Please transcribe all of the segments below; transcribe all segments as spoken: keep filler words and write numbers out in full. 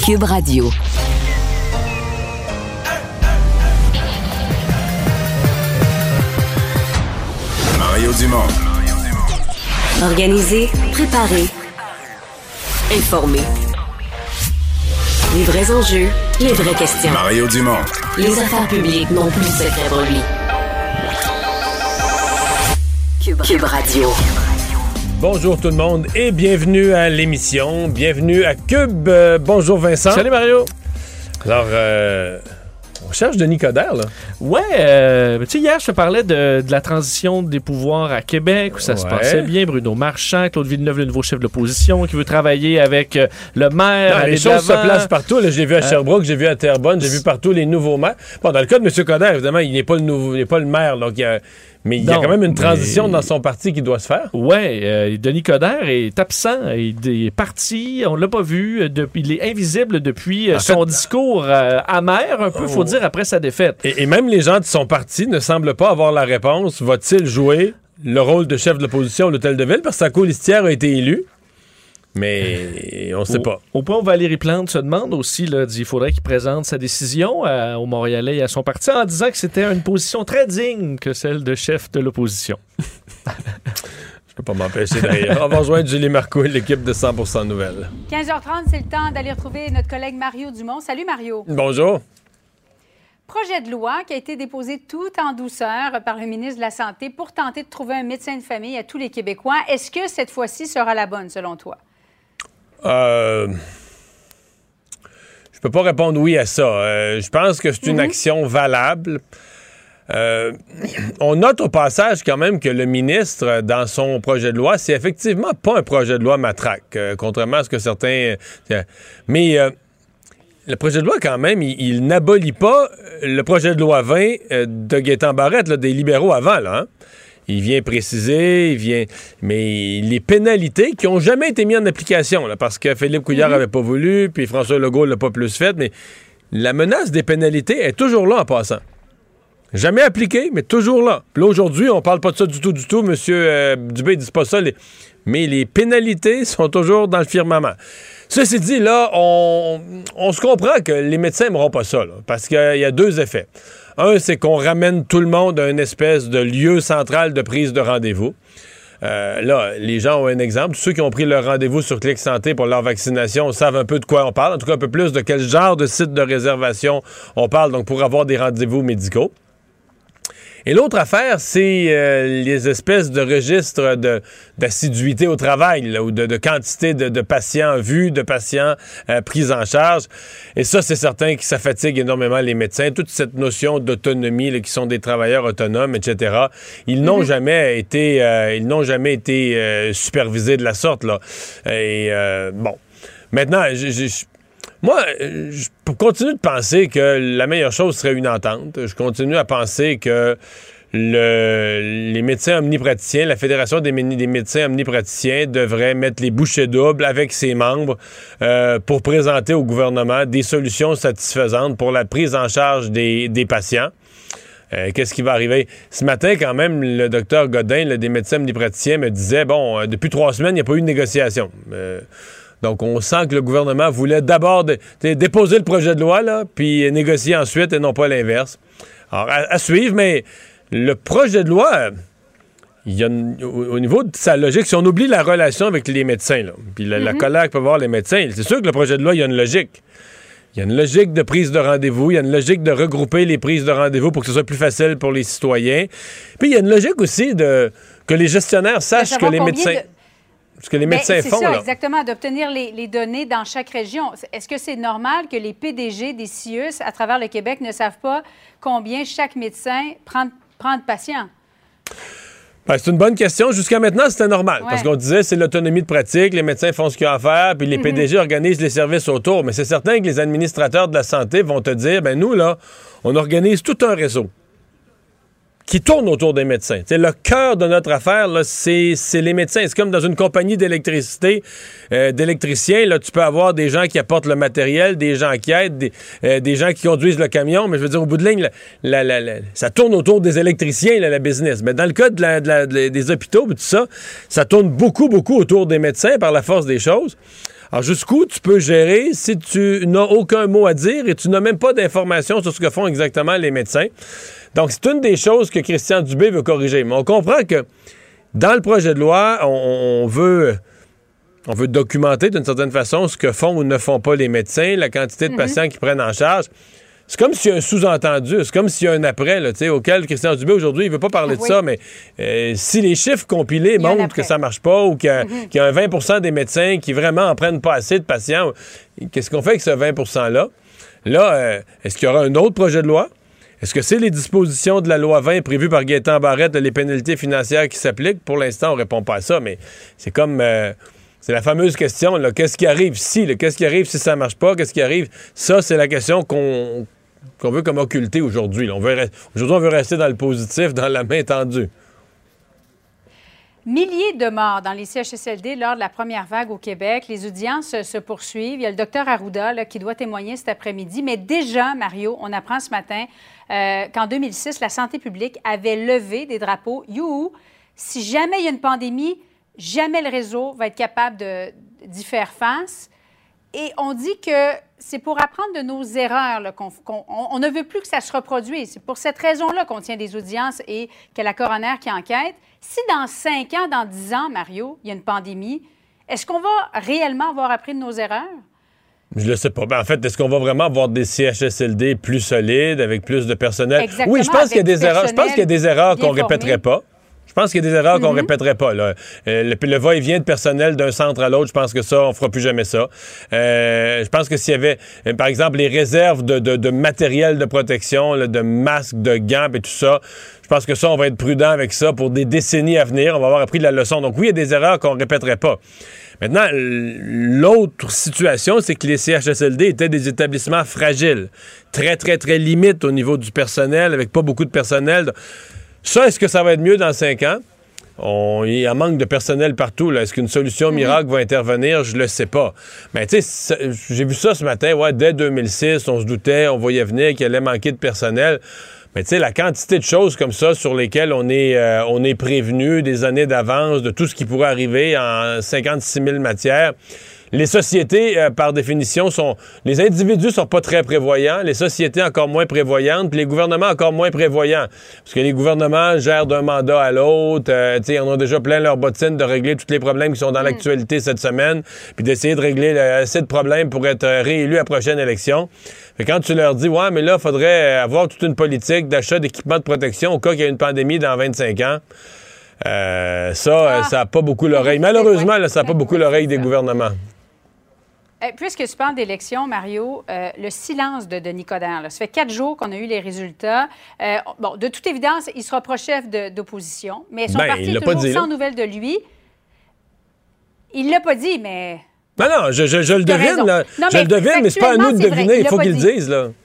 Cube Radio. Mario Dumont. Organiser, préparer, informer. Les vrais enjeux, les vraies questions. Mario Dumont. Les affaires publiques n'ont plus de secret pour lui. Cube, Cube Radio. Bonjour tout le monde et bienvenue à l'émission. Bienvenue à Cube. Euh, bonjour Vincent. Salut Mario. Alors, euh, on cherche Denis Coderre, là. Ouais, euh, tu sais, hier, je te parlais de, de la transition des pouvoirs à Québec, où ça ouais. se passait bien. Bruno Marchand, Claude Villeneuve, le nouveau chef de l'opposition, qui veut travailler avec euh, le maire. Non, les choses se placent partout. Là, j'ai vu à Sherbrooke, euh, j'ai vu à Terrebonne, j'ai vu partout les nouveaux maires. Bon, dans le cas de M. Coderre, évidemment, il n'est pas le nouveau, il n'est pas le maire, donc il y a... Mais il y a non, quand même une transition mais... dans son parti qui doit se faire. Oui, euh, Denis Coderre est absent. Il, il est parti, on l'a pas vu. Depuis, il est invisible depuis euh, son fait... discours euh, amer, un peu, il oh. faut dire, après sa défaite. Et, et même les gens de son parti ne semblent pas avoir la réponse. Va-t-il jouer le rôle de chef de l'opposition à l'Hôtel de Ville? Parce que sa colistière a été élue. Mais on ne sait au, pas. Au point où Valérie Plante se demande aussi, là, il faudrait qu'il présente sa décision à, aux Montréalais et à son parti en disant que c'était une position très digne que celle de chef de l'opposition. Je peux pas m'empêcher de rire. On va rejoindre Julie Marcoux et l'équipe de cent pour cent Nouvelles. quinze heures trente, c'est le temps d'aller retrouver notre collègue Mario Dumont. Salut Mario. Bonjour. Projet de loi qui a été déposé tout en douceur par le ministre de la Santé pour tenter de trouver un médecin de famille à tous les Québécois. Est-ce que cette fois-ci sera la bonne, selon toi? Euh, je peux pas répondre oui à ça. Euh, je pense que c'est une mm-hmm. action valable. Euh, on note au passage quand même que le ministre, dans son projet de loi, c'est effectivement pas un projet de loi matraque, euh, contrairement à ce que certains... Euh, mais euh, le projet de loi, quand même, il, il n'abolit pas le projet de loi vingt euh, de Gaétan Barrette, là, des libéraux avant, là, hein? Il vient préciser, il vient... Mais les pénalités qui n'ont jamais été mises en application, là, parce que Philippe Couillard n'avait mm-hmm. pas voulu, puis François Legault l'a pas plus fait, mais la menace des pénalités est toujours là en passant. Jamais appliquée, mais toujours là. Puis là, aujourd'hui, on parle pas de ça du tout, du tout. Monsieur euh, Dubé, il dit pas ça, les... mais les pénalités sont toujours dans le firmament. Ceci dit, là, on, on se comprend que les médecins n'aimeront pas ça, là, parce qu'il y a deux effets. Un, c'est qu'on ramène tout le monde à une espèce de lieu central de prise de rendez-vous. Euh, là, les gens ont un exemple. Tous ceux qui ont pris leur rendez-vous sur Clic Santé pour leur vaccination savent un peu de quoi on parle. En tout cas, un peu plus de quel genre de site de réservation on parle, donc pour avoir des rendez-vous médicaux. Et l'autre affaire, c'est euh, les espèces de registres de, d'assiduité au travail, là, ou de, de quantité de, de patients vus, de patients euh, pris en charge. Et ça, c'est certain que ça fatigue énormément les médecins. Toute cette notion d'autonomie, là, qui sont des travailleurs autonomes, et cetera. Ils n'ont mm-hmm. jamais été, euh, ils n'ont jamais été euh, supervisés de la sorte, là. Et euh, bon, maintenant, je, je Moi, je continue de penser que la meilleure chose serait une entente. Je continue à penser que le, les médecins omnipraticiens, la Fédération des, des médecins omnipraticiens devrait mettre les bouchées doubles avec ses membres euh, pour présenter au gouvernement des solutions satisfaisantes pour la prise en charge des, des patients. Euh, qu'est-ce qui va arriver? Ce matin, quand même, le docteur Godin, là, des médecins omnipraticiens, me disait, bon, euh, depuis trois semaines, il n'y a pas eu de négociation. Euh, Donc, on sent que le gouvernement voulait d'abord dé- dé- déposer le projet de loi, là, puis négocier ensuite, et non pas l'inverse. Alors, à, à suivre, mais le projet de loi, il y a une, au, au niveau de sa logique, si on oublie la relation avec les médecins, là, puis la, mm-hmm. la colère que peut avoir les médecins, c'est sûr que le projet de loi, il y a une logique. Il y a une logique de prise de rendez-vous, il y a une logique de regrouper les prises de rendez-vous pour que ce soit plus facile pour les citoyens. Puis, il y a une logique aussi de que les gestionnaires sachent que les médecins... De... Ce que les médecins c'est font, ça, là. Exactement, d'obtenir les, les données dans chaque région. Est-ce que c'est normal que les P D G des C I U S à travers le Québec ne savent pas combien chaque médecin prend, prend de patients? Ben, c'est une bonne question. Jusqu'à maintenant, c'était normal. Ouais. Parce qu'on disait c'est l'autonomie de pratique, les médecins font ce qu'ils ont à faire, puis les mm-hmm. P D G organisent les services autour. Mais c'est certain que les administrateurs de la santé vont te dire, ben nous, là, on organise tout un réseau qui tourne autour des médecins. T'sais, le cœur de notre affaire, là, c'est, c'est les médecins. C'est comme dans une compagnie d'électricité, euh, d'électriciens. Là, tu peux avoir des gens qui apportent le matériel, des gens qui aident, des, euh, des gens qui conduisent le camion. Mais je veux dire, au bout de ligne, la, la, la, la, ça tourne autour des électriciens, là, la business. Mais dans le cas de la, de la, de la, des hôpitaux, tout ça, ça tourne beaucoup, beaucoup autour des médecins par la force des choses. Alors, jusqu'où tu peux gérer si tu n'as aucun mot à dire et tu n'as même pas d'informations sur ce que font exactement les médecins? Donc, c'est une des choses que Christian Dubé veut corriger. Mais on comprend que dans le projet de loi, on, on veut... On veut documenter d'une certaine façon ce que font ou ne font pas les médecins, la quantité de mm-hmm. patients qu'ils prennent en charge. C'est comme s'il y a un sous-entendu, c'est comme s'il y a un après, là, auquel Christian Dubé, aujourd'hui, il ne veut pas parler oui. de ça, mais euh, si les chiffres compilés montrent que ça ne marche pas ou qu'il y a, mm-hmm. qu'il y a un vingt pour cent des médecins qui vraiment en prennent pas assez de patients, qu'est-ce qu'on fait avec ce vingt pour cent-là? Là, euh, est-ce qu'il y aura un autre projet de loi? Est-ce que c'est les dispositions de la loi vingt prévues par Gaétan Barrette, les pénalités financières qui s'appliquent? Pour l'instant, on ne répond pas à ça, mais c'est comme... Euh, C'est la fameuse question, là, qu'est-ce qui arrive si? Là, qu'est-ce qui arrive si ça ne marche pas? Qu'est-ce qui arrive? Ça, c'est la question qu'on, qu'on veut comme occulter aujourd'hui. Là. On veut, aujourd'hui, on veut rester dans le positif, dans la main tendue. Milliers de morts dans les C H S L D lors de la première vague au Québec. Les audiences se poursuivent. Il y a le docteur Arruda là, qui doit témoigner cet après-midi. Mais déjà, Mario, on apprend ce matin euh, qu'en deux mille six, la santé publique avait levé des drapeaux. Youhou! Si jamais il y a une pandémie, jamais le réseau va être capable de, d'y faire face. Et on dit que c'est pour apprendre de nos erreurs là, qu'on, qu'on on ne veut plus que ça se reproduise. C'est pour cette raison-là qu'on tient des audiences et qu'il y a la coroner qui enquête. Si dans cinq ans, dans dix ans, Mario, il y a une pandémie, est-ce qu'on va réellement avoir appris de nos erreurs? Je le sais pas. Ben, en fait, est-ce qu'on va vraiment avoir des C H S L D plus solides, avec plus de personnel? Exactement, oui, je pense qu'il y a des erreurs. Je pense qu'il y a des erreurs qu'on ne répéterait pas. Je pense qu'il y a des erreurs mm-hmm. qu'on ne répéterait pas. Là. Euh, le, le va-et-vient de personnel d'un centre à l'autre, je pense que ça, on ne fera plus jamais ça. Euh, je pense que s'il y avait, euh, par exemple, les réserves de, de, de matériel de protection, là, de masques, de gants et tout ça, je pense que ça, on va être prudent avec ça pour des décennies à venir. On va avoir appris de la leçon. Donc oui, il y a des erreurs qu'on ne répéterait pas. Maintenant, l'autre situation, c'est que les C H S L D étaient des établissements fragiles, très, très, très limites au niveau du personnel, avec pas beaucoup de personnel. Ça, est-ce que ça va être mieux dans cinq ans? On, il y a un manque de personnel partout. Là. Est-ce qu'une solution miracle va intervenir? Je le sais pas. Mais tu sais, j'ai vu ça ce matin. Ouais, dès deux mille six, on se doutait, on voyait venir qu'il allait manquer de personnel. Mais tu sais, la quantité de choses comme ça sur lesquelles on est, euh, on est prévenu des années d'avance de tout ce qui pourrait arriver en cinquante-six mille matières. Les sociétés, euh, par définition, sont... Les individus sont pas très prévoyants, les sociétés encore moins prévoyantes, puis les gouvernements encore moins prévoyants. Parce que les gouvernements gèrent d'un mandat à l'autre, euh, tu sais, ils en ont déjà plein leur bottine de régler tous les problèmes qui sont dans mmh. l'actualité cette semaine, puis d'essayer de régler le, assez de problèmes pour être réélu à la prochaine élection. Fait quand tu leur dis, ouais, mais là, il faudrait avoir toute une politique d'achat d'équipements de protection au cas qu'il y ait une pandémie dans vingt-cinq ans, euh, ça, ah. ça n'a pas beaucoup l'oreille. Malheureusement, là, ça n'a pas beaucoup l'oreille des gouvernements. Puisque tu parles d'élection, Mario, euh, le silence de Denis Coderre, là, ça fait quatre jours qu'on a eu les résultats. Euh, bon, de toute évidence, il sera pas chef de, d'opposition, mais son ben, parti est toujours dit, sans nouvelles de lui. Il l'a pas dit, mais... Non, non, je, je, je le devine, là. Non, je le devine, mais c'est pas à nous de deviner, il faut qu'il le dise, là.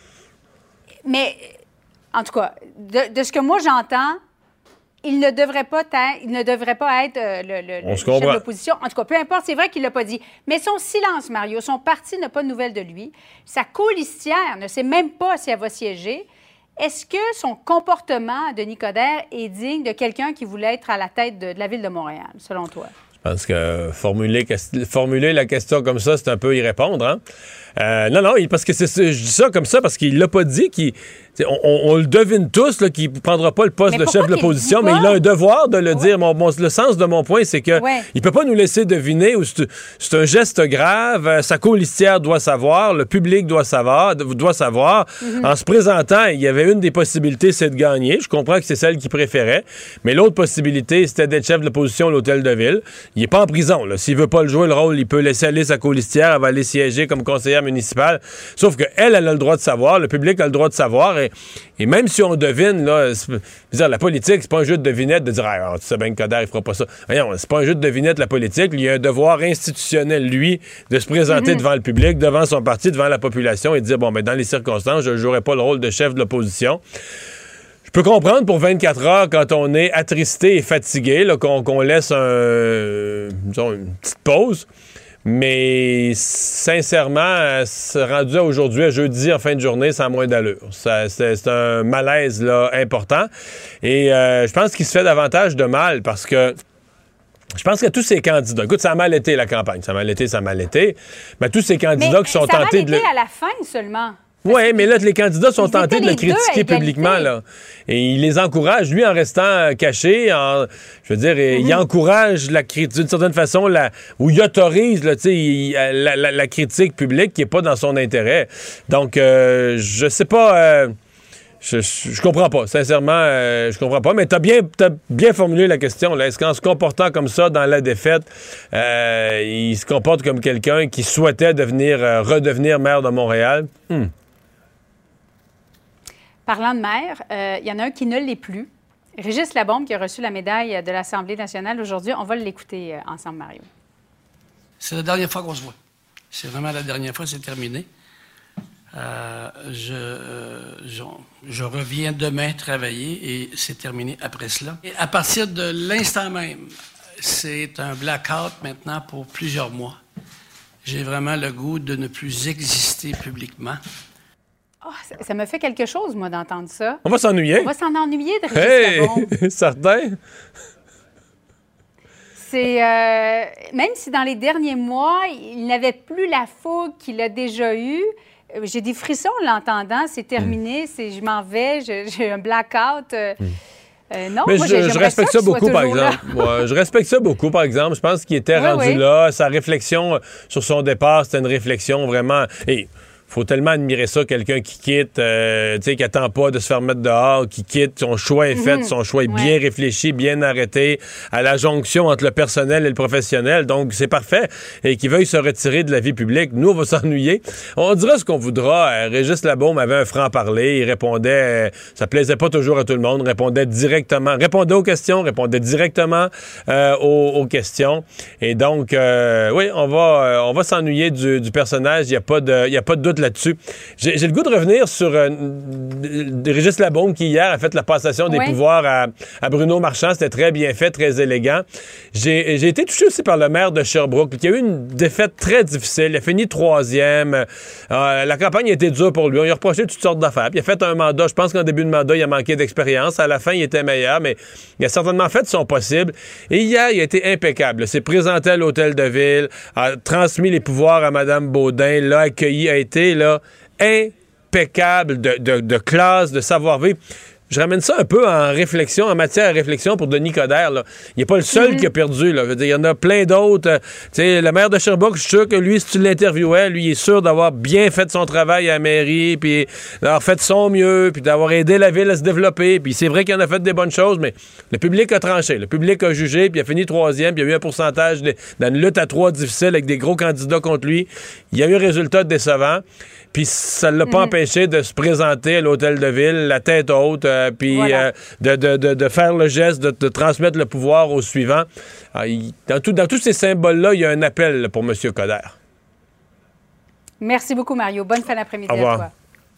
Mais, en tout cas, de, de ce que moi j'entends, il ne devrait pas être, il ne devrait pas être euh, le, le, le chef de l'opposition. En tout cas, peu importe, c'est vrai qu'il ne l'a pas dit. Mais son silence, Mario, son parti n'a pas de nouvelles de lui. Sa colistière ne sait même pas si elle va siéger. Est-ce que son comportement, Denis Coderre, est digne de quelqu'un qui voulait être à la tête de, de la Ville de Montréal, selon toi? Je pense que formuler, formuler la question comme ça, c'est un peu y répondre, hein? Euh, non, non, parce que c'est, je dis ça comme ça parce qu'il l'a pas dit, qu'il, on, on, on le devine tous là, qu'il ne prendra pas le poste mais de chef de l'opposition, mais il a un devoir de le ouais. dire. Mon, mon, le sens de mon point, c'est qu'il ouais. ne peut pas nous laisser deviner où c'est, c'est un geste grave, sa colistière doit savoir, le public doit savoir, doit savoir. Mm-hmm. En se présentant, il y avait une des possibilités, c'est de gagner. Je comprends que c'est celle qu'il préférait, mais l'autre possibilité, c'était d'être chef de l'opposition à l'Hôtel de Ville. Il n'est pas en prison. Là. S'il ne veut pas le jouer le rôle, il peut laisser aller sa colistière, elle va aller siéger comme conseillère municipale. Sauf qu'elle, elle a le droit de savoir, le public a le droit de savoir, et, et même si on devine, là, c'est, dire, la politique, c'est pas un jeu de devinette de dire « Ah, tu sais bien que Coderre, il fera pas ça. » Voyons, c'est pas un jeu de devinette, la politique. Il y a un devoir institutionnel, lui, de se présenter mm-hmm. devant le public, devant son parti, devant la population, et de dire « Bon, ben dans les circonstances, je ne jouerai pas le rôle de chef de l'opposition. » Je peux comprendre pour vingt-quatre heures, quand on est attristé et fatigué, là, qu'on, qu'on laisse un, disons, une petite pause. Mais sincèrement, rendu à aujourd'hui, à jeudi, en fin de journée, ça a moins d'allure. Ça, c'est, c'est un malaise là, important. Et euh, je pense qu'il se fait davantage de mal parce que Je pense que tous ces candidats, écoute, ça a mal été la campagne, ça a mal été, ça a mal été, mais tous ces candidats mais qui sont ça tentés a mal de... été Le... à la fin seulement. Oui, mais là, les candidats sont ils tentés de le étaient les deux critiquer à égalité. publiquement, là. Et il les encourage, lui, en restant caché, en, je veux dire, mm-hmm. il encourage la critique, d'une certaine façon, la, ou il autorise, là, tu sais, il- la, la, la critique publique qui n'est pas dans son intérêt. Donc, euh, je sais pas... euh, Je, je, je comprends pas, sincèrement, euh, je comprends pas. Mais t'as bien, t'as bien formulé la question. Là. Est-ce qu'en se comportant comme ça dans la défaite, euh, il se comporte comme quelqu'un qui souhaitait devenir, euh, redevenir maire de Montréal? Hmm. Parlant de maire, euh, il y en a un qui ne l'est plus. Régis Labombe, qui a reçu la médaille de l'Assemblée nationale aujourd'hui. On va l'écouter euh, ensemble, Mario. C'est la dernière fois qu'on se voit. C'est vraiment la dernière fois, c'est terminé. Euh, je, euh, je, je reviens demain travailler et c'est terminé après cela. Et à partir de l'instant même, c'est un blackout maintenant pour plusieurs mois. J'ai vraiment le goût de ne plus exister publiquement. Oh, ça, ça me fait quelque chose, moi, d'entendre ça. On va s'ennuyer. On va s'en ennuyer de Régis Hey! Labombe. Certain? C'est, euh, même si dans les derniers mois, il n'avait plus la fougue qu'il a déjà eue, euh, j'ai des frissons en l'entendant. C'est terminé, Mm. c'est, je m'en vais, je- j'ai un blackout. Euh, Mm. euh, non, Mais moi, je, j'ai- je j'aimerais respecte ça, qu'il soit beaucoup, par toujours là. exemple. Ouais, je respecte ça beaucoup, par exemple. Je pense qu'il était Oui, rendu oui. là. Sa réflexion sur son départ, c'était une réflexion vraiment... Et faut tellement admirer ça, quelqu'un qui quitte, euh, tu sais, qui attend pas de se faire mettre dehors, qui quitte, son choix est fait, Mhm. son choix est Ouais. bien réfléchi, bien arrêté, à la jonction entre le personnel et le professionnel, donc c'est parfait, et qu'il veuille se retirer de la vie publique. Nous, on va s'ennuyer. On dira ce qu'on voudra. Euh, Régis Labombe avait un franc-parler, il répondait, euh, ça plaisait pas toujours à tout le monde, répondait directement, répondait aux questions, répondait directement euh, aux, aux questions, et donc, euh, oui, on va, euh, on va s'ennuyer du, du personnage, il n'y a pas de, il y a pas de doute là-dessus. J'ai, j'ai le goût de revenir sur euh, Régis Labombe qui hier a fait la passation des Oui. pouvoirs à, à Bruno Marchand. C'était très bien fait, très élégant. J'ai, j'ai été touché aussi par le maire de Sherbrooke qui a eu une défaite très difficile. Il a fini troisième. Euh, la campagne a été dure pour lui. On lui a reproché toutes sortes d'affaires. Puis il a fait un mandat. Je pense qu'en début de mandat, il a manqué d'expérience. À la fin, il était meilleur, mais il a certainement fait son possible. Et hier, il a été impeccable. Il s'est présenté à l'hôtel de ville, a transmis les pouvoirs à Mme Baudin, l'a accueilli, a été là, impeccable de, de, de classe, de savoir-vivre. Je ramène ça un peu en réflexion, en matière de réflexion pour Denis Coderre. Là. Il n'est pas le seul Mm-hmm. qui a perdu. Là. Je veux dire, il y en a plein d'autres. Euh, tu sais, le maire de Sherbrooke, je suis sûr que lui, si tu l'interviewais, lui, il est sûr d'avoir bien fait son travail à la mairie, puis d'avoir fait son mieux, puis d'avoir aidé la ville à se développer. Puis c'est vrai qu'il en a fait des bonnes choses, mais le public a tranché. Le public a jugé, puis il a fini troisième, puis il y a eu un pourcentage de, dans une lutte à trois difficile avec des gros candidats contre lui. Il y a eu un résultat décevant. Puis ça ne l'a pas Mhm. empêché de se présenter à l'hôtel de ville, la tête haute, euh, puis Voilà. euh, de, de, de, de faire le geste, de, de transmettre le pouvoir au suivant. Ah, il- dans, tout- dans tous ces symboles-là, il y a un appel là, pour M. Coderre. Merci beaucoup, Mario. Bonne fin d'après-midi Au revoir. à toi.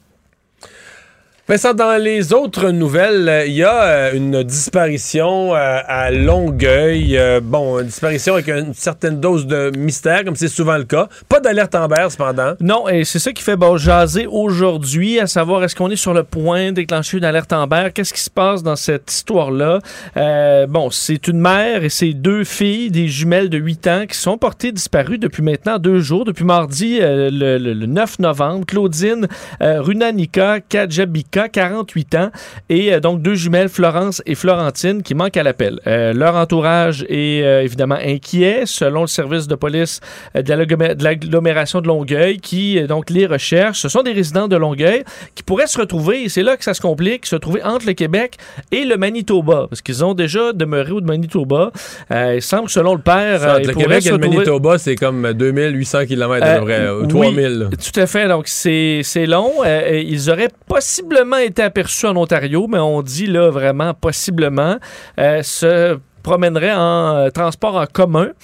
Vincent, dans les autres nouvelles, euh, il y a euh, une disparition euh, à Longueuil. Euh, bon, une disparition avec une certaine dose de mystère, comme c'est souvent le cas. Pas d'alerte Amber, cependant. Non, et c'est ça qui fait bon, jaser aujourd'hui, à savoir est-ce qu'on est sur le point de déclencher une alerte Amber? Qu'est-ce qui se passe dans cette histoire-là? Euh, bon, c'est une mère et ses deux filles, des jumelles de huit ans, qui sont portées disparues depuis maintenant deux jours, depuis mardi euh, le, le- le neuf novembre. Claudine euh, Runanika Kajabika, quarante-huit ans, et euh, donc deux jumelles, Florence et Florentine, qui manquent à l'appel. Euh, leur entourage est euh, évidemment inquiet, selon le service de police euh, de l'agglomé- de l'agglomération de Longueuil, qui euh, donc les recherche. Ce sont des résidents de Longueuil qui pourraient se retrouver, et c'est là que ça se complique, se trouver entre le Québec et le Manitoba, parce qu'ils ont déjà demeuré au Manitoba. Euh, il semble que selon le père, Ça, euh, ils le pourraient Québec se et le retrouver... Manitoba, c'est comme deux mille huit cents kilomètres Euh, à peu près, ou oui, trois mille. là. Tout à fait. Donc, c'est, c'est long. Euh, et ils auraient possiblement été aperçus en Ontario, mais on dit là vraiment possiblement, euh, se promèneraient en euh, transport en commun.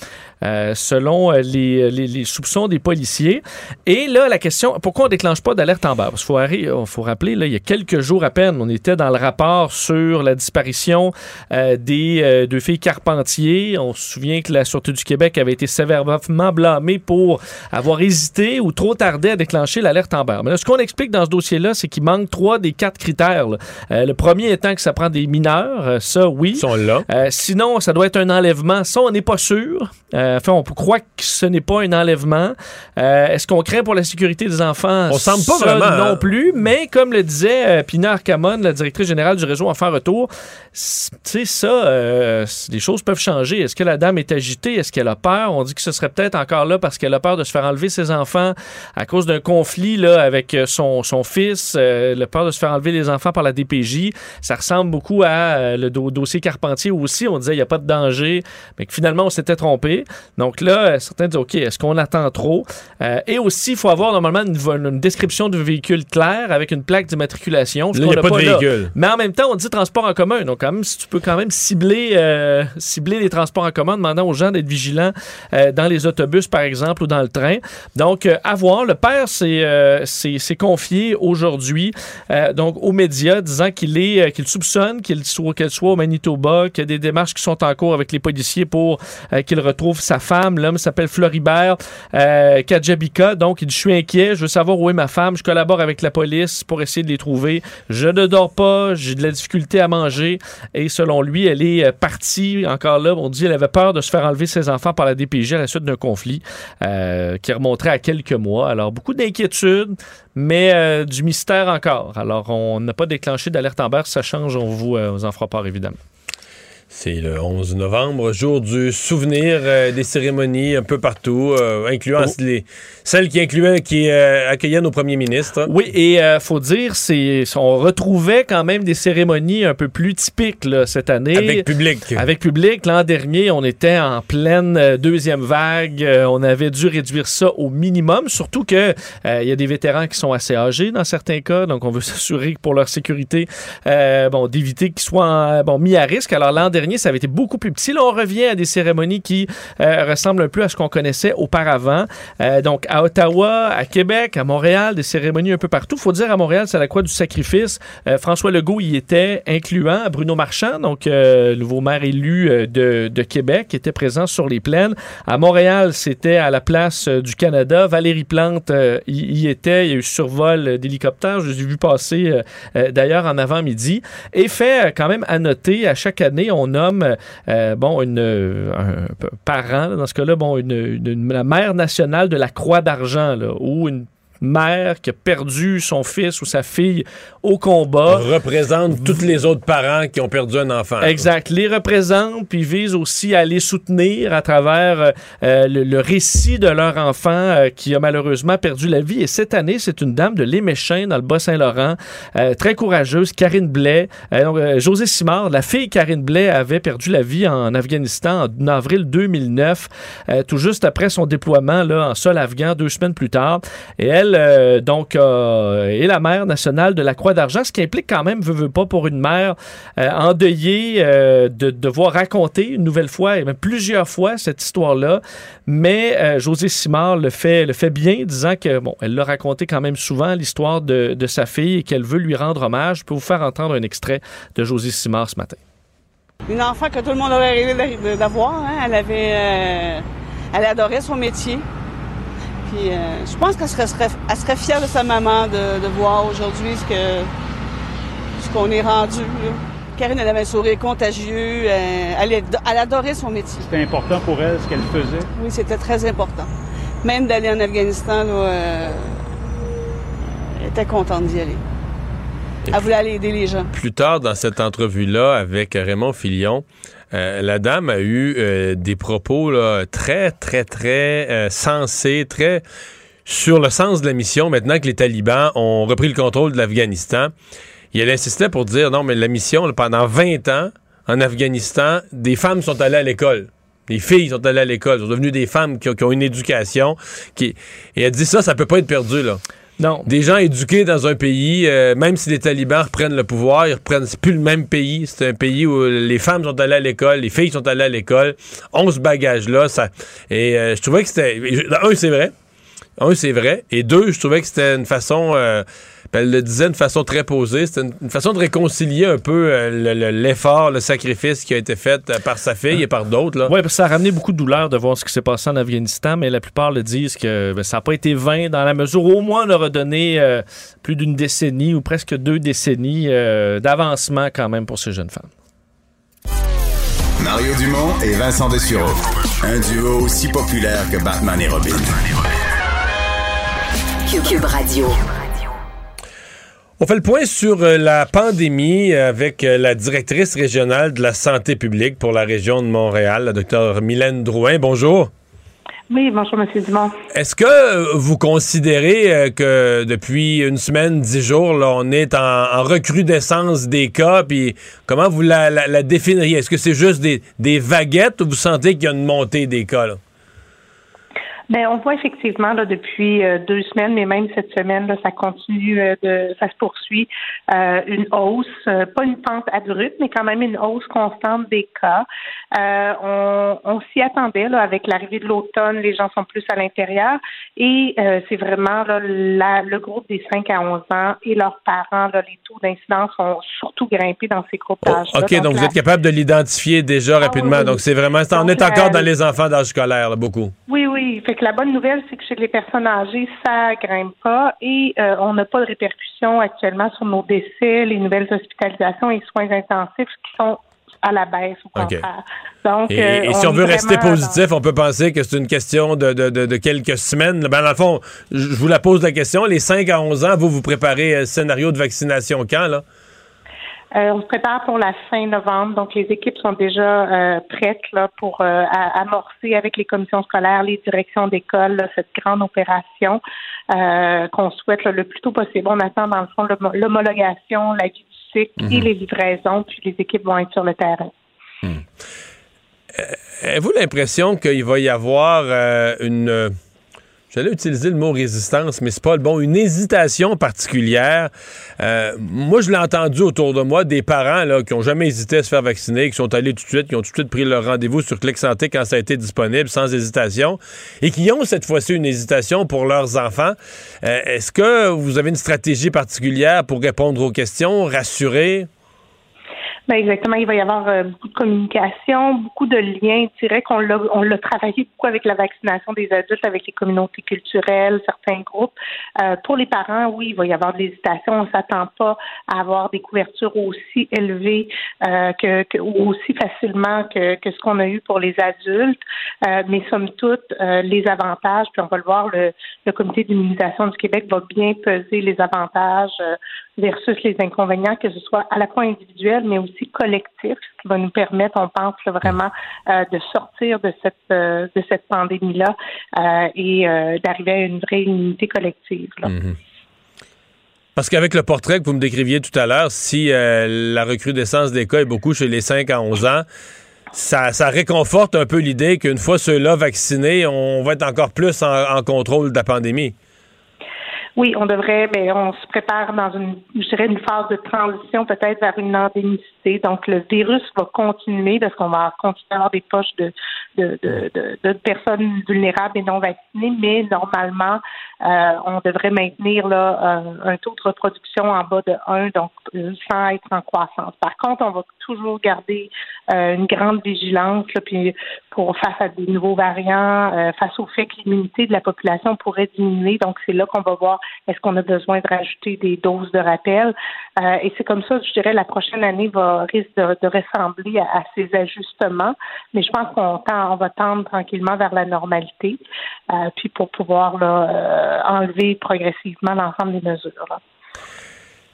euh, selon les, les, les soupçons des policiers. Et là, la question, pourquoi on ne déclenche pas d'alerte Amber? Parce qu'il faut, arri- faut rappeler, là, il y a quelques jours à peine, on était dans le rapport sur la disparition euh, des euh, deux filles Carpentier. On se souvient que la Sûreté du Québec avait été sévèrement blâmée pour avoir hésité ou trop tardé à déclencher l'alerte Amber. Mais là, ce qu'on explique dans ce dossier-là, c'est qu'il manque trois des quatre critères. Euh, le premier étant que ça prend des mineurs. Euh, ça, oui. Ils sont là. Euh, sinon, ça doit être un enlèvement. Ça, on n'est pas sûr. Euh, enfin, on croit que ce n'est pas un enlèvement. Euh, est-ce qu'on craint pour la sécurité des enfants? On semble pas ça, vraiment. Non hein? plus. Mais comme le disait euh, Pina Arcamon, la directrice générale du réseau Enfants Retour, tu sais, ça, euh, les choses peuvent changer. Est-ce que la dame est agitée? Est-ce qu'elle a peur? On dit que ce serait peut-être encore là parce qu'elle a peur de se faire enlever ses enfants à cause d'un conflit là, avec son, son fils. Euh, le peur de se faire enlever les enfants par la D P J. Ça ressemble beaucoup à euh, le do- dossier Carpentier où aussi on disait qu'il n'y a pas de danger, mais que finalement on s'était trompé. Donc là, certains disent OK, est-ce qu'on attend trop? Euh, et aussi, il faut avoir normalement une, une description du véhicule claire avec une plaque d'immatriculation. Là, il n'y a pas, pas de là. véhicule. Mais en même temps, on dit transport en commun. Donc, quand même, si tu peux quand même cibler, euh, cibler les transports en commun, demandant aux gens d'être vigilants euh, dans les autobus, par exemple, ou dans le train. Donc, euh, à voir. Le père s'est, euh, s'est, s'est confié aujourd'hui euh, donc aux médias, disant qu'il est, euh, qu'il soupçonne qu'il soit, qu'elle soit au Manitoba, qu'il y a des démarches qui sont en cours avec les policiers pour euh, qu'il retrouve sa femme. L'homme s'appelle Floribert euh, Kadjabika. Donc, il dit, je suis inquiet, je veux savoir où est ma femme, je collabore avec la police pour essayer de les trouver. Je ne dors pas, j'ai de la difficulté à manger. Et selon lui, elle est partie, encore là, on dit qu'elle avait peur de se faire enlever ses enfants par la D P J à la suite d'un conflit euh, qui remonterait à quelques mois. Alors, beaucoup d'inquiétudes, mais euh, du mystère encore. Alors, on n'a pas déclenché d'alerte Amber. Si ça change, on vous, euh, vous en fera part, évidemment. C'est le onze novembre, jour du souvenir euh, des cérémonies un peu partout, euh, incluant oh. les, celles qui incluaient, qui euh, accueillaient nos premiers ministres. Oui, et il euh, faut dire, c'est, on retrouvait quand même des cérémonies un peu plus typiques là, cette année. Avec public. Avec public. L'an dernier, on était en pleine euh, deuxième vague. Euh, on avait dû réduire ça au minimum, surtout que euh, il y a des vétérans qui sont assez âgés dans certains cas, donc on veut s'assurer que pour leur sécurité, euh, bon, d'éviter qu'ils soient en, bon, mis à risque. Alors l'an dernier, ça avait été beaucoup plus petit. Là, on revient à des cérémonies qui euh, ressemblent un peu à ce qu'on connaissait auparavant. Euh, donc, à Ottawa, à Québec, à Montréal, des cérémonies un peu partout. Il faut dire, à Montréal, c'est la Croix du Sacrifice. Euh, François Legault y était, incluant Bruno Marchand, donc euh, nouveau maire élu euh, de, de Québec, qui était présent sur les plaines. À Montréal, c'était à la place euh, du Canada. Valérie Plante euh, y, y était. Il y a eu survol d'hélicoptères. Je les ai vus passer, euh, euh, d'ailleurs, en avant-midi. Et fait, euh, quand même, à noter, à chaque année, on nomme euh, bon, une, un, un parent, là, dans ce cas-là, bon, une, une, une, la mère nationale de la Croix d'argent, là, ou une mère qui a perdu son fils ou sa fille au combat. Représente tous les autres parents qui ont perdu un enfant. Exact. Les représente, puis vise aussi à les soutenir à travers euh, le, le récit de leur enfant euh, qui a malheureusement perdu la vie. Et cette année, c'est une dame de l'Éméchin, dans le Bas-Saint-Laurent, euh, très courageuse, Karine Blais. Euh, donc, euh, Josée Simard, la fille Karine Blais, avait perdu la vie en Afghanistan en avril deux mille neuf, euh, tout juste après son déploiement là, en sol afghan, deux semaines plus tard. Et elle, Euh, donc, euh, est la mère nationale de la Croix d'argent, ce qui implique quand même, veut, veut pas, pour une mère euh, endeuillée, euh, de, de devoir raconter une nouvelle fois, et même plusieurs fois, cette histoire-là. Mais euh, Josée Simard le fait, le fait bien, disant que, bon, elle l'a raconté quand même souvent, l'histoire de, de sa fille, et qu'elle veut lui rendre hommage. Je peux vous faire entendre un extrait de Josée Simard ce matin. Une enfant que tout le monde aurait rêvé d'avoir, hein. Elle avait... Euh, elle adorait son métier. Puis, euh, je pense qu'elle serait, serait, elle serait fière de sa maman de, de voir aujourd'hui ce, que, ce qu'on est rendu. Là. Karine, elle avait un sourire contagieux. Euh, elle, elle adorait son métier. C'était important pour elle, ce qu'elle faisait? Oui, c'était très important. Même d'aller en Afghanistan, là, euh, elle était contente d'y aller. Et elle voulait aller aider les gens. Plus tard, dans cette entrevue-là, avec Raymond Filion, Euh, la dame a eu euh, des propos là, très, très, très euh, sensés, très sur le sens de la mission. Maintenant que les talibans ont repris le contrôle de l'Afghanistan, et elle insistait pour dire, non, mais la mission, là, pendant vingt ans, en Afghanistan, des femmes sont allées à l'école. Les filles sont allées à l'école, sont devenues des femmes qui ont, qui ont une éducation. Qui... Et elle dit ça, ça peut pas être perdu, là. Non. Des gens éduqués dans un pays, euh, même si les talibans reprennent le pouvoir, ils reprennent, c'est plus le même pays. C'est un pays où les femmes sont allées à l'école, les filles sont allées à l'école. On ce bagage-là, ça. Et euh, je trouvais que c'était. Un, c'est vrai. Un, c'est vrai. Et deux, je trouvais que c'était une façon. Euh, elle le disait d'une façon très posée. C'était une, une façon de réconcilier un peu euh, le, le, l'effort, le sacrifice qui a été fait euh, par sa fille et par d'autres. Oui, parce que ça a ramené beaucoup de douleur de voir ce qui s'est passé en Afghanistan, mais la plupart le disent que ben, ça n'a pas été vain dans la mesure où au moins on a redonné euh, plus d'une décennie ou presque deux décennies euh, d'avancement quand même pour ces jeunes femmes. Mario Dumont et Vincent Dessureau. Un duo aussi populaire que Batman et Robin. Cube Radio. On fait le point sur la pandémie avec la directrice régionale de la santé publique pour la région de Montréal, la docteure Mylène Drouin. Bonjour. Oui, bonjour, M. Dumont. Est-ce que vous considérez que depuis une semaine, dix jours, là, on est en, en recrudescence des cas, puis comment vous la, la, la définiriez? Est-ce que c'est juste des, des vaguettes ou vous sentez qu'il y a une montée des cas, là? Bien, on voit effectivement là, depuis euh, deux semaines, mais même cette semaine, là, ça continue euh, de, ça se poursuit, euh, une hausse, euh, pas une pente abrupte, mais quand même une hausse constante des cas. Euh, on, on s'y attendait là, avec l'arrivée de l'automne, les gens sont plus à l'intérieur et euh, c'est vraiment là, la, le groupe des cinq à onze ans et leurs parents, là, les taux d'incidence ont surtout grimpé dans ces groupes d'âge. Oh, OK, donc, donc la... vous êtes capable de l'identifier déjà ah, rapidement. Oui, donc c'est vraiment, on donc, est encore la... dans les enfants d'âge scolaire, là, beaucoup. Oui, oui. Fait que la bonne nouvelle, c'est que chez les personnes âgées, ça grimpe pas et euh, on n'a pas de répercussions actuellement sur nos décès, les nouvelles hospitalisations et soins intensifs qui sont à la baisse au contraire. Okay. Donc, et, euh, et si on, on veut rester positif, dans... on peut penser que c'est une question de, de, de, de quelques semaines. Ben, dans le fond, je vous la pose la question. Les cinq à onze ans, vous vous préparez un scénario de vaccination quand, là? Euh, on se prépare pour la fin novembre, donc les équipes sont déjà euh, prêtes là, pour euh, à, amorcer avec les commissions scolaires, les directions d'école, là, cette grande opération euh, qu'on souhaite là, le plus tôt possible. On attend dans le fond l'homologation, la vie du cycle mm-hmm. et les livraisons, puis les équipes vont être sur le terrain. Mm. Euh, avez-vous l'impression qu'il va y avoir euh, une... J'allais utiliser le mot résistance, mais c'est pas le bon. Une hésitation particulière. Euh, moi, je l'ai entendu autour de moi, des parents là, qui n'ont jamais hésité à se faire vacciner, qui sont allés tout de suite, qui ont tout de suite pris leur rendez-vous sur Clic Santé quand ça a été disponible, sans hésitation, et qui ont cette fois-ci une hésitation pour leurs enfants. Euh, est-ce que vous avez une stratégie particulière pour répondre aux questions, rassurer? Ben exactement, il va y avoir euh, beaucoup de communication, beaucoup de liens directs. On l'a, on l'a travaillé beaucoup avec la vaccination des adultes, avec les communautés culturelles, certains groupes. Euh, pour les parents, oui, il va y avoir de l'hésitation. On ne s'attend pas à avoir des couvertures aussi élevées euh, que, que ou aussi facilement que, que ce qu'on a eu pour les adultes. Euh, mais somme toute, euh, les avantages, puis on va le voir, le, le Comité d'immunisation du Québec va bien peser les avantages euh, versus les inconvénients, que ce soit à la fois individuel, mais aussi collectif, ce qui va nous permettre, on pense là, vraiment, euh, de sortir de cette euh, de cette pandémie-là euh, et euh, d'arriver à une vraie immunité collective. Là. Mm-hmm. Parce qu'avec le portrait que vous me décriviez tout à l'heure, si euh, la recrudescence des cas est beaucoup chez les cinq à onze ans, ça, ça réconforte un peu l'idée qu'une fois ceux-là vaccinés, on va être encore plus en, en contrôle de la pandémie. Oui, on devrait, mais on se prépare dans une, je dirais, une phase de transition peut-être vers une endémicité. Donc, le virus va continuer parce qu'on va continuer à avoir des poches de, de, de, de, de personnes vulnérables et non vaccinées, mais normalement, euh, on devrait maintenir là un, un taux de reproduction en bas de un, donc sans être en croissance. Par contre, on va toujours garder euh, une grande vigilance là, puis pour face à des nouveaux variants, euh, face au fait que l'immunité de la population pourrait diminuer. Donc, c'est là qu'on va voir est-ce qu'on a besoin de rajouter des doses de rappel. Euh, et c'est comme ça, je dirais, la prochaine année va risque de, de ressembler à, à ces ajustements. Mais je pense qu'on tend, on va tendre tranquillement vers la normalité, euh, puis pour pouvoir là, euh, enlever progressivement l'ensemble des mesures. Là.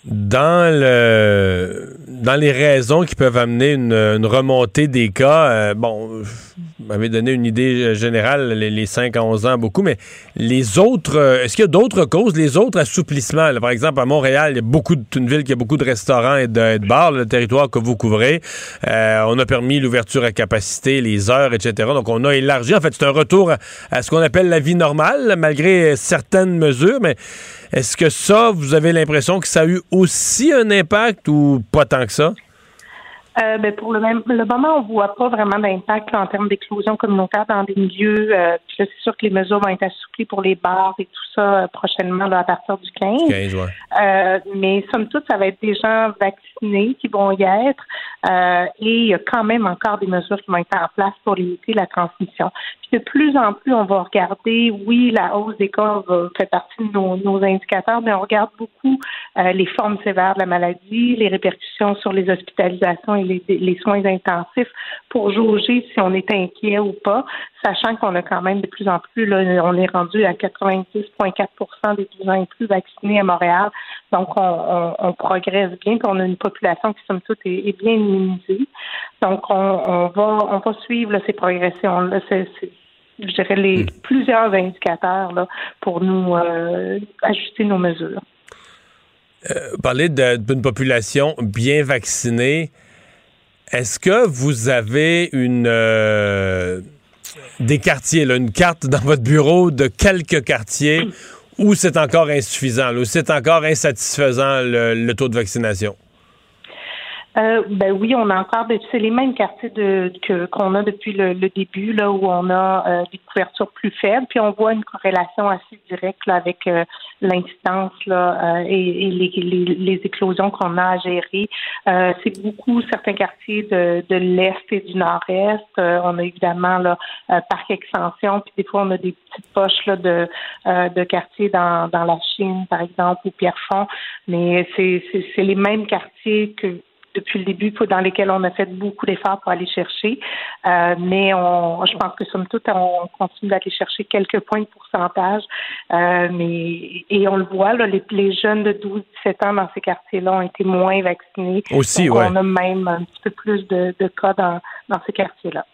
Dans le dans les raisons qui peuvent amener une, une remontée des cas, euh, bon, vous m'avez donné une idée générale, les, les cinq à onze ans, beaucoup, mais les autres, euh, est-ce qu'il y a d'autres causes, les autres assouplissements? Là, par exemple, à Montréal, il y a beaucoup de, une ville qui a beaucoup de restaurants et de, et de bars, le territoire que vous couvrez. Euh, on a permis l'ouverture à capacité, les heures, et cetera. Donc, on a élargi. En fait, c'est un retour à, à ce qu'on appelle la vie normale, malgré certaines mesures, mais est-ce que ça, vous avez l'impression que ça a eu aussi un impact ou pas tant que ça? Euh, ben pour le même le moment, on voit pas vraiment d'impact là, en termes d'éclosion communautaire dans des milieux. Euh, puis là, c'est sûr que les mesures vont être assouplies pour les bars et tout ça euh, prochainement là, à partir du quinze. quinze ouais. euh, mais somme toute, ça va être des gens vaccinés qui vont y être. Euh, et il y a quand même encore des mesures qui vont être en place pour limiter la transmission. Puis de plus en plus, on va regarder, oui, la hausse des cas va, fait partie de nos, nos indicateurs, mais on regarde beaucoup euh, les formes sévères de la maladie, les répercussions sur les hospitalisations et les, les soins intensifs pour jauger si on est inquiet ou pas, sachant qu'on a quand même de plus en plus, là, on est rendu à quatre-vingt-dix virgule quatre pour cent des douze ans et plus vaccinés à Montréal. Donc, on, on, on progresse bien, puis on a une population qui, somme toute, est, est bien immunisée. Donc, on, on va on va suivre là, ces progressions-là. C'est, c'est, je dirais, les plusieurs indicateurs là, pour nous euh, ajuster nos mesures. Euh, parler de, d'une population bien vaccinée, est-ce que vous avez une euh, des quartiers, là, une carte dans votre bureau de quelques quartiers où c'est encore insuffisant, là, où c'est encore insatisfaisant le, le taux de vaccination? Euh, ben oui, on a encore des, c'est les mêmes quartiers de, que, qu'on a depuis le, le début, là, où on a euh, des couvertures plus faibles, puis on voit une corrélation assez directe là, avec euh, l'incidence là, euh, et, et les, les, les éclosions qu'on a à gérer. Euh, c'est beaucoup certains quartiers de, de l'Est et du Nord-Est. Euh, on a évidemment là, euh, Parc Extension, puis des fois on a des petites poches là, de, euh, de quartiers dans, dans la Chine, par exemple, ou Pierrefonds, mais c'est, c'est, c'est les mêmes quartiers que depuis le début, dans lesquels on a fait beaucoup d'efforts pour aller chercher. Euh, mais on, je pense que somme toute, on continue d'aller chercher quelques points de pourcentage. Euh, mais et on le voit, là, les, les jeunes de douze à dix-sept ans dans ces quartiers-là ont été moins vaccinés. Aussi, donc, ouais. On a même un petit peu plus de, de cas dans, dans ces quartiers-là.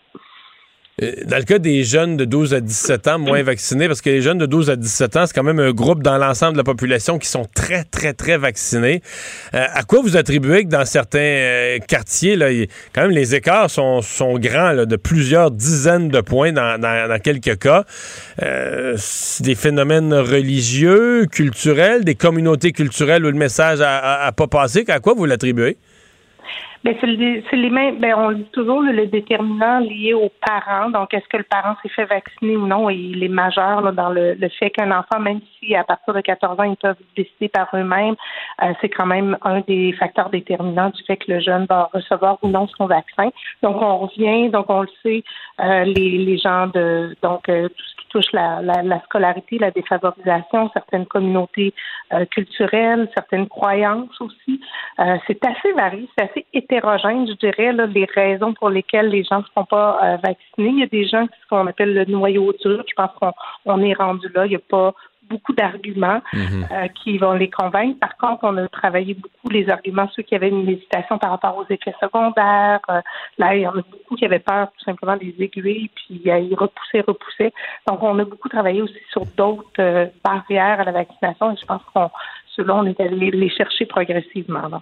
Dans le cas des jeunes de douze à dix-sept ans moins vaccinés, parce que les jeunes de douze à dix-sept ans, c'est quand même un groupe dans l'ensemble de la population qui sont très, très, très vaccinés. Euh, à quoi vous attribuez que dans certains euh, quartiers, là, y, quand même, les écarts sont, sont grands, là, de plusieurs dizaines de points dans, dans, dans quelques cas? Euh, c'est des phénomènes religieux, culturels, des communautés culturelles où le message n'a pas passé. À quoi vous l'attribuez? Ben c'est, le, c'est les mêmes. Ben on dit toujours le, le déterminant lié aux parents. Donc, est-ce que le parent s'est fait vacciner ou non? Et il est majeur là, dans le, le fait qu'un enfant, même si à partir de quatorze ans, ils peuvent décider par eux-mêmes, euh, c'est quand même un des facteurs déterminants du fait que le jeune va recevoir ou non son vaccin. Donc, on revient, donc on le sait, euh, les, les gens de donc euh, tout ce qui touche la, la, la scolarité, la défavorisation, certaines communautés euh, culturelles, certaines croyances aussi. Euh, c'est assez varié, c'est assez hétérogène, je dirais, là, les raisons pour lesquelles les gens ne se font pas euh, vacciner. Il y a des gens qui ce qu'on appelle le noyau dur. Je pense qu'on on est rendu là. Il n'y a pas beaucoup d'arguments mm-hmm. euh, qui vont les convaincre. Par contre, on a travaillé beaucoup les arguments, ceux qui avaient une hésitation par rapport aux effets secondaires. Euh, là, il y en a beaucoup qui avaient peur tout simplement des aiguilles, puis euh, ils repoussaient, repoussaient. Donc, on a beaucoup travaillé aussi sur d'autres euh, barrières à la vaccination et je pense qu'on ceux-là, on est allé les chercher progressivement. Là.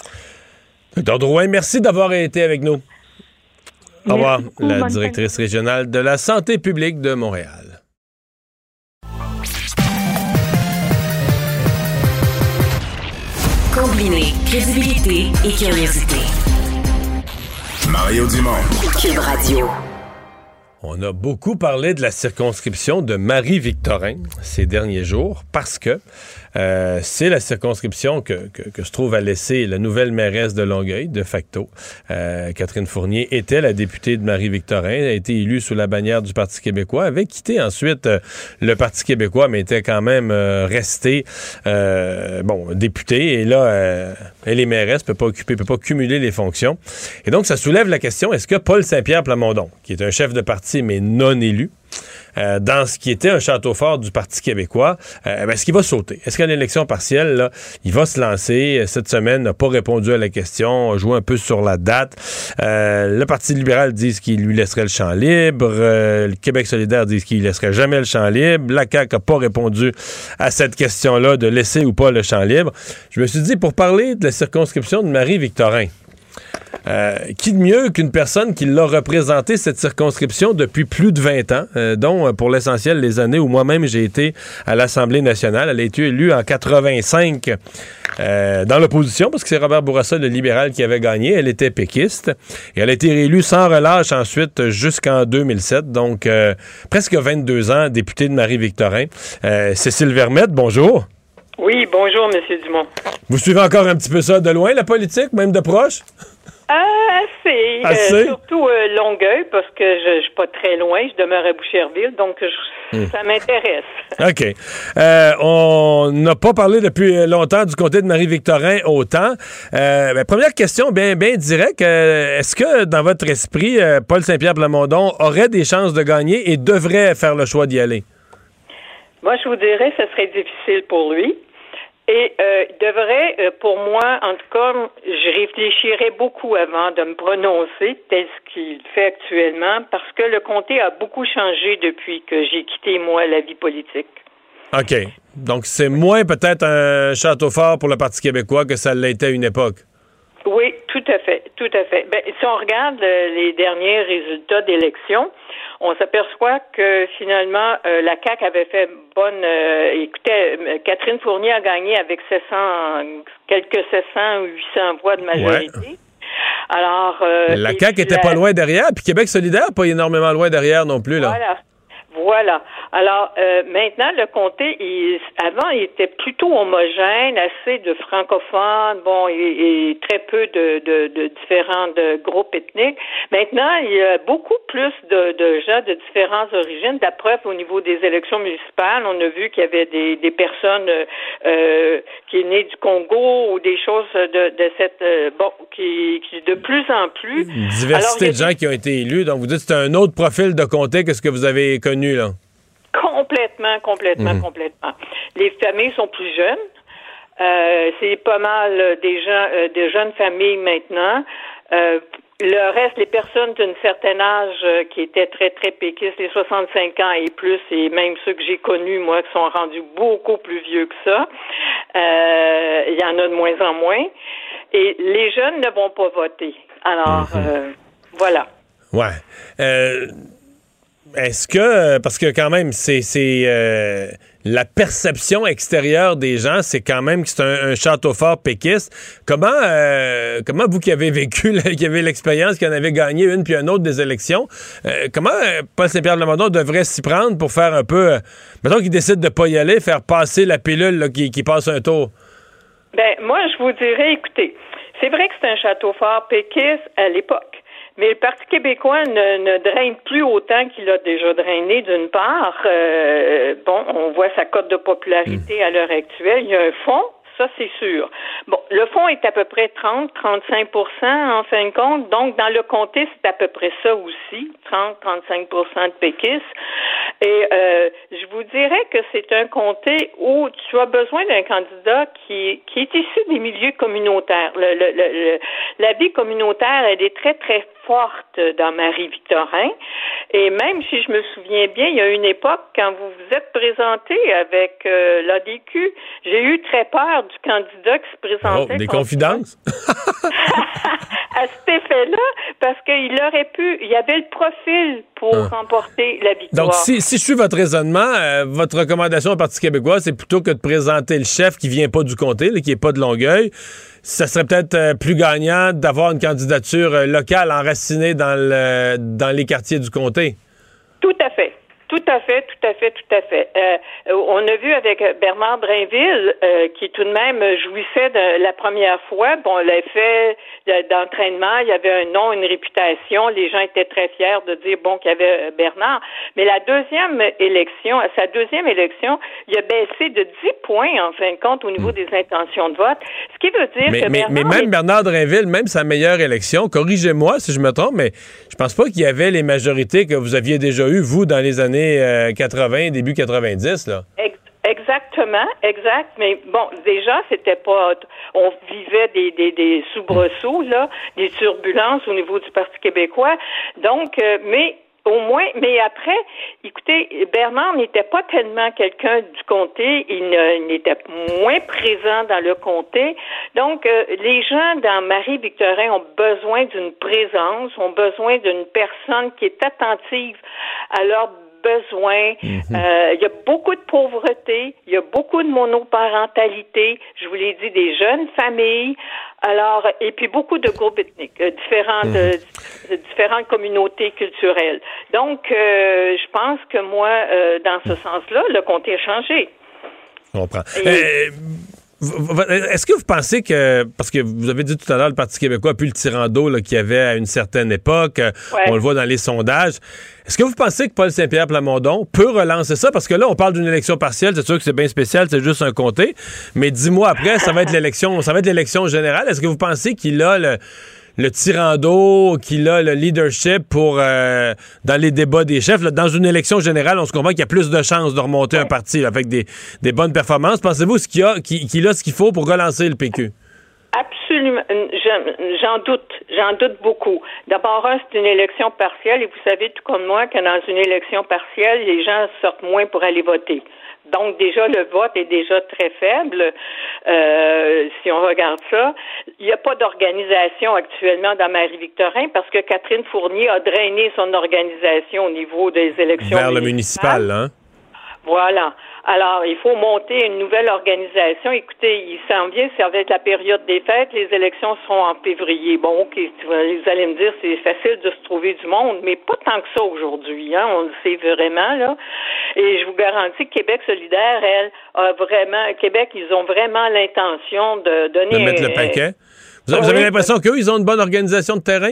Docteur Drouin, merci d'avoir été avec nous. Au revoir, beaucoup, la directrice régionale de la santé publique de Montréal. Combiner crédibilité et curiosité. Mario Dumont. Cube Radio. On a beaucoup parlé de la circonscription de Marie-Victorin ces derniers jours parce que euh, c'est la circonscription que, que, que se trouve à laisser la nouvelle mairesse de Longueuil, de facto. Euh, Catherine Fournier était la députée de Marie-Victorin, a été élue sous la bannière du Parti québécois, avait quitté ensuite euh, le Parti québécois, mais était quand même euh, restée euh, bon, députée. Et là, euh, elle est mairesse, peut pas occuper, peut pas cumuler les fonctions. Et donc, ça soulève la question, est-ce que Paul Saint-Pierre Plamondon, qui est un chef de parti, mais non élu, euh, dans ce qui était un château fort du Parti québécois, euh, ben, est-ce qu'il va sauter? Est-ce qu'à l'élection partielle, là, il va se lancer? Cette semaine, n'a pas répondu à la question, a joué un peu sur la date. Euh, le Parti libéral dit qu'il lui laisserait le champ libre. Euh, le Québec solidaire dit qu'il laisserait jamais le champ libre. La C A Q n'a pas répondu à cette question-là de laisser ou pas le champ libre. Je me suis dit, pour parler de la circonscription de Marie-Victorin, Euh, qui de mieux qu'une personne qui l'a représenté cette circonscription depuis plus de vingt ans, euh, dont pour l'essentiel les années où moi-même j'ai été à l'Assemblée nationale. Elle a été élue en quatre-vingt-cinq euh, dans l'opposition, parce que c'est Robert Bourassa, le libéral, qui avait gagné. Elle était péquiste. Et elle a été réélue sans relâche ensuite jusqu'en deux mille sept. Donc, euh, presque vingt-deux ans, députée de Marie-Victorin. Euh, Cécile Vermette, bonjour. Oui, bonjour, M. Dumont. Vous suivez encore un petit peu ça de loin, la politique, même de proche? Ah, assez. assez? Euh, surtout euh, Longueuil, parce que je ne suis pas très loin. Je demeure à Boucherville, donc je, mmh. ça m'intéresse. OK. Euh, on n'a pas parlé depuis longtemps du comté de Marie-Victorin autant. Euh, ben, première question bien, bien directe. Euh, est-ce que, dans votre esprit, euh, Paul Saint-Pierre Plamondon aurait des chances de gagner et devrait faire le choix d'y aller? Moi, je vous dirais que ce serait difficile pour lui. Et euh, il devrait, euh, pour moi, en tout cas, je réfléchirais beaucoup avant de me prononcer, tel ce qu'il fait actuellement, parce que le comté a beaucoup changé depuis que j'ai quitté, moi, la vie politique. OK. Donc, c'est moins peut-être un château fort pour le Parti québécois que ça l'était à une époque. Oui, tout à fait, tout à fait. Ben, si on regarde euh, les derniers résultats d'élections, on s'aperçoit que finalement, euh, la C A Q avait fait bonne... Euh, écoutez, euh, Catherine Fournier a gagné avec sept cents, quelques sept cents ou huit cents voix de majorité. Ouais. Alors... Euh, la C A Q était la... pas loin derrière, puis Québec solidaire, pas énormément loin derrière non plus, là. Voilà. Voilà. Alors, euh, maintenant, le comté, il, avant, il était plutôt homogène, assez de francophones, bon, et, et très peu de, de, de différents de groupes ethniques. Maintenant, il y a beaucoup plus de, de gens de différentes origines. La preuve, au niveau des élections municipales, on a vu qu'il y avait des, des personnes euh, qui est nées du Congo ou des choses de, de cette... Euh, bon, qui, qui de plus en plus... Une diversité Alors, de gens des... qui ont été élus. Donc, vous dites que c'est un autre profil de comté que ce que vous avez connu. Là. Complètement, complètement, mmh. complètement. Les familles sont plus jeunes. Euh, c'est pas mal des gens, euh, des jeunes familles maintenant. Euh, le reste, les personnes d'un certain âge euh, qui étaient très, très péquistes, les soixante-cinq ans et plus, et même ceux que j'ai connus, moi, qui sont rendus beaucoup plus vieux que ça, euh, il y en a de moins en moins. Et les jeunes ne vont pas voter. Alors, mmh. euh, voilà. Ouais. Euh... Est-ce que, parce que quand même, c'est, c'est euh, la perception extérieure des gens, c'est quand même que c'est un, un château fort péquiste. Comment, euh, comment vous qui avez vécu, là, qui avez l'expérience, qui en avez gagné une puis une autre des élections, euh, comment euh, Paul Saint-Pierre Plamondon devrait s'y prendre pour faire un peu, euh, mettons qu'il décide de pas y aller, faire passer la pilule là, qui, qui passe un tour? Ben moi, je vous dirais, écoutez, c'est vrai que c'est un château fort péquiste à l'époque. Mais le Parti québécois ne, ne draine plus autant qu'il a déjà drainé, d'une part. Euh, bon, on voit sa cote de popularité à l'heure actuelle. Il y a un fonds, ça c'est sûr. Bon, le fonds est à peu près trente à trente-cinq pour cent en fin de compte. Donc, dans le comté, c'est à peu près ça aussi, trente à trente-cinq pour cent de péquistes. Et euh, je vous dirais que c'est un comté où tu as besoin d'un candidat qui, qui est issu des milieux communautaires. Le, le, le, la vie communautaire, elle est très, très forte dans Marie-Victorin. Et même si je me souviens bien, il y a une époque, quand vous vous êtes présenté avec euh, l'A D Q, j'ai eu très peur du candidat qui se présentait. Oh, des confidences? À cet effet-là, parce qu'il aurait pu, il y avait le profil pour ah. remporter la victoire. Donc, si, si je suis votre raisonnement, euh, votre recommandation au Parti québécois, c'est plutôt que de présenter le chef qui vient pas du comté, là, qui est pas de Longueuil, ça serait peut-être euh, plus gagnant d'avoir une candidature euh, locale enracinée dans, le, dans les quartiers du comté. Tout à fait. Tout à fait, tout à fait, tout à fait. Euh, on a vu avec Bernard Drainville, euh, qui tout de même jouissait de la première fois. Bon, l'effet d'entraînement, il y avait un nom, une réputation. Les gens étaient très fiers de dire, bon, qu'il y avait Bernard. Mais la deuxième élection, à sa deuxième élection, il a baissé de dix points, en fin de compte, au niveau mmh. des intentions de vote. Ce qui veut dire mais, que mais, Bernard... Mais même est... Bernard Drainville, même sa meilleure élection, corrigez-moi si je me trompe, mais je pense pas qu'il y avait les majorités que vous aviez déjà eues, vous, dans les années années euh, quatre-vingts, début quatre-vingt-dix, là. Exactement, exact. Mais bon, déjà, c'était pas... On vivait des, des, des soubresauts, là, des turbulences au niveau du Parti québécois. Donc, euh, mais... Au moins, mais après, écoutez, Bernard n'était pas tellement quelqu'un du comté, il, ne, il était moins présent dans le comté. Donc, euh, les gens dans Marie-Victorin ont besoin d'une présence, ont besoin d'une personne qui est attentive à leurs besoins. Il mm-hmm. euh, y a beaucoup de pauvreté, il y a beaucoup de monoparentalité, je vous l'ai dit, des jeunes familles. Alors, et puis beaucoup de groupes ethniques, euh, différentes, mmh. euh, différentes communautés culturelles. Donc, euh, je pense que moi, euh, dans ce sens-là, le comté a changé. Je comprends. Et... Euh, est-ce que vous pensez que, parce que vous avez dit tout à l'heure, le Parti québécois a pu le tirant d'eau là, qu'il y avait à une certaine époque, ouais. On le voit dans les sondages. Est-ce que vous pensez que Paul Saint-Pierre Plamondon peut relancer ça? Parce que là, on parle d'une élection partielle, c'est sûr que c'est bien spécial, c'est juste un comté, mais dix mois après, ça va être l'élection, ça va être l'élection générale. Est-ce que vous pensez qu'il a le... le tirant d'eau, qu'il a le leadership pour euh, dans les débats des chefs. Là, dans une élection générale, on se comprend qu'il y a plus de chances de remonter ouais. un parti là, avec des, des bonnes performances. Pensez-vous qu'il a, qu'il, qu'il a ce qu'il faut pour relancer le P Q? Absolument. J'en doute. J'en doute beaucoup. D'abord, un, c'est une élection partielle et vous savez tout comme moi que dans une élection partielle, les gens sortent moins pour aller voter. Donc, déjà, le vote est déjà très faible, euh, si on regarde ça. Il n'y a pas d'organisation actuellement dans Marie-Victorin parce que Catherine Fournier a drainé son organisation au niveau des élections vers le municipal, hein? Voilà. Alors, il faut monter une nouvelle organisation. Écoutez, il s'en vient, ça va être la période des fêtes. Les élections seront en février. Bon, OK, vous allez me dire, c'est facile de se trouver du monde, mais pas tant que ça aujourd'hui, hein. On le sait vraiment, là. Et je vous garantis que Québec solidaire, elle, a vraiment... Québec, ils ont vraiment l'intention de donner... De mettre le paquet. Vous, vous avez oui, l'impression qu'eux, ils ont une bonne organisation de terrain?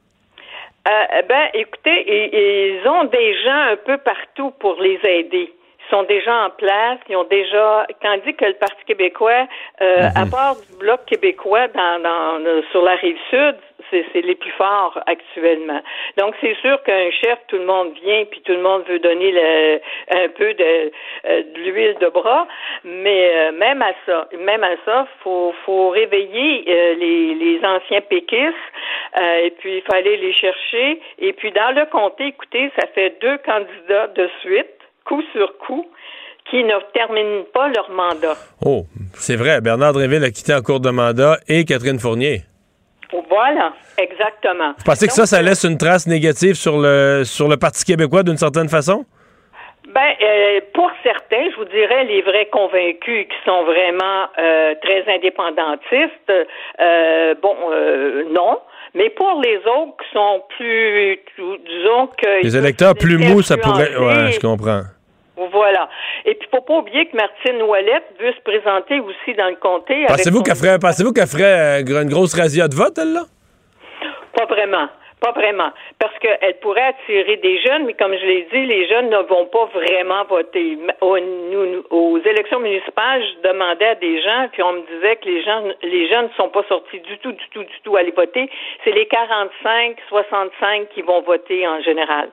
Euh, ben, écoutez, ils ont des gens un peu partout pour les aider. Ils sont déjà en place, ils ont déjà, tandis que le Parti québécois, euh, mm-hmm. à part du Bloc québécois dans, dans, euh, sur la Rive-Sud, c'est, c'est les plus forts actuellement. Donc, c'est sûr qu'un chef, tout le monde vient, puis tout le monde veut donner le, un peu de, euh, de l'huile de bras, mais euh, même à ça, même à ça, faut, faut réveiller euh, les, les anciens péquistes, euh, et puis il fallait les chercher. Et puis, dans le comté, écoutez, ça fait deux candidats de suite, coup sur coup, qui ne terminent pas leur mandat. Oh, c'est vrai. Bernard Drinville a quitté en cours de mandat et Catherine Fournier. Voilà, exactement. Vous pensez que Donc, ça, ça laisse une trace négative sur le sur le Parti québécois d'une certaine façon? Ben, euh, pour certains, je vous dirais, les vrais convaincus qui sont vraiment euh, très indépendantistes, euh, bon, euh, non. Mais pour les autres qui sont plus, disons que... Les électeurs plus mous, ça pourrait... Ouais, je comprends. Voilà. Et puis, il ne faut pas oublier que Martine Ouellette veut se présenter aussi dans le comté. Pensez-vous avec qu'elle ferait, pensez-vous qu'elle ferait une grosse razzia de vote, elle, là? Pas vraiment. Pas vraiment. Parce qu'elle pourrait attirer des jeunes, mais comme je l'ai dit, les jeunes ne vont pas vraiment voter. Aux, nous, aux élections municipales, je demandais à des gens, puis on me disait que les gens, les jeunes ne sont pas sortis du tout, du tout, du tout à aller voter. C'est les quarante-cinq soixante-cinq qui vont voter en général.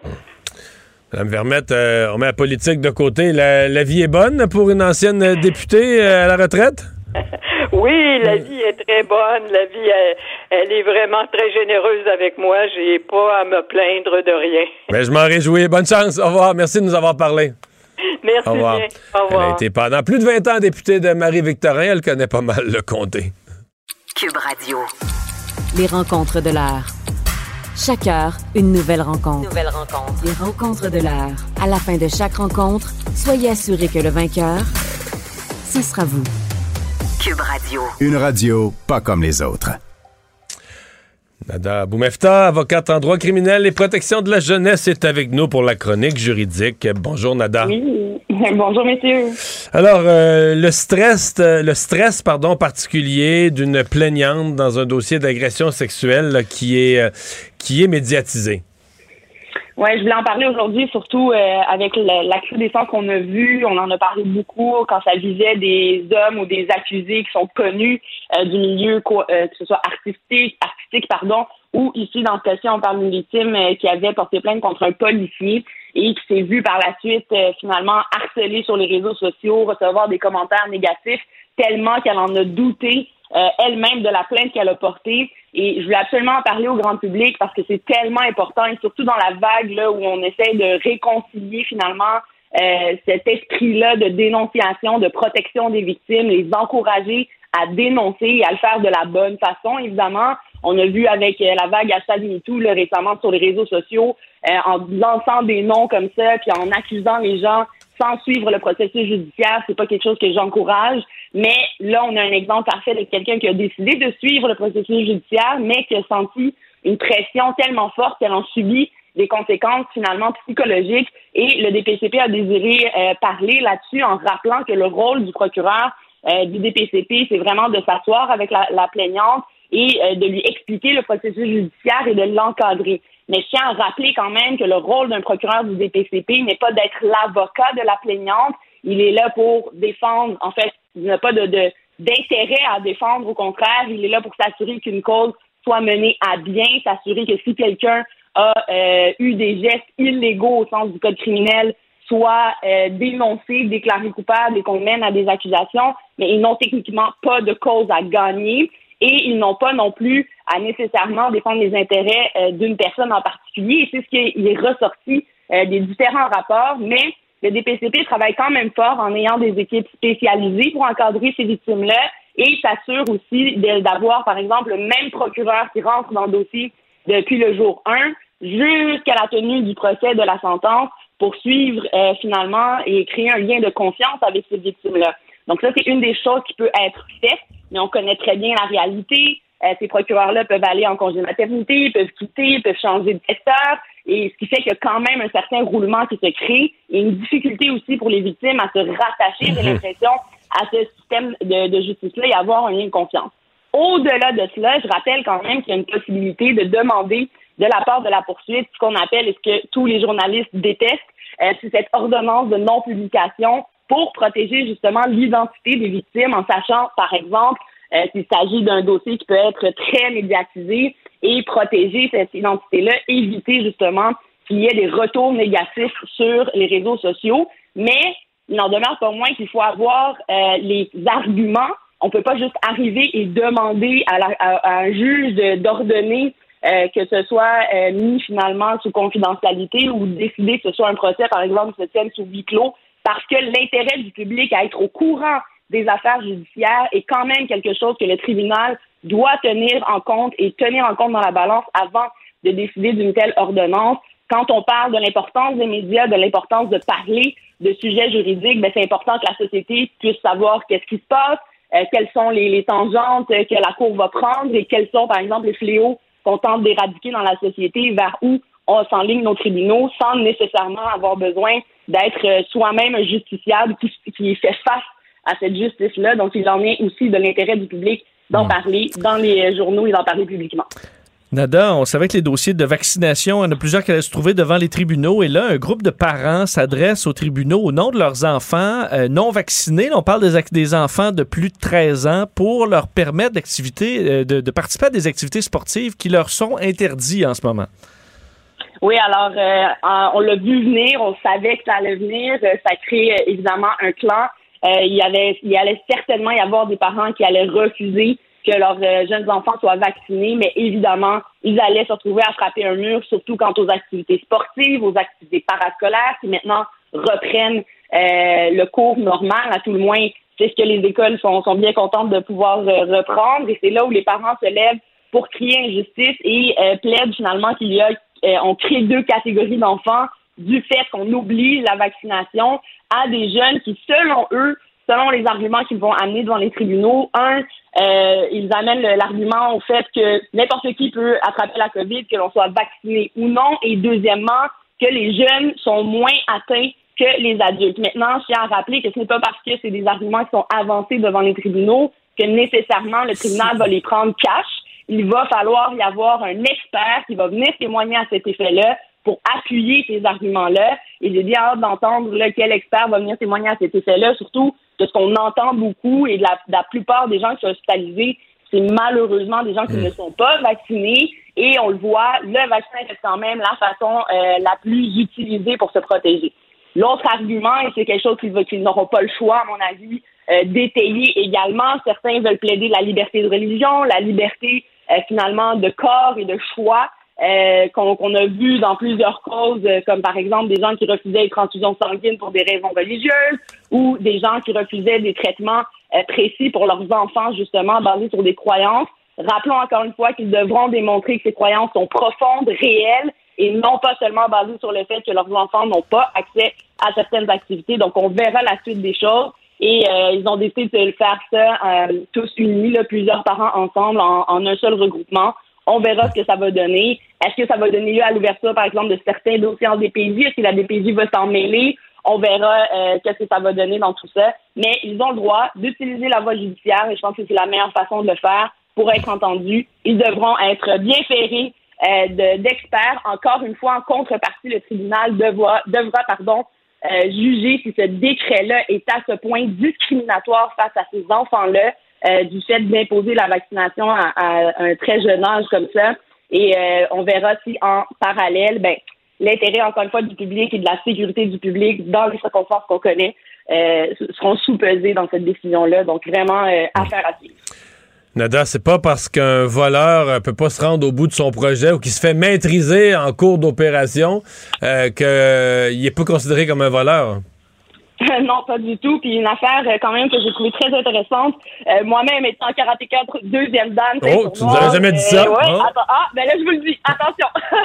Madame Vermette, euh, on met la politique de côté. La, la vie est bonne pour une ancienne députée euh, à la retraite? Oui, la vie est très bonne. La vie, elle, elle est vraiment très généreuse avec moi. J'ai pas à me plaindre de rien. Ben, je m'en réjouis. Bonne chance. Au revoir. Merci de nous avoir parlé. Merci Au revoir. Bien. Au revoir. Elle a été pendant plus de vingt ans députée de Marie-Victorin. Elle connaît pas mal le comté. Cube Radio. Les rencontres de l'heure. Chaque heure, une nouvelle rencontre. Nouvelle rencontre. Les rencontres de l'heure. À la fin de chaque rencontre, soyez assurés que le vainqueur, ce sera vous. Cube Radio. Une radio pas comme les autres. Nada Boumefta, avocate en droit criminel et protection de la jeunesse, est avec nous pour la chronique juridique. Bonjour Nada. Oui, bonjour messieurs. Alors, euh, le stress, le stress pardon, particulier d'une plaignante dans un dossier d'agression sexuelle là, qui est, euh, qui est médiatisé. Oui, je voulais en parler aujourd'hui, surtout euh, avec l'accès des faits qu'on a vu. On en a parlé beaucoup quand ça visait des hommes ou des accusés qui sont connus euh, du milieu, euh, que ce soit artistique, artistique pardon, ou ici, dans ce cas-ci, on parle d'une victime euh, qui avait porté plainte contre un policier et qui s'est vue par la suite euh, finalement harcelée sur les réseaux sociaux, recevoir des commentaires négatifs tellement qu'elle en a douté euh, elle-même de la plainte qu'elle a portée. Et je voulais absolument en parler au grand public parce que c'est tellement important, et surtout dans la vague là où on essaie de réconcilier finalement euh, cet esprit-là de dénonciation, de protection des victimes, les encourager à dénoncer et à le faire de la bonne façon, évidemment. On a vu avec euh, la vague hashtag MeToo là, récemment sur les réseaux sociaux, euh, en lançant des noms comme ça, puis en accusant les gens sans suivre le processus judiciaire. C'est pas quelque chose que j'encourage. Mais là, on a un exemple parfait de quelqu'un qui a décidé de suivre le processus judiciaire, mais qui a senti une pression tellement forte qu'elle en subit des conséquences finalement psychologiques. Et le D P C P a désiré euh, parler là-dessus en rappelant que le rôle du procureur euh, du D P C P, c'est vraiment de s'asseoir avec la, la plaignante et euh, de lui expliquer le processus judiciaire et de l'encadrer. Mais je tiens à rappeler quand même que le rôle d'un procureur du D P C P n'est pas d'être l'avocat de la plaignante. Il est là pour défendre, en fait, il n'a pas de, de, d'intérêt à défendre, au contraire, il est là pour s'assurer qu'une cause soit menée à bien, s'assurer que si quelqu'un a euh, eu des gestes illégaux au sens du code criminel, soit euh, dénoncé, déclaré coupable et qu'on mène à des accusations, mais ils n'ont techniquement pas de cause à gagner et ils n'ont pas non plus à nécessairement défendre les intérêts euh, d'une personne en particulier. Et c'est ce qui est, est ressorti euh, des différents rapports, mais le D P C P travaille quand même fort en ayant des équipes spécialisées pour encadrer ces victimes-là et s'assure aussi de, d'avoir, par exemple, le même procureur qui rentre dans le dossier depuis le jour un jusqu'à la tenue du procès de la sentence pour suivre euh, finalement et créer un lien de confiance avec ces victimes-là. Donc ça, c'est une des choses qui peut être faite, mais on connaît très bien la réalité. Euh, ces procureurs-là peuvent aller en congé maternité, peuvent quitter, peuvent changer de secteur, et ce qui fait qu'il y a quand même un certain roulement qui se crée et une difficulté aussi pour les victimes à se rattacher, j'ai l'impression, à ce système de, de justice-là et avoir un lien de confiance. Au-delà de cela, je rappelle quand même qu'il y a une possibilité de demander de la part de la poursuite ce qu'on appelle, et ce que tous les journalistes détestent, euh, c'est cette ordonnance de non-publication pour protéger justement l'identité des victimes en sachant, par exemple, euh, s'il s'agit d'un dossier qui peut être très médiatisé et protéger cette identité-là, éviter justement qu'il y ait des retours négatifs sur les réseaux sociaux. Mais il n'en demeure pas moins qu'il faut avoir euh, les arguments. On ne peut pas juste arriver et demander à, la, à, à un juge de, d'ordonner euh, que ce soit euh, mis finalement sous confidentialité ou décider que ce soit un procès, par exemple, qui se tienne sous huis clos, parce que l'intérêt du public à être au courant des affaires judiciaires est quand même quelque chose que le tribunal doit tenir en compte et tenir en compte dans la balance avant de décider d'une telle ordonnance. Quand on parle de l'importance des médias, de l'importance de parler de sujets juridiques, ben c'est important que la société puisse savoir qu'est-ce qui se passe, euh, quelles sont les, les tangentes que la Cour va prendre et quels sont, par exemple, les fléaux qu'on tente d'éradiquer dans la société, vers où on s'enligne nos tribunaux sans nécessairement avoir besoin d'être soi-même un justiciable qui, qui fait face à cette justice-là. Donc, il en est aussi de l'intérêt du public d'en mmh. parler dans les journaux et d'en parler publiquement. Nada, on savait que les dossiers de vaccination, il y en a plusieurs qui allaient se trouver devant les tribunaux. Et là, un groupe de parents s'adresse aux tribunaux au nom de leurs enfants euh, non vaccinés. Là, on parle des, des enfants de plus de treize ans pour leur permettre d'activité, euh, de, de participer à des activités sportives qui leur sont interdites en ce moment. Oui, alors, euh, on l'a vu venir, on savait que ça allait venir. Ça crée euh, évidemment un clan. Euh, il y avait, il allait certainement y avoir des parents qui allaient refuser que leurs euh, jeunes enfants soient vaccinés, mais évidemment, ils allaient se retrouver à frapper un mur, surtout quant aux activités sportives, aux activités parascolaires qui maintenant reprennent euh, le cours normal, à tout le moins. C'est ce que les écoles sont, sont bien contentes de pouvoir euh, reprendre, et c'est là où les parents se lèvent pour crier injustice et euh, plaident finalement qu'il y a, euh, on crée deux catégories d'enfants du fait qu'on oblige la vaccination à des jeunes qui, selon eux, selon les arguments qu'ils vont amener devant les tribunaux, un, euh, ils amènent l'argument au fait que n'importe qui peut attraper la COVID, que l'on soit vacciné ou non, et deuxièmement, que les jeunes sont moins atteints que les adultes. Maintenant, je tiens à rappeler que ce n'est pas parce que c'est des arguments qui sont avancés devant les tribunaux que nécessairement le tribunal va les prendre cash. Il va falloir y avoir un expert qui va venir témoigner à cet effet-là pour appuyer ces arguments-là. Et j'ai bien hâte d'entendre là, quel expert va venir témoigner à cet effet-là, surtout de ce qu'on entend beaucoup et de la, de la plupart des gens qui sont hospitalisés c'est malheureusement des gens qui mmh. ne sont pas vaccinés. Et on le voit, le vaccin reste quand même la façon euh, la plus utilisée pour se protéger. L'autre argument, et c'est quelque chose qu'ils, qu'ils n'auront pas le choix, à mon avis, euh, d'étayer également, certains veulent plaider la liberté de religion, la liberté euh, finalement de corps et de choix euh, qu'on, qu'on a vu dans plusieurs causes, euh, comme par exemple des gens qui refusaient les transfusions sanguines pour des raisons religieuses ou des gens qui refusaient des traitements euh, précis pour leurs enfants, justement, basés sur des croyances. Rappelons encore une fois qu'ils devront démontrer que ces croyances sont profondes, réelles, et non pas seulement basées sur le fait que leurs enfants n'ont pas accès à certaines activités. Donc, on verra la suite des choses. Et euh, ils ont décidé de faire ça euh, tous unis, là, plusieurs parents ensemble, en, en un seul regroupement. On verra ce que ça va donner. Est-ce que ça va donner lieu à l'ouverture, par exemple, de certains dossiers en D P J? Est-ce que la D P J va s'en mêler? On verra euh, qu'est-ce que ça va donner dans tout ça. Mais ils ont le droit d'utiliser la voie judiciaire, et je pense que c'est la meilleure façon de le faire pour être entendus. Ils devront être bien ferrés euh, de, d'experts. Encore une fois, en contrepartie, le tribunal devra, devra pardon, euh, juger si ce décret-là est à ce point discriminatoire face à ces enfants-là, euh, du fait d'imposer la vaccination à, à un très jeune âge comme ça. Et euh, on verra si, en parallèle, ben, l'intérêt, encore une fois, du public et de la sécurité du public dans les circonstances qu'on connaît euh, seront sous-pesés dans cette décision-là. Donc, vraiment, euh, affaire à suivre. Nada, c'est pas parce qu'un voleur ne peut pas se rendre au bout de son projet ou qu'il se fait maîtriser en cours d'opération euh, qu'il n'est pas considéré comme un voleur. Non, pas du tout. Puis une affaire euh, quand même que j'ai trouvée très intéressante. Euh, moi-même étant karatéka deuxième dan. Oh, tu nous avais jamais dit ça. Euh, ouais, oh. attends, ah, ben là je vous le dis. Attention.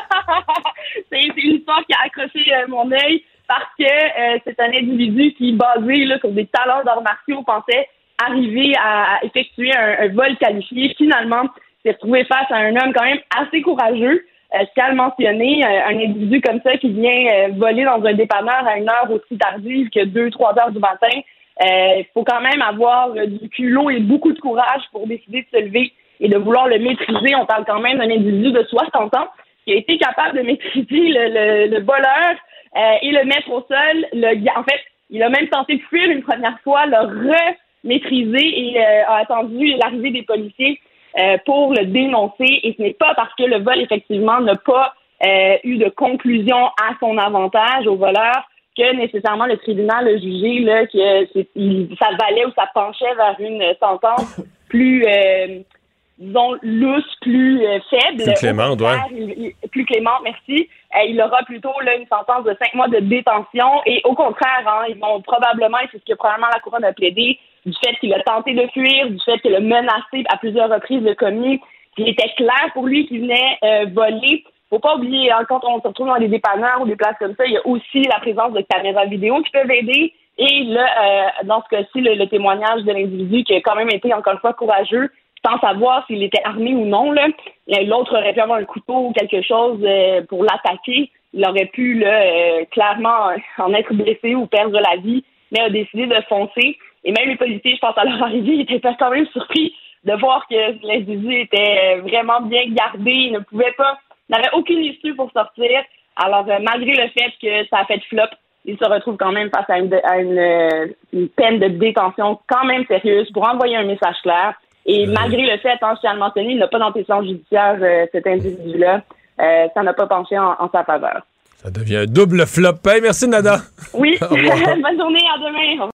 c'est, c'est une histoire qui a accroché euh, mon œil parce que euh, c'est un individu qui, basé là, sur des talents d'arts martiaux, pensait arriver à, à effectuer un, un vol qualifié. Finalement, s'est retrouvé face à un homme quand même assez courageux. Euh, je tiens à le mentionner, euh, un individu comme ça qui vient euh, voler dans un dépanneur à une heure aussi tardive que deux trois heures du matin. Il euh, faut quand même avoir euh, du culot et beaucoup de courage pour décider de se lever et de vouloir le maîtriser. On parle quand même d'un individu de soixante ans qui a été capable de maîtriser le, le, le voleur euh, et le mettre au sol. Le, en fait, il a même tenté de fuir une première fois, le re-maîtriser et euh, a attendu l'arrivée des policiers Euh, pour le dénoncer, et ce n'est pas parce que le vol, effectivement, n'a pas euh, eu de conclusion à son avantage au voleur que nécessairement le tribunal a jugé là, que c'est, il, ça valait ou ça penchait vers une sentence plus, euh, disons, lousse, plus euh, faible. Plus clémente, ouais. Il, il, plus clémente, merci. Euh, il aura plutôt là, une sentence de cinq mois de détention, et au contraire, hein, ils vont probablement, et c'est ce que probablement la couronne a plaidé, du fait qu'il a tenté de fuir, du fait qu'il a menacé à plusieurs reprises le commis, qu'il était clair pour lui qu'il venait euh, voler. Faut pas oublier, hein, quand on se retrouve dans des dépanneurs ou des places comme ça, il y a aussi la présence de caméras vidéo qui peuvent aider. Et là, euh, dans ce cas-ci, le, le témoignage de l'individu qui a quand même été, encore une fois, courageux, sans savoir s'il était armé ou non, là. L'autre aurait pu avoir un couteau ou quelque chose euh, pour l'attaquer. Il aurait pu là, euh, clairement en être blessé ou perdre la vie, mais a décidé de foncer. Et même les policiers, je pense, à leur arrivée, étaient quand même surpris de voir que l'individu était vraiment bien gardé. Il ne pouvait pas, n'avait aucune issue pour sortir. Alors, euh, malgré le fait que ça a fait flop, il se retrouve quand même face à une, à une, une peine de détention quand même sérieuse pour envoyer un message clair. Et malgré le fait, hein, je tiens à le mentionner, il n'a pas d'antécédent judiciaire, euh, cet individu-là. Euh, ça n'a pas penché en, en sa faveur. Ça devient un double flop. Hey, merci, Nada. Oui. Bonne journée. À demain.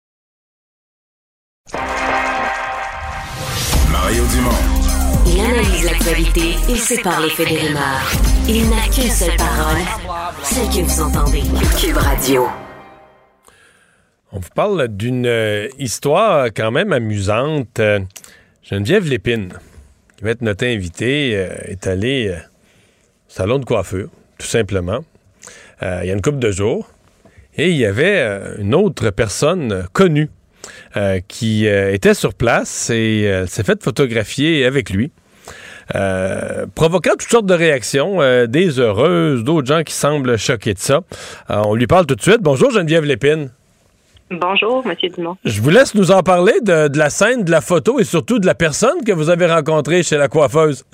Mario Dumont. Il analyse l'actualité et sépare les faits des rumeurs. Il n'a qu'une seule parole, celle que vous entendez. Cube Radio. On vous parle d'une euh, histoire quand même amusante. Euh, Geneviève Lépine, qui va être notre invitée, euh, est allée euh, au salon de coiffure, tout simplement. Euh, il y a une couple de jours. Et il y avait euh, une autre personne connue Euh, qui euh, était sur place et euh, s'est fait photographier avec lui, euh, provoquant toutes sortes de réactions, euh, des heureuses, d'autres gens qui semblent choqués de ça. Euh, on lui parle tout de suite. Bonjour Geneviève Lépine. Bonjour, M. Dumont. Je vous laisse nous en parler de, de la scène, de la photo et surtout de la personne que vous avez rencontrée chez la coiffeuse.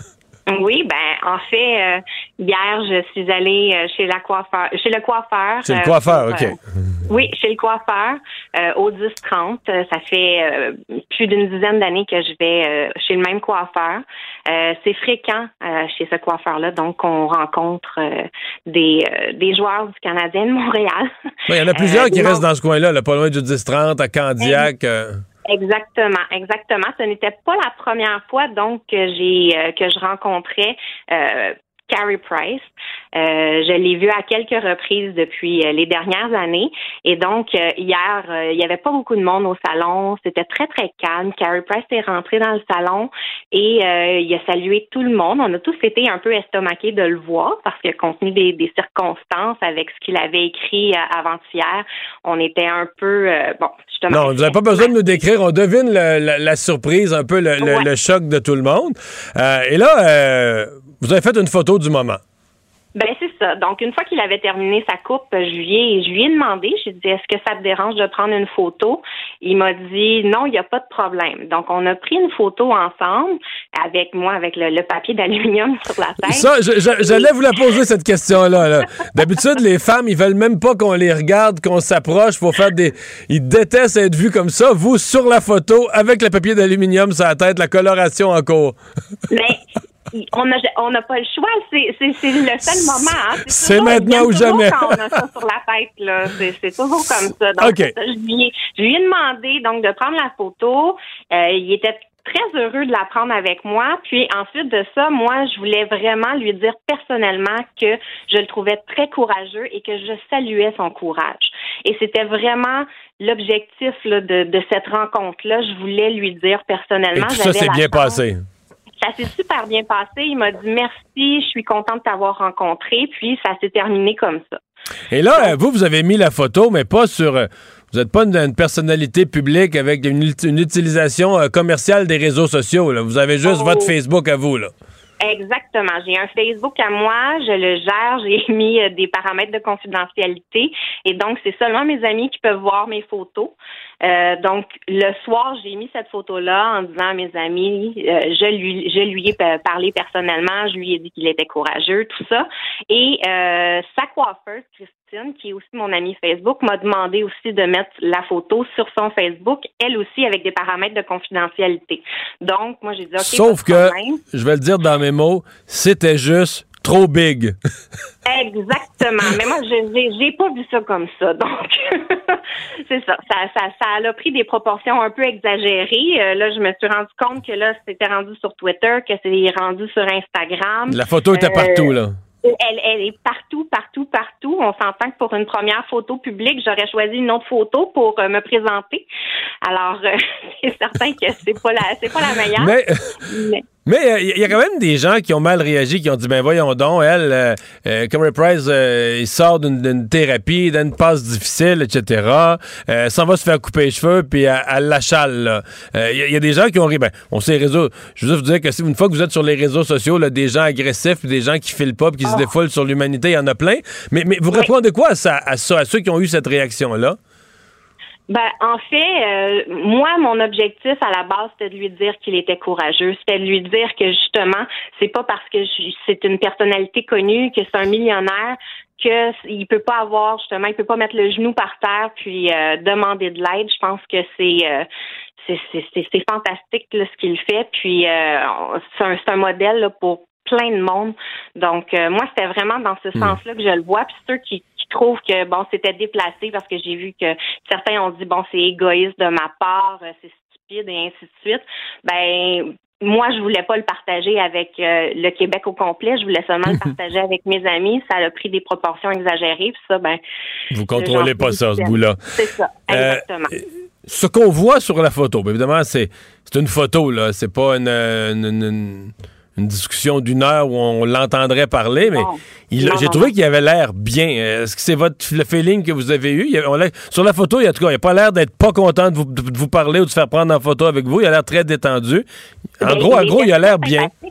Oui, ben en fait, euh, hier, je suis allée euh, chez la coiffeur, chez le coiffeur. Chez le coiffeur, euh, OK. Euh, oui, chez le coiffeur, euh, au dix trente. Euh, ça fait euh, plus d'une dizaine d'années que je vais euh, chez le même coiffeur. Euh, c'est fréquent euh, chez ce coiffeur-là, donc on rencontre euh, des, euh, des joueurs du Canadien de Montréal. Il y en a plusieurs Euh, qui non. restent dans ce coin-là, là, pas loin du dix trente, à Candiac. Euh... Exactement, exactement. Ce n'était pas la première fois donc que j'ai euh, que je rencontrais euh, Carey Price. Euh, je l'ai vu à quelques reprises depuis euh, les dernières années. Et donc, euh, hier, euh, il n'y avait pas beaucoup de monde au salon. C'était très, très calme. Carey Price est rentré dans le salon et euh, il a salué tout le monde. On a tous été un peu estomaqués de le voir parce que compte tenu des, des circonstances avec ce qu'il avait écrit euh, avant-hier, on était un peu... Euh, bon, justement... Non, vous n'avez pas besoin de nous décrire. On devine le, la, la surprise, un peu le, le, Ouais. le choc de tout le monde. Euh, et là, euh, vous avez fait une photo du moment. Ben c'est ça. Donc, une fois qu'il avait terminé sa coupe, je lui ai, je lui ai demandé, j'ai dit, est-ce que ça te dérange de prendre une photo? Il m'a dit, non, il n'y a pas de problème. Donc, on a pris une photo ensemble, avec moi, avec le, le papier d'aluminium sur la tête. Ça, je- je- j'allais vous la poser, cette question-là. là. D'habitude, les femmes, ils veulent même pas qu'on les regarde, qu'on s'approche pour faire des... Ils détestent être vus comme ça. Vous, sur la photo, avec le papier d'aluminium sur la tête, la coloration en cours. Mais on n'a on n'a pas le choix. C'est, c'est, c'est le seul moment. Hein. C'est toujours- maintenant ou il y a toujours jamais. Quand on a ça sur la tête, là. C'est, c'est toujours comme ça. Donc, OK. c'est ça, je, lui ai, je lui ai demandé donc de prendre la photo. Euh, il était très heureux de la prendre avec moi. Puis ensuite de ça, moi, je voulais vraiment lui dire personnellement que je le trouvais très courageux et que je saluais son courage. Et c'était vraiment l'objectif là, de, de cette rencontre-là. Je voulais lui dire Et personnellement. tout ça j'avais s'est la bien chance. passé. Ça s'est super bien passé. Il m'a dit merci, je suis contente de t'avoir rencontré. Puis ça s'est terminé comme ça. Et là, euh, vous, vous avez mis la photo, mais pas sur... euh, vous n'êtes pas une, une personnalité publique avec une, uti- une utilisation euh, commerciale des réseaux sociaux. Là. Vous avez juste Oh. votre Facebook à vous. Là. Exactement. J'ai un Facebook à moi, je le gère, j'ai mis euh, des paramètres de confidentialité et donc c'est seulement mes amis qui peuvent voir mes photos. Euh, donc le soir, j'ai mis cette photo-là en disant à mes amis, euh, je lui je lui ai pa- parlé personnellement, je lui ai dit qu'il était courageux, tout ça. Et euh, sa coiffeuse, Christine, qui est aussi mon amie Facebook, m'a demandé aussi de mettre la photo sur son Facebook, elle aussi avec des paramètres de confidentialité. Donc moi j'ai dit OK. Sauf pas de que, problème. je vais le dire dans mes mots, c'était juste trop big. Exactement. Mais moi, je j'ai, j'ai pas vu ça comme ça. Donc, c'est ça. Ça, ça. ça a pris des proportions un peu exagérées. Euh, là, je me suis rendu compte que là, c'était rendu sur Twitter, que c'est rendu sur Instagram. La photo était Euh, partout, là. Elle, elle est partout, partout, partout. On s'entend que pour une première photo publique, j'aurais choisi une autre photo pour euh, me présenter. Alors, euh, c'est certain que c'est pas la, c'est pas la meilleure. Mais... Mais- Mais il euh, y a quand même des gens qui ont mal réagi, qui ont dit, ben voyons donc, elle, euh, euh, Carey Price, euh, il sort d'une, d'une thérapie, d'une passe difficile, et cetera. Euh, s'en va se faire couper les cheveux, puis elle, elle l'achale. Il euh, y, y a des gens qui ont ri. Ben, on sait les réseaux. Je veux juste vous dire que si, une fois que vous êtes sur les réseaux sociaux, là, des gens agressifs, puis des gens qui filent pas, puis qui se défoulent sur l'humanité, il y en a plein. Mais, mais vous répondez quoi à ça, à ça, à ceux qui ont eu cette réaction-là? Ben, en fait, euh, moi, mon objectif à la base, c'était de lui dire qu'il était courageux. C'était de lui dire que justement, c'est pas parce que je- c'est une personnalité connue, que c'est un millionnaire, que il peut pas avoir justement, il peut pas mettre le genou par terre puis euh, demander de l'aide. Je pense que c'est euh, c'est, c'est, c'est, c'est fantastique là, ce qu'il fait. Puis euh, c'est un, c'est un modèle là, pour plein de monde. Donc, euh, moi, c'était vraiment dans ce sens-là que je le vois. Puis ceux qui, qui trouvent que, bon, c'était déplacé parce que j'ai vu que certains ont dit, bon, c'est égoïste de ma part, euh, c'est stupide et ainsi de suite. Ben, moi, je voulais pas le partager avec euh, le Québec au complet. Je voulais seulement le partager avec mes amis. Ça a pris des proportions exagérées. Puis ça, ben... Vous contrôlez pas ça, ce bout-là. C'est ça, exactement. Euh, ce qu'on voit sur la photo, bien évidemment, c'est, c'est une photo, là. C'est pas une, une, une, une discussion d'une heure où on l'entendrait parler, mais Non. il, Non, j'ai non, trouvé non. qu'il avait l'air bien. Est-ce que c'est votre, le feeling que vous avez eu? Il y a- on l'a- sur la photo, il, en tout cas, il n'a pas l'air d'être pas content de vous, de, de vous parler ou de se faire prendre en photo avec vous. Il a l'air très détendu. En Mais gros, en il gros, était il a l'air très bien. sympathique.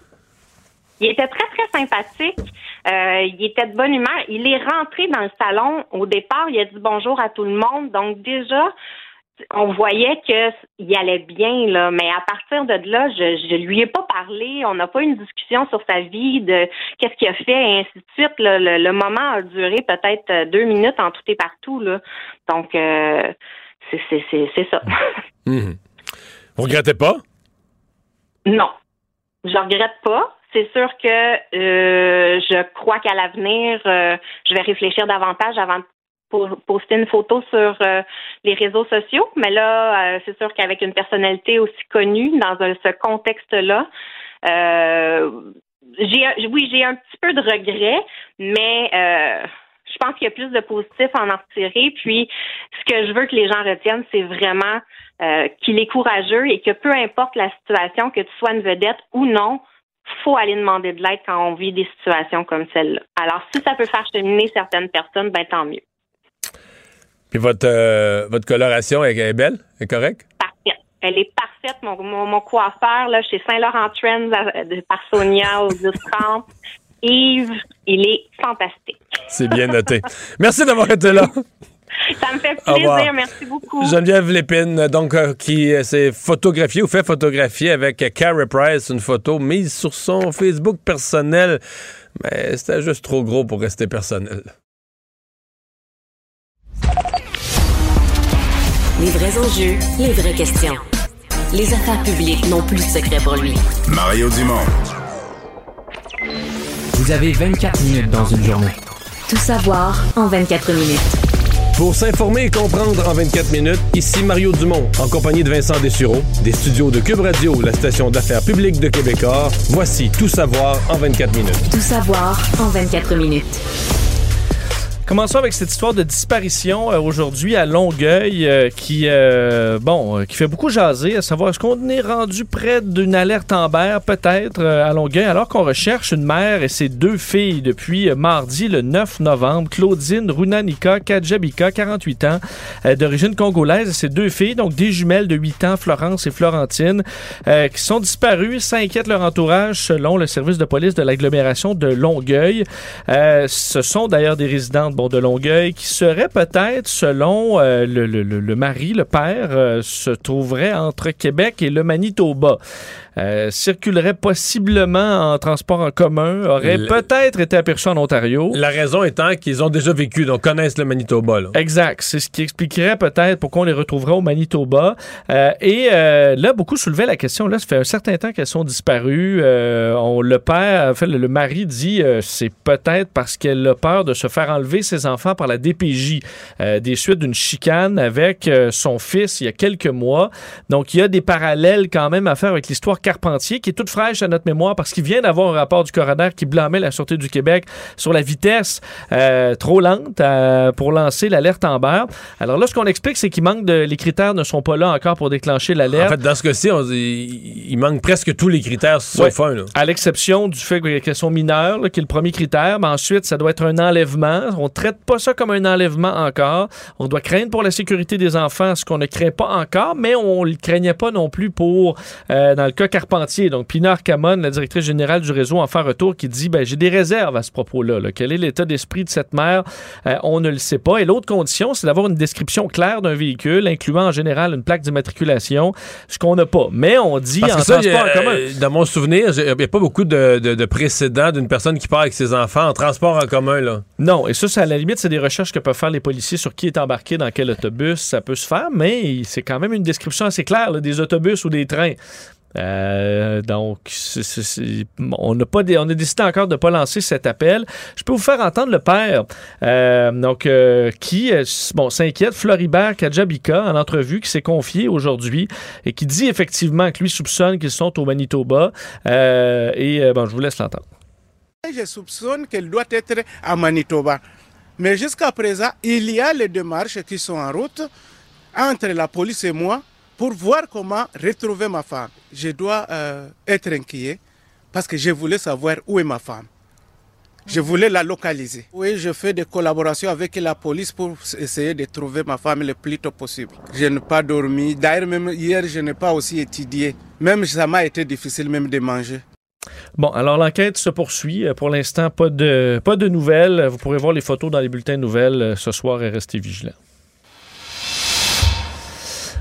Il était très, très sympathique. Euh, il était de bonne humeur. Il est rentré dans le salon. Au départ, il a dit bonjour à tout le monde. Donc, déjà, on voyait qu'il allait bien, là, mais à partir de là, je, je lui ai pas parlé, on n'a pas eu une discussion sur sa vie, de qu'est-ce qu'il a fait, et ainsi de suite. Là. Le, le moment a duré peut-être deux minutes en tout et partout, là. Donc, euh, c'est, c'est, c'est, c'est ça. Mmh. Vous regrettez pas? Non, je regrette pas. C'est sûr que euh, je crois qu'à l'avenir, euh, je vais réfléchir davantage avant de pour poster une photo sur euh, les réseaux sociaux, mais là, euh, c'est sûr qu'avec une personnalité aussi connue dans un, ce contexte-là, euh, j'ai, oui, j'ai un petit peu de regret, mais euh, je pense qu'il y a plus de positifs à en retirer. Puis, ce que je veux que les gens retiennent, c'est vraiment euh, qu'il est courageux et que peu importe la situation, que tu sois une vedette ou non, faut aller demander de l'aide quand on vit des situations comme celle-là. Alors, si ça peut faire cheminer certaines personnes, ben tant mieux. Puis votre, euh, votre coloration est, est belle? Est correcte? Parfaite. Elle est parfaite. Mon, mon, mon coiffeur, là, chez Saint-Laurent Trends, de, par Sonia au dix trente, Yves, il est fantastique. C'est bien noté. Merci d'avoir été là. Ça me fait plaisir. Merci beaucoup. Geneviève Lépine, donc, euh, qui euh, s'est photographiée ou fait photographier avec euh, Carey Price, une photo mise sur son Facebook personnel. Mais c'était juste trop gros pour rester personnel. Les vrais enjeux, les vraies questions. Les affaires publiques n'ont plus de secret pour lui. Mario Dumont. Vous avez vingt-quatre minutes dans une journée. Tout savoir en vingt-quatre minutes. Pour s'informer et comprendre en vingt-quatre minutes, ici Mario Dumont, en compagnie de Vincent Dessureau, des studios de Cube Radio, la station d'affaires publique de Québécois. Voici Tout savoir en vingt-quatre minutes. Tout savoir en vingt-quatre minutes. Commençons avec cette histoire de disparition euh, aujourd'hui à Longueuil euh, qui, euh, bon, euh, qui fait beaucoup jaser, à savoir est-ce qu'on est rendu près d'une alerte Amber peut-être euh, à Longueuil alors qu'on recherche une mère et ses deux filles depuis euh, mardi le neuf novembre. Claudine Runanika Kadjabika, quarante-huit ans, euh, d'origine congolaise, et ses deux filles, donc des jumelles de huit ans, Florence et Florentine, euh, qui sont disparues. Ça inquiète leur entourage selon le service de police de l'agglomération de Longueuil. Euh, ce sont d'ailleurs des résidentes bon, de Longueuil, qui serait peut-être, selon euh, le, le, le mari, le père, euh, se trouverait entre Québec et le Manitoba. Euh, circulerait possiblement en transport en commun, aurait le... peut-être été aperçu en Ontario. La raison étant qu'ils ont déjà vécu, donc connaissent le Manitoba. Là. Exact. C'est ce qui expliquerait peut-être pourquoi on les retrouverait au Manitoba. Euh, et euh, là, beaucoup soulevaient la question. Là, ça fait un certain temps qu'elles sont disparues. Euh, on, le père, en fait, le, le mari dit euh, c'est peut-être parce qu'elle a peur de se faire enlever ses enfants par la D P J euh, des suites d'une chicane avec euh, son fils il y a quelques mois. Donc, il y a des parallèles quand même à faire avec l'histoire Carpentier, qui est toute fraîche à notre mémoire parce qu'il vient d'avoir un rapport du coroner qui blâmait la Sûreté du Québec sur la vitesse euh, trop lente euh, pour lancer l'alerte Amber. Alors là, ce qu'on explique, c'est qu'il manque de... Les critères ne sont pas là encore pour déclencher l'alerte. En fait, dans ce cas-ci, on dit, il manque presque tous les critères sauf ouais. un. Là. À l'exception du fait qu'elles sont mineures, là, qui est le premier critère. Mais ensuite, ça doit être un enlèvement. On ne traite pas ça comme un enlèvement encore. On doit craindre pour la sécurité des enfants ce qu'on ne craint pas encore, mais on ne le craignait pas non plus pour, euh, dans le cas Carpentier. Donc, Pina Arcamon, la directrice générale du réseau Enfants Retour, qui dit, ben, j'ai des réserves à ce propos-là. Là. Quel est l'état d'esprit de cette mère? Euh, on ne le sait pas. Et l'autre condition, c'est d'avoir une description claire d'un véhicule, incluant en général une plaque d'immatriculation, ce qu'on n'a pas. Mais on dit Parce en que ça, transport en commun. Dans mon souvenir, il n'y a pas beaucoup de, de, de précédents d'une personne qui part avec ses enfants en transport en commun. Là. Non, et ça, ça, à la limite, c'est des recherches que peuvent faire les policiers sur qui est embarqué dans quel autobus. Ça peut se faire, mais c'est quand même une description assez claire là, des autobus ou des trains. Euh, donc, c'est, c'est, c'est, on, a pas des, on a décidé encore de ne pas lancer cet appel. Je peux vous faire entendre le père euh, donc, euh, qui bon, s'inquiète, Floribert Kadjabika, en entrevue, qui s'est confié aujourd'hui et qui dit effectivement que lui soupçonne qu'ils sont au Manitoba. Euh, et euh, bon, je vous laisse l'entendre. Je soupçonne qu'elle doit être à Manitoba. Mais jusqu'à présent, il y a les démarches qui sont en route entre la police et moi pour voir comment retrouver ma femme. Je dois euh, être inquiet parce que je voulais savoir où est ma femme. Je voulais la localiser. Oui, je fais des collaborations avec la police pour essayer de trouver ma femme le plus tôt possible. Je n'ai pas dormi. D'ailleurs, même hier, je n'ai pas aussi étudié. Même ça m'a été difficile même de manger. Bon, alors l'enquête se poursuit. Pour l'instant, pas de, pas de nouvelles. Vous pourrez voir les photos dans les bulletins de nouvelles ce soir et restez vigilants.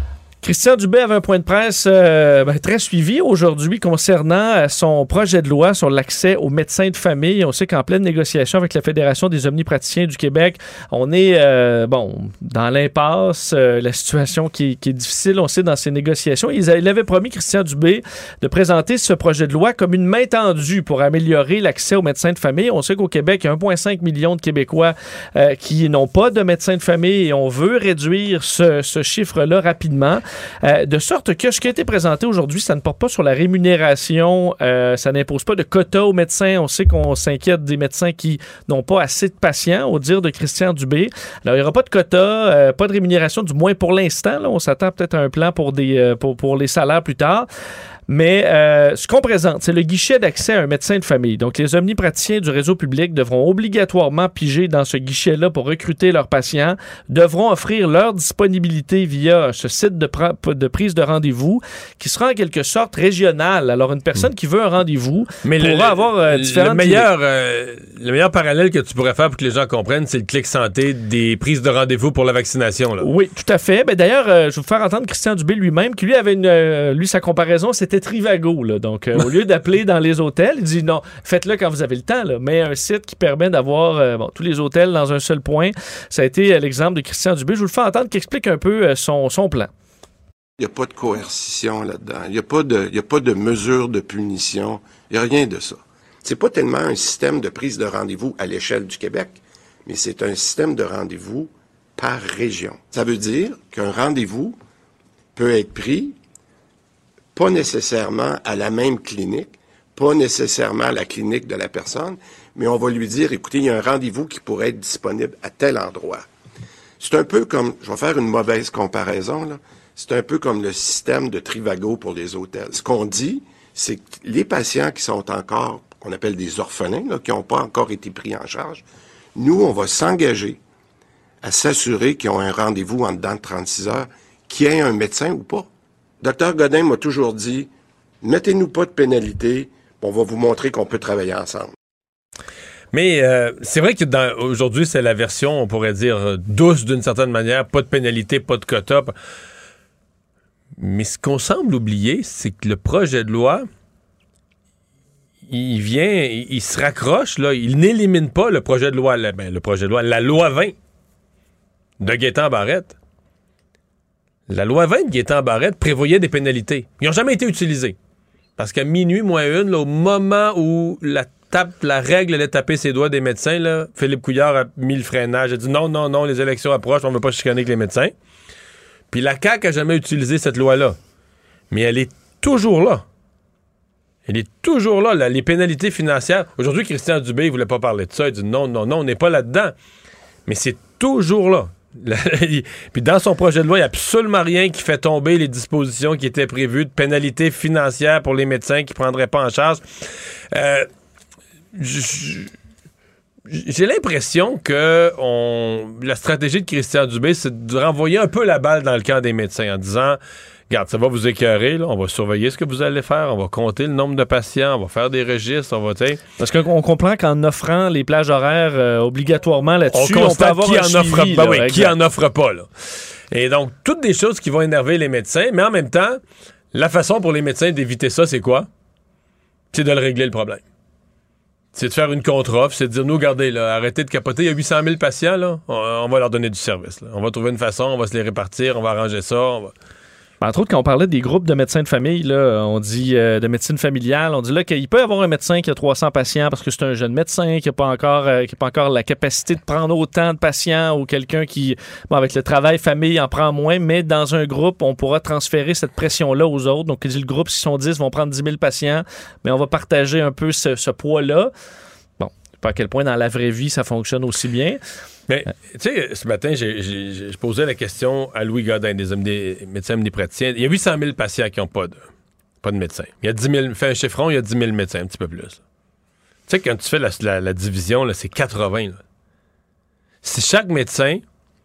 Christian Dubé avait un point de presse euh, ben, très suivi aujourd'hui concernant son projet de loi sur l'accès aux médecins de famille. On sait qu'en pleine négociation avec la Fédération des omnipraticiens du Québec, on est euh, bon dans l'impasse, euh, la situation qui, qui est difficile, on sait, dans ces négociations. Il, il avait promis, Christian Dubé, de présenter ce projet de loi comme une main tendue pour améliorer l'accès aux médecins de famille. On sait qu'au Québec, il y a un virgule cinq million de Québécois euh, qui n'ont pas de médecin de famille et on veut réduire ce, ce chiffre-là rapidement. Euh, de sorte que ce qui a été présenté aujourd'hui, ça ne porte pas sur la rémunération, euh, ça n'impose pas de quota aux médecins. On sait qu'on s'inquiète des médecins qui n'ont pas assez de patients, au dire de Christian Dubé. Alors, il n'y aura pas de quota, euh, pas de rémunération, du moins pour l'instant. Là, on s'attend peut-être à un plan pour, des, euh, pour, pour les salaires plus tard. Mais euh, ce qu'on présente, c'est le guichet d'accès à un médecin de famille. Donc, les omnipraticiens du réseau public devront obligatoirement piger dans ce guichet-là pour recruter leurs patients, devront offrir leur disponibilité via ce site de, pra- de prise de rendez-vous qui sera en quelque sorte régional. Alors, une personne mmh. qui veut un rendez-vous Mais pourra le, avoir euh, différentes... Le meilleur, euh, le meilleur parallèle que tu pourrais faire pour que les gens comprennent, c'est le clic santé des prises de rendez-vous pour la vaccination. Là. Oui, tout à fait. Ben, d'ailleurs, euh, je vais vous faire entendre Christian Dubé lui-même, qui lui avait une... Euh, lui, sa comparaison, c'était Trivago, là. Donc, euh, au lieu d'appeler dans les hôtels, il dit non, faites-le quand vous avez le temps, là. Mais un site qui permet d'avoir euh, bon, tous les hôtels dans un seul point. Ça a été euh, l'exemple de Christian Dubé. Je vous le fais entendre qui explique un peu euh, son, son plan. Il n'y a pas de coercition là-dedans. Il n'y a pas de, il y a pas de mesure de punition. Il n'y a rien de ça. C'est pas tellement un système de prise de rendez-vous à l'échelle du Québec, mais c'est un système de rendez-vous par région. Ça veut dire qu'un rendez-vous peut être pris pas nécessairement à la même clinique, pas nécessairement à la clinique de la personne, mais on va lui dire, écoutez, il y a un rendez-vous qui pourrait être disponible à tel endroit. C'est un peu comme, je vais faire une mauvaise comparaison, là, c'est un peu comme le système de Trivago pour les hôtels. Ce qu'on dit, c'est que les patients qui sont encore, qu'on appelle des orphelins, là, qui n'ont pas encore été pris en charge, nous, on va s'engager à s'assurer qu'ils ont un rendez-vous en dedans de trente-six heures, qu'il y ait un médecin ou pas. Docteur Godin m'a toujours dit, mettez-nous pas de pénalité, on va vous montrer qu'on peut travailler ensemble. Mais euh, c'est vrai que dans, aujourd'hui, c'est la version, on pourrait dire, douce d'une certaine manière, pas de pénalité, pas de quota. Mais ce qu'on semble oublier, c'est que le projet de loi, il vient, il, il se raccroche, là, il n'élimine pas le projet de loi, ben, le projet de loi, la loi vingt de Gaétan Barrette. La loi vingt de Gaétan Barrette prévoyait des pénalités. Ils n'ont jamais été utilisés. Parce qu'à minuit moins une, là, au moment où la, tape, la règle allait taper ses doigts des médecins, là, Philippe Couillard a mis le freinage. Il a dit non, non, non, les élections approchent, on ne veut pas chicaner avec les médecins. Puis la C A Q n'a jamais utilisé cette loi-là. Mais elle est toujours là. Elle est toujours là, là, les pénalités financières. Aujourd'hui, Christian Dubé ne voulait pas parler de ça. Il dit non, non, non, on n'est pas là-dedans. Mais c'est toujours là. Puis dans son projet de loi, il n'y a absolument rien qui fait tomber les dispositions qui étaient prévues de pénalités financières pour les médecins qui ne prendraient pas en charge. Euh, j'ai l'impression que on, la stratégie de Christian Dubé, c'est de renvoyer un peu la balle dans le camp des médecins en disant regarde, ça va vous écœurer, là, on va surveiller ce que vous allez faire, on va compter le nombre de patients, on va faire des registres, on va, tu sais... Parce qu'on comprend qu'en offrant les plages horaires euh, obligatoirement là-dessus, on, on peut avoir qui un en suivi, offre, là, ben oui, qui en offre pas, là. Et donc, toutes des choses qui vont énerver les médecins, mais en même temps, la façon pour les médecins d'éviter ça, c'est quoi? C'est de le régler, le problème. C'est de faire une contre-offre, c'est de dire, nous, regardez, là, arrêtez de capoter, il y a huit cent mille patients, là, on, on va leur donner du service, là. On va trouver une façon, on va se les répartir, on va arranger ça, on va... Entre autres, quand on parlait des groupes de médecins de famille, là, on dit euh, de médecine familiale, on dit là qu'il peut y avoir un médecin qui a trois cents patients parce que c'est un jeune médecin qui n'a pas encore euh, qui a pas encore la capacité de prendre autant de patients ou quelqu'un qui, bon, avec le travail famille, en prend moins, mais dans un groupe, on pourra transférer cette pression-là aux autres. Donc, le groupe, s'ils sont dix, vont prendre dix mille patients, mais on va partager un peu ce, ce poids-là. Bon, je sais pas à quel point dans la vraie vie ça fonctionne aussi bien. Mais, tu sais, ce matin, j'ai, j'ai, j'ai posé la question à Louis Godin, des, des médecins omnipraticiens. Il y a huit cent mille patients qui n'ont pas de, pas de médecin. Il y a dix mille, fait un chiffron, il y a dix mille médecins, un petit peu plus. Tu sais, quand tu fais la, la, la division, là, c'est quatre-vingts. Là. Si chaque médecin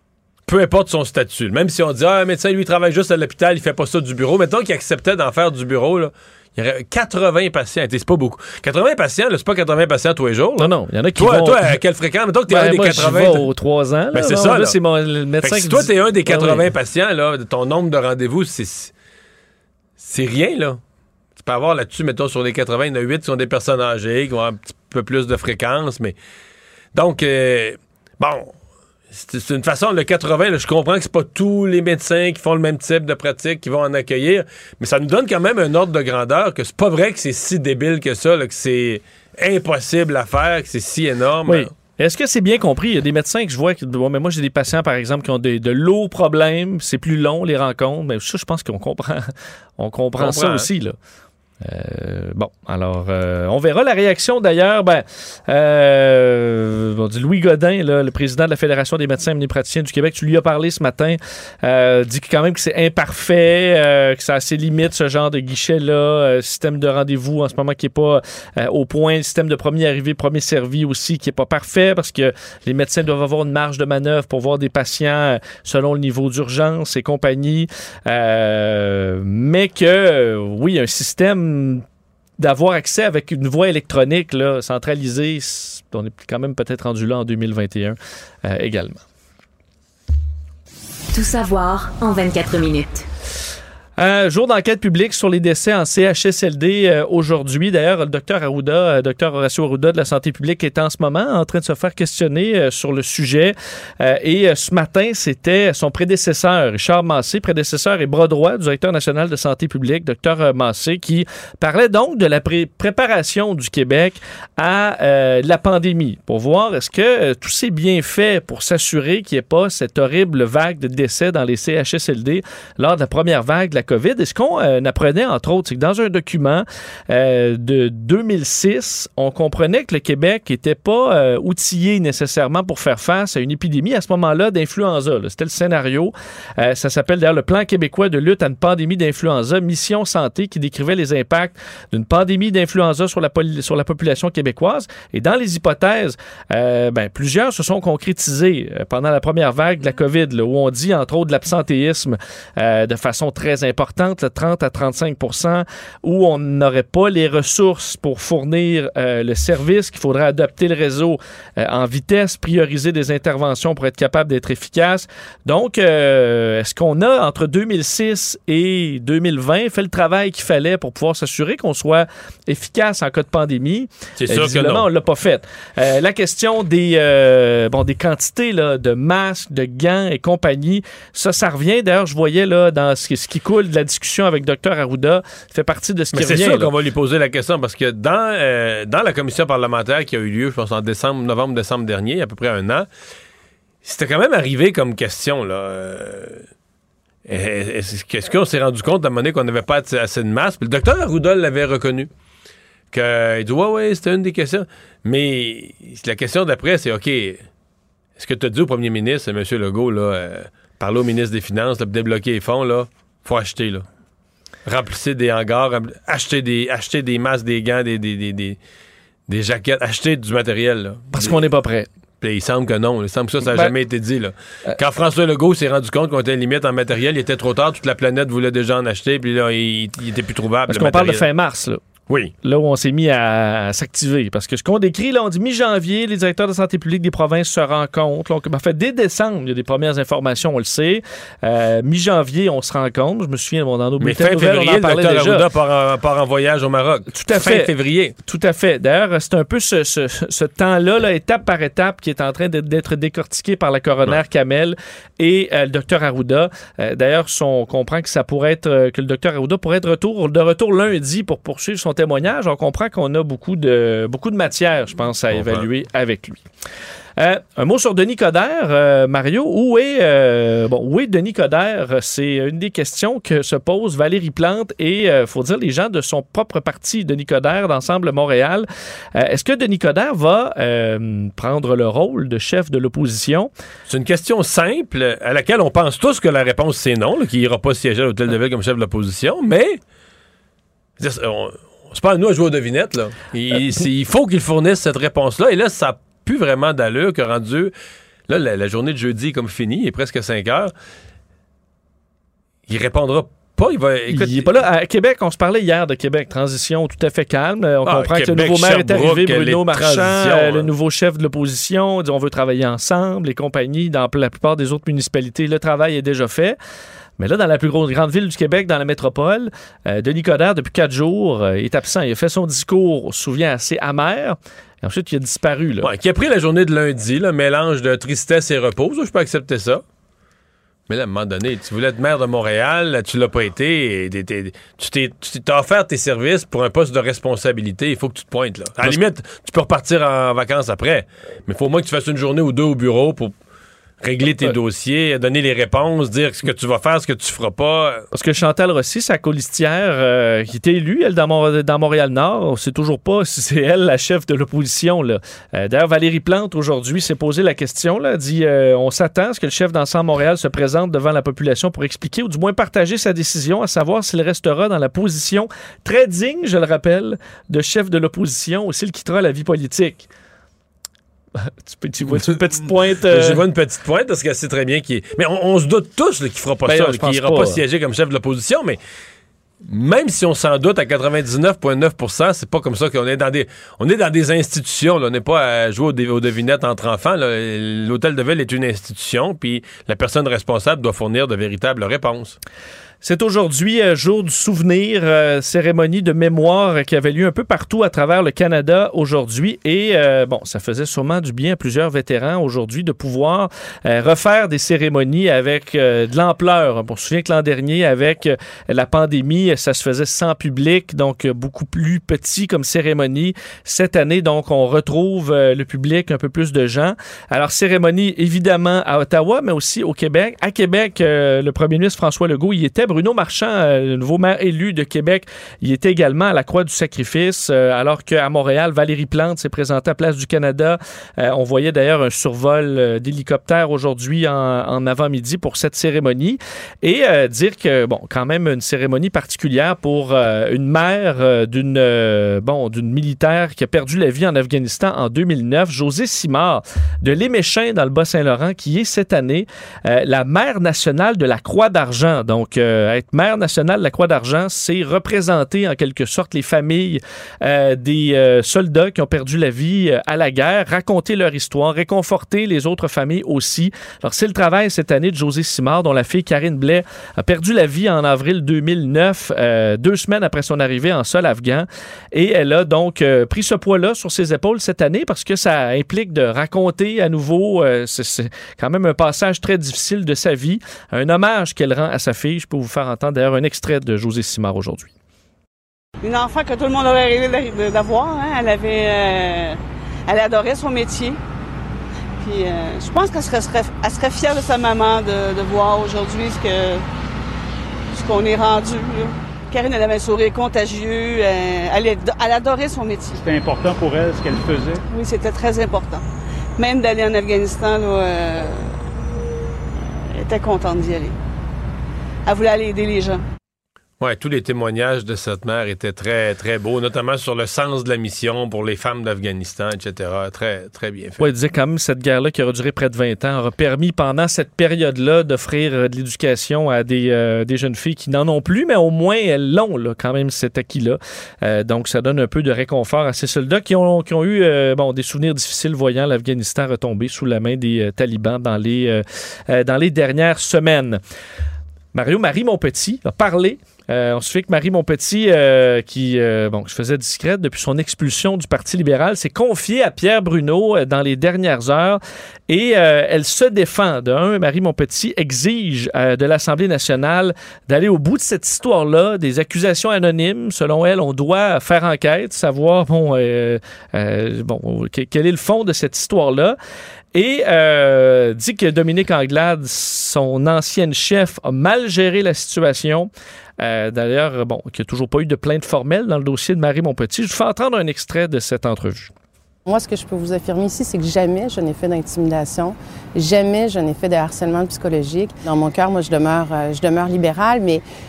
peu importe son statut. Même si on dit, ah, un médecin, lui, il travaille juste à l'hôpital, il fait pas ça du bureau. Mettons qu'il acceptait d'en faire du bureau, là. Il y aurait quatre-vingts patients. C'est pas beaucoup. quatre-vingts patients, là, c'est pas quatre-vingts patients tous les jours. Là. Non, non. Il y en a qui toi, vont... Toi, à quelle fréquence? Mettons que t'es ben, un des moi, quatre-vingts. Je vais aux trois ans. Là, ben, c'est non, ça, là. là. C'est mon, le médecin si qui toi, dit... t'es un des quatre-vingts ah, oui. patients, là, ton nombre de rendez-vous, c'est... C'est rien, là. Tu peux avoir là-dessus, mettons, sur les quatre-vingts, il y en a huit qui sont des personnes âgées, qui ont un petit peu plus de fréquence, mais... Donc, euh, bon... C'est une façon, le quatre-vingts, là, je comprends que c'est pas tous les médecins qui font le même type de pratique qui vont en accueillir, mais ça nous donne quand même un ordre de grandeur que c'est pas vrai que c'est si débile que ça, là, que c'est impossible à faire, que c'est si énorme. Oui. Est-ce que c'est bien compris? Il y a des médecins que je vois qui bon, mais moi j'ai des patients, par exemple, qui ont des, de lourds problèmes, c'est plus long les rencontres, mais ça, je pense qu'on comprend. On comprend, on comprend ça aussi, là. Euh, bon, alors, euh, on verra la réaction d'ailleurs. Ben, euh, on dit Louis Godin, là, le président de la Fédération des médecins omnipraticiens du Québec, tu lui as parlé ce matin, euh, dit quand même que c'est imparfait, euh, que ça a ses limites, ce genre de guichet-là, euh, système de rendez-vous en ce moment qui n'est pas euh, au point, système de premier arrivé, premier servi aussi qui n'est pas parfait parce que les médecins doivent avoir une marge de manœuvre pour voir des patients selon le niveau d'urgence et compagnie, euh, mais que, euh, oui, un système d'avoir accès avec une voie électronique là, centralisée, on est quand même peut-être rendu là en deux mille vingt et un euh, également. Tout savoir en vingt-quatre minutes. Euh, jour d'enquête publique sur les décès en C H S L D euh, aujourd'hui. D'ailleurs, le docteur Arruda, euh, docteur Horacio Arruda de la santé publique est en ce moment en train de se faire questionner euh, sur le sujet. Euh, et euh, ce matin, c'était son prédécesseur, Richard Massé, prédécesseur et bras droit du directeur national de santé publique, docteur Massé, qui parlait donc de la pré- préparation du Québec à euh, la pandémie pour voir est-ce que euh, tout s'est bien fait pour s'assurer qu'il n'y ait pas cette horrible vague de décès dans les C H S L D lors de la première vague de la COVID. Et ce qu'on euh, apprenait, entre autres, c'est que dans un document euh, de deux mille six, on comprenait que le Québec n'était pas euh, outillé nécessairement pour faire face à une épidémie à ce moment-là d'influenza. Là. C'était le scénario. Euh, ça s'appelle d'ailleurs le Plan québécois de lutte à une pandémie d'influenza, Mission Santé, qui décrivait les impacts d'une pandémie d'influenza sur la, poli- sur la population québécoise. Et dans les hypothèses, euh, ben, plusieurs se sont concrétisées euh, pendant la première vague de la COVID, là, où on dit, entre autres, de l'absentéisme euh, de façon très importante. importante, le trente à trente-cinq pour cent, où on n'aurait pas les ressources pour fournir euh, le service, qu'il faudrait adapter le réseau euh, en vitesse, prioriser des interventions pour être capable d'être efficace. Donc, euh, est-ce qu'on a, entre deux mille six et deux mille vingt, fait le travail qu'il fallait pour pouvoir s'assurer qu'on soit efficace en cas de pandémie? C'est sûr euh, que non. on l'a pas fait. Euh, la question des, euh, bon, des quantités là, de masques, de gants et compagnie, ça, ça revient. D'ailleurs, je voyais là, dans ce, ce qui coule de la discussion avec Dr Arruda, fait partie de ce Mais qui c'est revient. sûr là. qu'on va lui poser la question parce que dans, euh, dans la commission parlementaire qui a eu lieu, je pense, en décembre, novembre, décembre dernier, il y a à peu près un an, c'était quand même arrivé comme question, là. Euh, est-ce, est-ce qu'on s'est rendu compte à un moment donné qu'on n'avait pas assez de masse? Puis le docteur Arruda l'avait reconnu. Que, il dit, ouais, ouais, c'était une des questions. Mais la question d'après, c'est, OK, est-ce que tu as dit au premier ministre, M. Legault, là, euh, parler au ministre des Finances, là, pour débloquer les fonds, là, faut acheter, là. Remplissez des hangars, rempl... acheter des, acheter des masques, des gants, des, des, des, des, des jaquettes, acheter du matériel, là. Parce des... qu'on n'est pas prêt. Puis il semble que non. Il semble que ça, ça n'a ben, jamais été dit, là. Euh... Quand François Legault s'est rendu compte qu'on était limite en matériel, il était trop tard, toute la planète voulait déjà en acheter, puis là, il, il était plus trouvable. Parce qu'on matériel. Parle de fin mars, là. Oui. Là où on s'est mis à, à s'activer. Parce que ce qu'on décrit, là, on dit mi-janvier, les directeurs de santé publique des provinces se rencontrent. Donc, en fait, dès décembre, il y a des premières informations, on le sait. Euh, mi-janvier, on se rencontre. Je me souviens, bon, dans nos bulletins de nouvelles, on en parlait déjà. Le docteur Arruda part en, part en voyage au Maroc. Tout à fin fait. février. Tout à fait. D'ailleurs, c'est un peu ce, ce, ce temps-là, là, étape par étape, qui est en train d'être, d'être décortiqué par la coroner ouais. Kamel et euh, le docteur Arruda. Euh, d'ailleurs, on comprend que ça pourrait être, euh, que le docteur Arruda pourrait être retour, de retour lundi pour poursuivre son témoignage. On comprend qu'on a beaucoup de, beaucoup de matière, je pense, à évaluer avec lui. Euh, un mot sur Denis Coderre, euh, Mario. Où est, euh, bon, où est Denis Coderre? C'est une des questions que se pose Valérie Plante et, il euh, faut dire, les gens de son propre parti, Denis Coderre, d'Ensemble Montréal. Euh, est-ce que Denis Coderre va euh, prendre le rôle de chef de l'opposition? C'est une question simple à laquelle on pense tous que la réponse, c'est non, là, qu'il n'ira pas siéger à l'Hôtel de Ville comme chef de l'opposition, mais on, c'est pas à nous à jouer aux devinettes, là. Il, il faut qu'il fournisse cette réponse-là. Et là, ça n'a plus vraiment d'allure que rendu Là, la, la journée de jeudi est comme finie, il est presque cinq heures. Il répondra pas. Il va, écoute, il est pas là. À Québec, on se parlait hier de Québec. Transition tout à fait calme. On ah, comprend Québec, que le nouveau maire est arrivé, Bruno Marchand, euh, le hein. nouveau chef de l'opposition. On dit on veut travailler ensemble. Les compagnies, dans la plupart des autres municipalités, le travail est déjà fait. Mais là, dans la plus grosse grande ville du Québec, dans la métropole, euh, Denis Coderre, depuis quatre jours, euh, est absent. Il a fait son discours, on se souvient, assez amer. Et ensuite, il a disparu. Là. Ouais, qui a pris la journée de lundi, là, mélange de tristesse et repos. Ça, je peux accepter ça. Mais là, à un moment donné, tu voulais être maire de Montréal, tu l'as pas été, et t'es, t'es, tu t'es, tu t'es offert tes services pour un poste de responsabilité, il faut que tu te pointes. Là. À la limite, tu peux repartir en vacances après, mais il faut au moins que tu fasses une journée ou deux au bureau pour régler tes ouais. dossiers, donner les réponses, dire ce que tu vas faire, ce que tu feras pas. Parce que Chantal Rossi, sa colistière, euh, qui était élue, elle, dans, Mon- dans Montréal-Nord, on sait toujours pas si c'est elle la chef de l'opposition. Là. Euh, d'ailleurs, Valérie Plante, aujourd'hui, s'est posé la question, là, dit euh, on s'attend à ce que le chef d'Ensemble Montréal se présente devant la population pour expliquer ou du moins partager sa décision, à savoir s'il restera dans la position très digne, je le rappelle, de chef de l'opposition ou s'il quittera la vie politique. Tu, peux, tu vois une petite pointe. Euh... Je vois une petite pointe parce qu'elle sait très bien qu'il est. Mais on, on se doute tous là, qu'il fera pas ben ça, non, qu'il ira pas, pas hein. siéger comme chef de l'opposition, mais même si on s'en doute à quatre-vingt-dix-neuf virgule neuf pour cent, c'est pas comme ça qu'on est dans des. On est dans des institutions. Là. On n'est pas à jouer aux, aux devinettes entre enfants. Là. L'hôtel de ville est une institution, puis la personne responsable doit fournir de véritables réponses. C'est aujourd'hui, euh, jour du souvenir, euh, cérémonie de mémoire qui avait lieu un peu partout à travers le Canada aujourd'hui. Et euh, bon, ça faisait sûrement du bien à plusieurs vétérans aujourd'hui de pouvoir euh, refaire des cérémonies avec euh, de l'ampleur. On se souvient que l'an dernier, avec euh, la pandémie, ça se faisait sans public, donc euh, beaucoup plus petit comme cérémonie. Cette année, donc, on retrouve euh, le public, un peu plus de gens. Alors, cérémonie évidemment à Ottawa, mais aussi au Québec. À Québec, euh, le premier ministre François Legault y était. Bruno Marchand, euh, le nouveau maire élu de Québec, il était également à la Croix du Sacrifice, euh, alors qu'à Montréal, Valérie Plante s'est présentée à Place du Canada. Euh, on voyait d'ailleurs un survol euh, d'hélicoptère aujourd'hui en, en avant-midi pour cette cérémonie. Et euh, dire que, bon, quand même une cérémonie particulière pour euh, une mère euh, d'une, euh, bon, d'une militaire qui a perdu la vie en Afghanistan en deux mille neuf, Josée Simard, de l'Éméchin dans le Bas-Saint-Laurent, qui est cette année euh, la mère nationale de la Croix d'Argent. Donc, euh, être maire nationale de la Croix d'Argent, c'est représenter en quelque sorte les familles euh, des euh, soldats qui ont perdu la vie euh, à la guerre, raconter leur histoire, réconforter les autres familles aussi. Alors, c'est le travail cette année de Josée Simard, dont la fille Karine Blais a perdu la vie en avril deux mille neuf, euh, deux semaines après son arrivée en sol afghan. Et elle a donc euh, pris ce poids-là sur ses épaules cette année parce que ça implique de raconter à nouveau, euh, c'est, c'est quand même un passage très difficile de sa vie, un hommage qu'elle rend à sa fille. Je peux vous faire entendre d'ailleurs un extrait de Josée Simard aujourd'hui. Une enfant que tout le monde aurait rêvé d'avoir. Hein. Elle avait, euh, elle adorait son métier. Puis euh, je pense qu'elle serait, serait, elle serait fière de sa maman de, de voir aujourd'hui ce que ce qu'on est rendu. Là. Karine, elle avait un sourire contagieux. Euh, elle, elle adorait son métier. C'était important pour elle ce qu'elle faisait? Oui, c'était très important. Même d'aller en Afghanistan, là, euh, elle était contente d'y aller. Elle voulait aller aider les gens. Oui, tous les témoignages de cette mère étaient très, très beaux, notamment sur le sens de la mission pour les femmes d'Afghanistan, et cetera. Très, très bien fait. Oui, elle disait quand même cette guerre-là qui aura duré près de vingt ans aura permis pendant cette période-là d'offrir de l'éducation à des, euh, des jeunes filles qui n'en ont plus, mais au moins elles l'ont là, quand même cet acquis-là. Euh, donc ça donne un peu de réconfort à ces soldats qui ont, qui ont eu euh, bon, des souvenirs difficiles voyant l'Afghanistan retomber sous la main des euh, talibans dans les, euh, euh, dans les dernières semaines. Mario, Marie Montpetit a parlé. Euh, on se fait que Marie Montpetit, euh, qui euh, bon, se faisait discrète depuis son expulsion du Parti libéral, s'est confiée à Pierre Bruno euh, dans les dernières heures et euh, elle se défend. De un, Marie Montpetit exige euh, de l'Assemblée nationale d'aller au bout de cette histoire-là, des accusations anonymes. Selon elle, on doit faire enquête, savoir bon, euh, euh, bon, quel est le fond de cette histoire-là. Et euh, dit que Dominique Anglade, son ancienne chef, a mal géré la situation. Euh, d'ailleurs, bon, qu'il n'y a toujours pas eu de plainte formelle dans le dossier de Marie Montpetit. Je vous fais entendre un extrait de cette entrevue. Moi, ce que je peux vous affirmer ici, c'est que jamais je n'ai fait d'intimidation, jamais je n'ai fait de harcèlement psychologique. Dans mon cœur, moi, je demeure, je demeure libérale, mais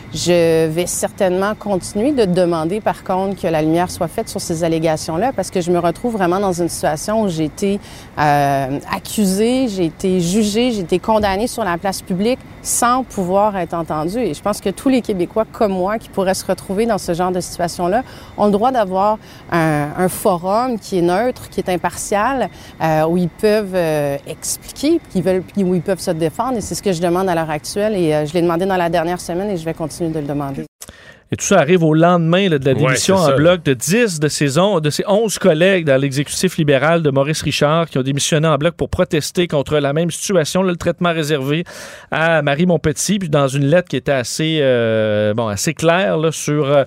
Je vais certainement continuer de demander, par contre, que la lumière soit faite sur ces allégations-là, parce que je me retrouve vraiment dans une situation où j'ai été euh, accusée, j'ai été jugée, j'ai été condamnée sur la place publique sans pouvoir être entendue. Et je pense que tous les Québécois comme moi qui pourraient se retrouver dans ce genre de situation-là ont le droit d'avoir un, un forum qui est neutre, qui est impartial, euh, où ils peuvent euh, expliquer, qui veulent, où ils peuvent se défendre. Et c'est ce que je demande à l'heure actuelle. Et euh, je l'ai demandé dans la dernière semaine et je vais continuer de le demander. Et tout ça arrive au lendemain là, de la démission ouais, en ça, bloc de dix de ses, on, de ses onze collègues dans l'exécutif libéral de Maurice Richard qui ont démissionné en bloc pour protester contre la même situation, là, le traitement réservé à Marie Montpetit, puis dans une lettre qui était assez, euh, bon, assez claire là, sur euh,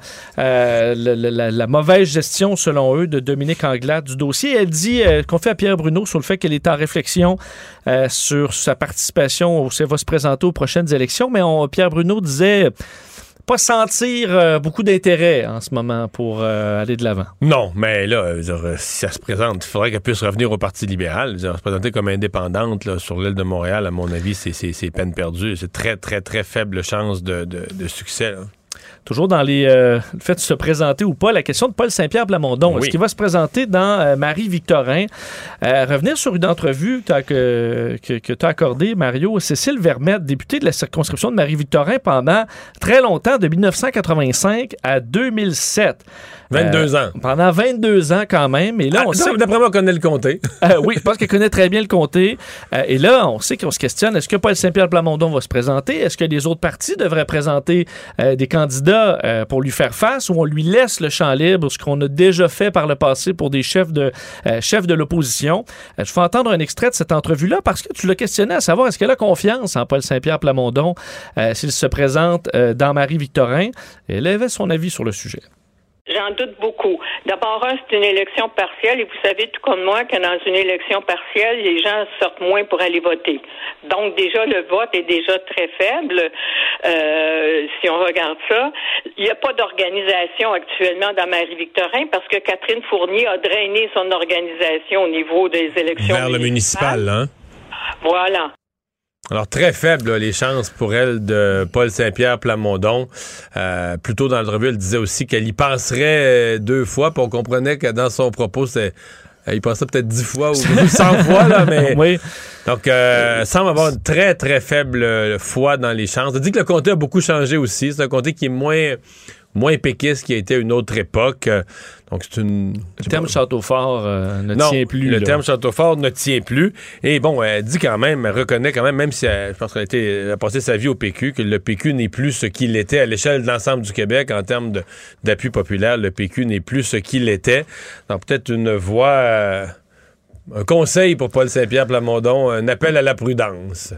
la, la, la mauvaise gestion, selon eux, de Dominique Anglade du dossier. Elle dit, euh, confie à Pierre Bruno sur le fait qu'elle est en réflexion euh, sur sa participation, où elle va se présenter aux prochaines élections, mais on, Pierre Bruno disait pas sentir euh, beaucoup d'intérêt en ce moment pour euh, aller de l'avant. Non, mais là, dire, si elle se présente, il faudrait qu'elle puisse revenir au Parti libéral. Dire, se présenter comme indépendante là, sur l'île de Montréal, à mon avis, c'est, c'est, c'est peine perdue. C'est très, très, très faible chance de, de, de succès. Là. Toujours dans les, euh, le fait de se présenter ou pas, la question de Paul Saint-Pierre Plamondon. Oui. Est-ce qu'il va se présenter dans euh, Marie-Victorin? Euh, revenir sur une entrevue que, que, que tu as accordée, Mario, Cécile Vermette, députée de la circonscription de Marie-Victorin pendant très longtemps, de dix-neuf cent quatre-vingt-cinq à deux mille sept. vingt-deux euh, ans. Pendant vingt-deux ans quand même. Et là, ah, on donc, sait... D'après moi, on connaît le comté. euh, oui, je pense qu'elle connaît très bien le comté. Euh, et là, on sait qu'on se questionne, est-ce que Paul Saint-Pierre Plamondon va se présenter? Est-ce que les autres partis devraient présenter euh, des candidats euh, pour lui faire face, ou on lui laisse le champ libre, ce qu'on a déjà fait par le passé pour des chefs de, euh, chefs de l'opposition? Euh, je vais entendre un extrait de cette entrevue-là parce que tu l'as questionné à savoir est-ce qu'elle a confiance en Paul Saint-Pierre Plamondon euh, s'il se présente euh, dans Marie-Victorin. Et elle avait son avis sur le sujet. J'en doute beaucoup. D'abord, un, c'est une élection partielle et vous savez tout comme moi que dans une élection partielle, les gens sortent moins pour aller voter. Donc déjà, le vote est déjà très faible euh, si on regarde ça. Il n'y a pas d'organisation actuellement dans Marie-Victorin parce que Catherine Fournier a drainé son organisation au niveau des élections vers le municipal, hein? Voilà. Alors, très faible, là, les chances pour elle de Paul Saint-Pierre Plamondon. Euh, plus tôt dans l'entrevue, elle disait aussi qu'elle y penserait deux fois, puis on comprenait que dans son propos, c'est, elle y pensait peut-être dix fois ou cent fois, là, mais... Oui. Donc, euh, semble avoir une très, très faible foi dans les chances. Elle dit que le comté a beaucoup changé aussi. C'est un comté qui est moins... moins péquiste qu'il a été à une autre époque. Donc, c'est une... Le terme Château-Fort euh, ne non, tient plus. le là. terme Château-Fort ne tient plus. Et bon, elle dit quand même, elle reconnaît quand même, même si elle, je pense qu'elle a, été, elle a passé sa vie au P Q, que le P Q n'est plus ce qu'il était à l'échelle de l'ensemble du Québec en termes de, d'appui populaire. Le P Q n'est plus ce qu'il était. Donc, peut-être une voix, euh, un conseil pour Paul Saint-Pierre Plamondon, un appel à la prudence.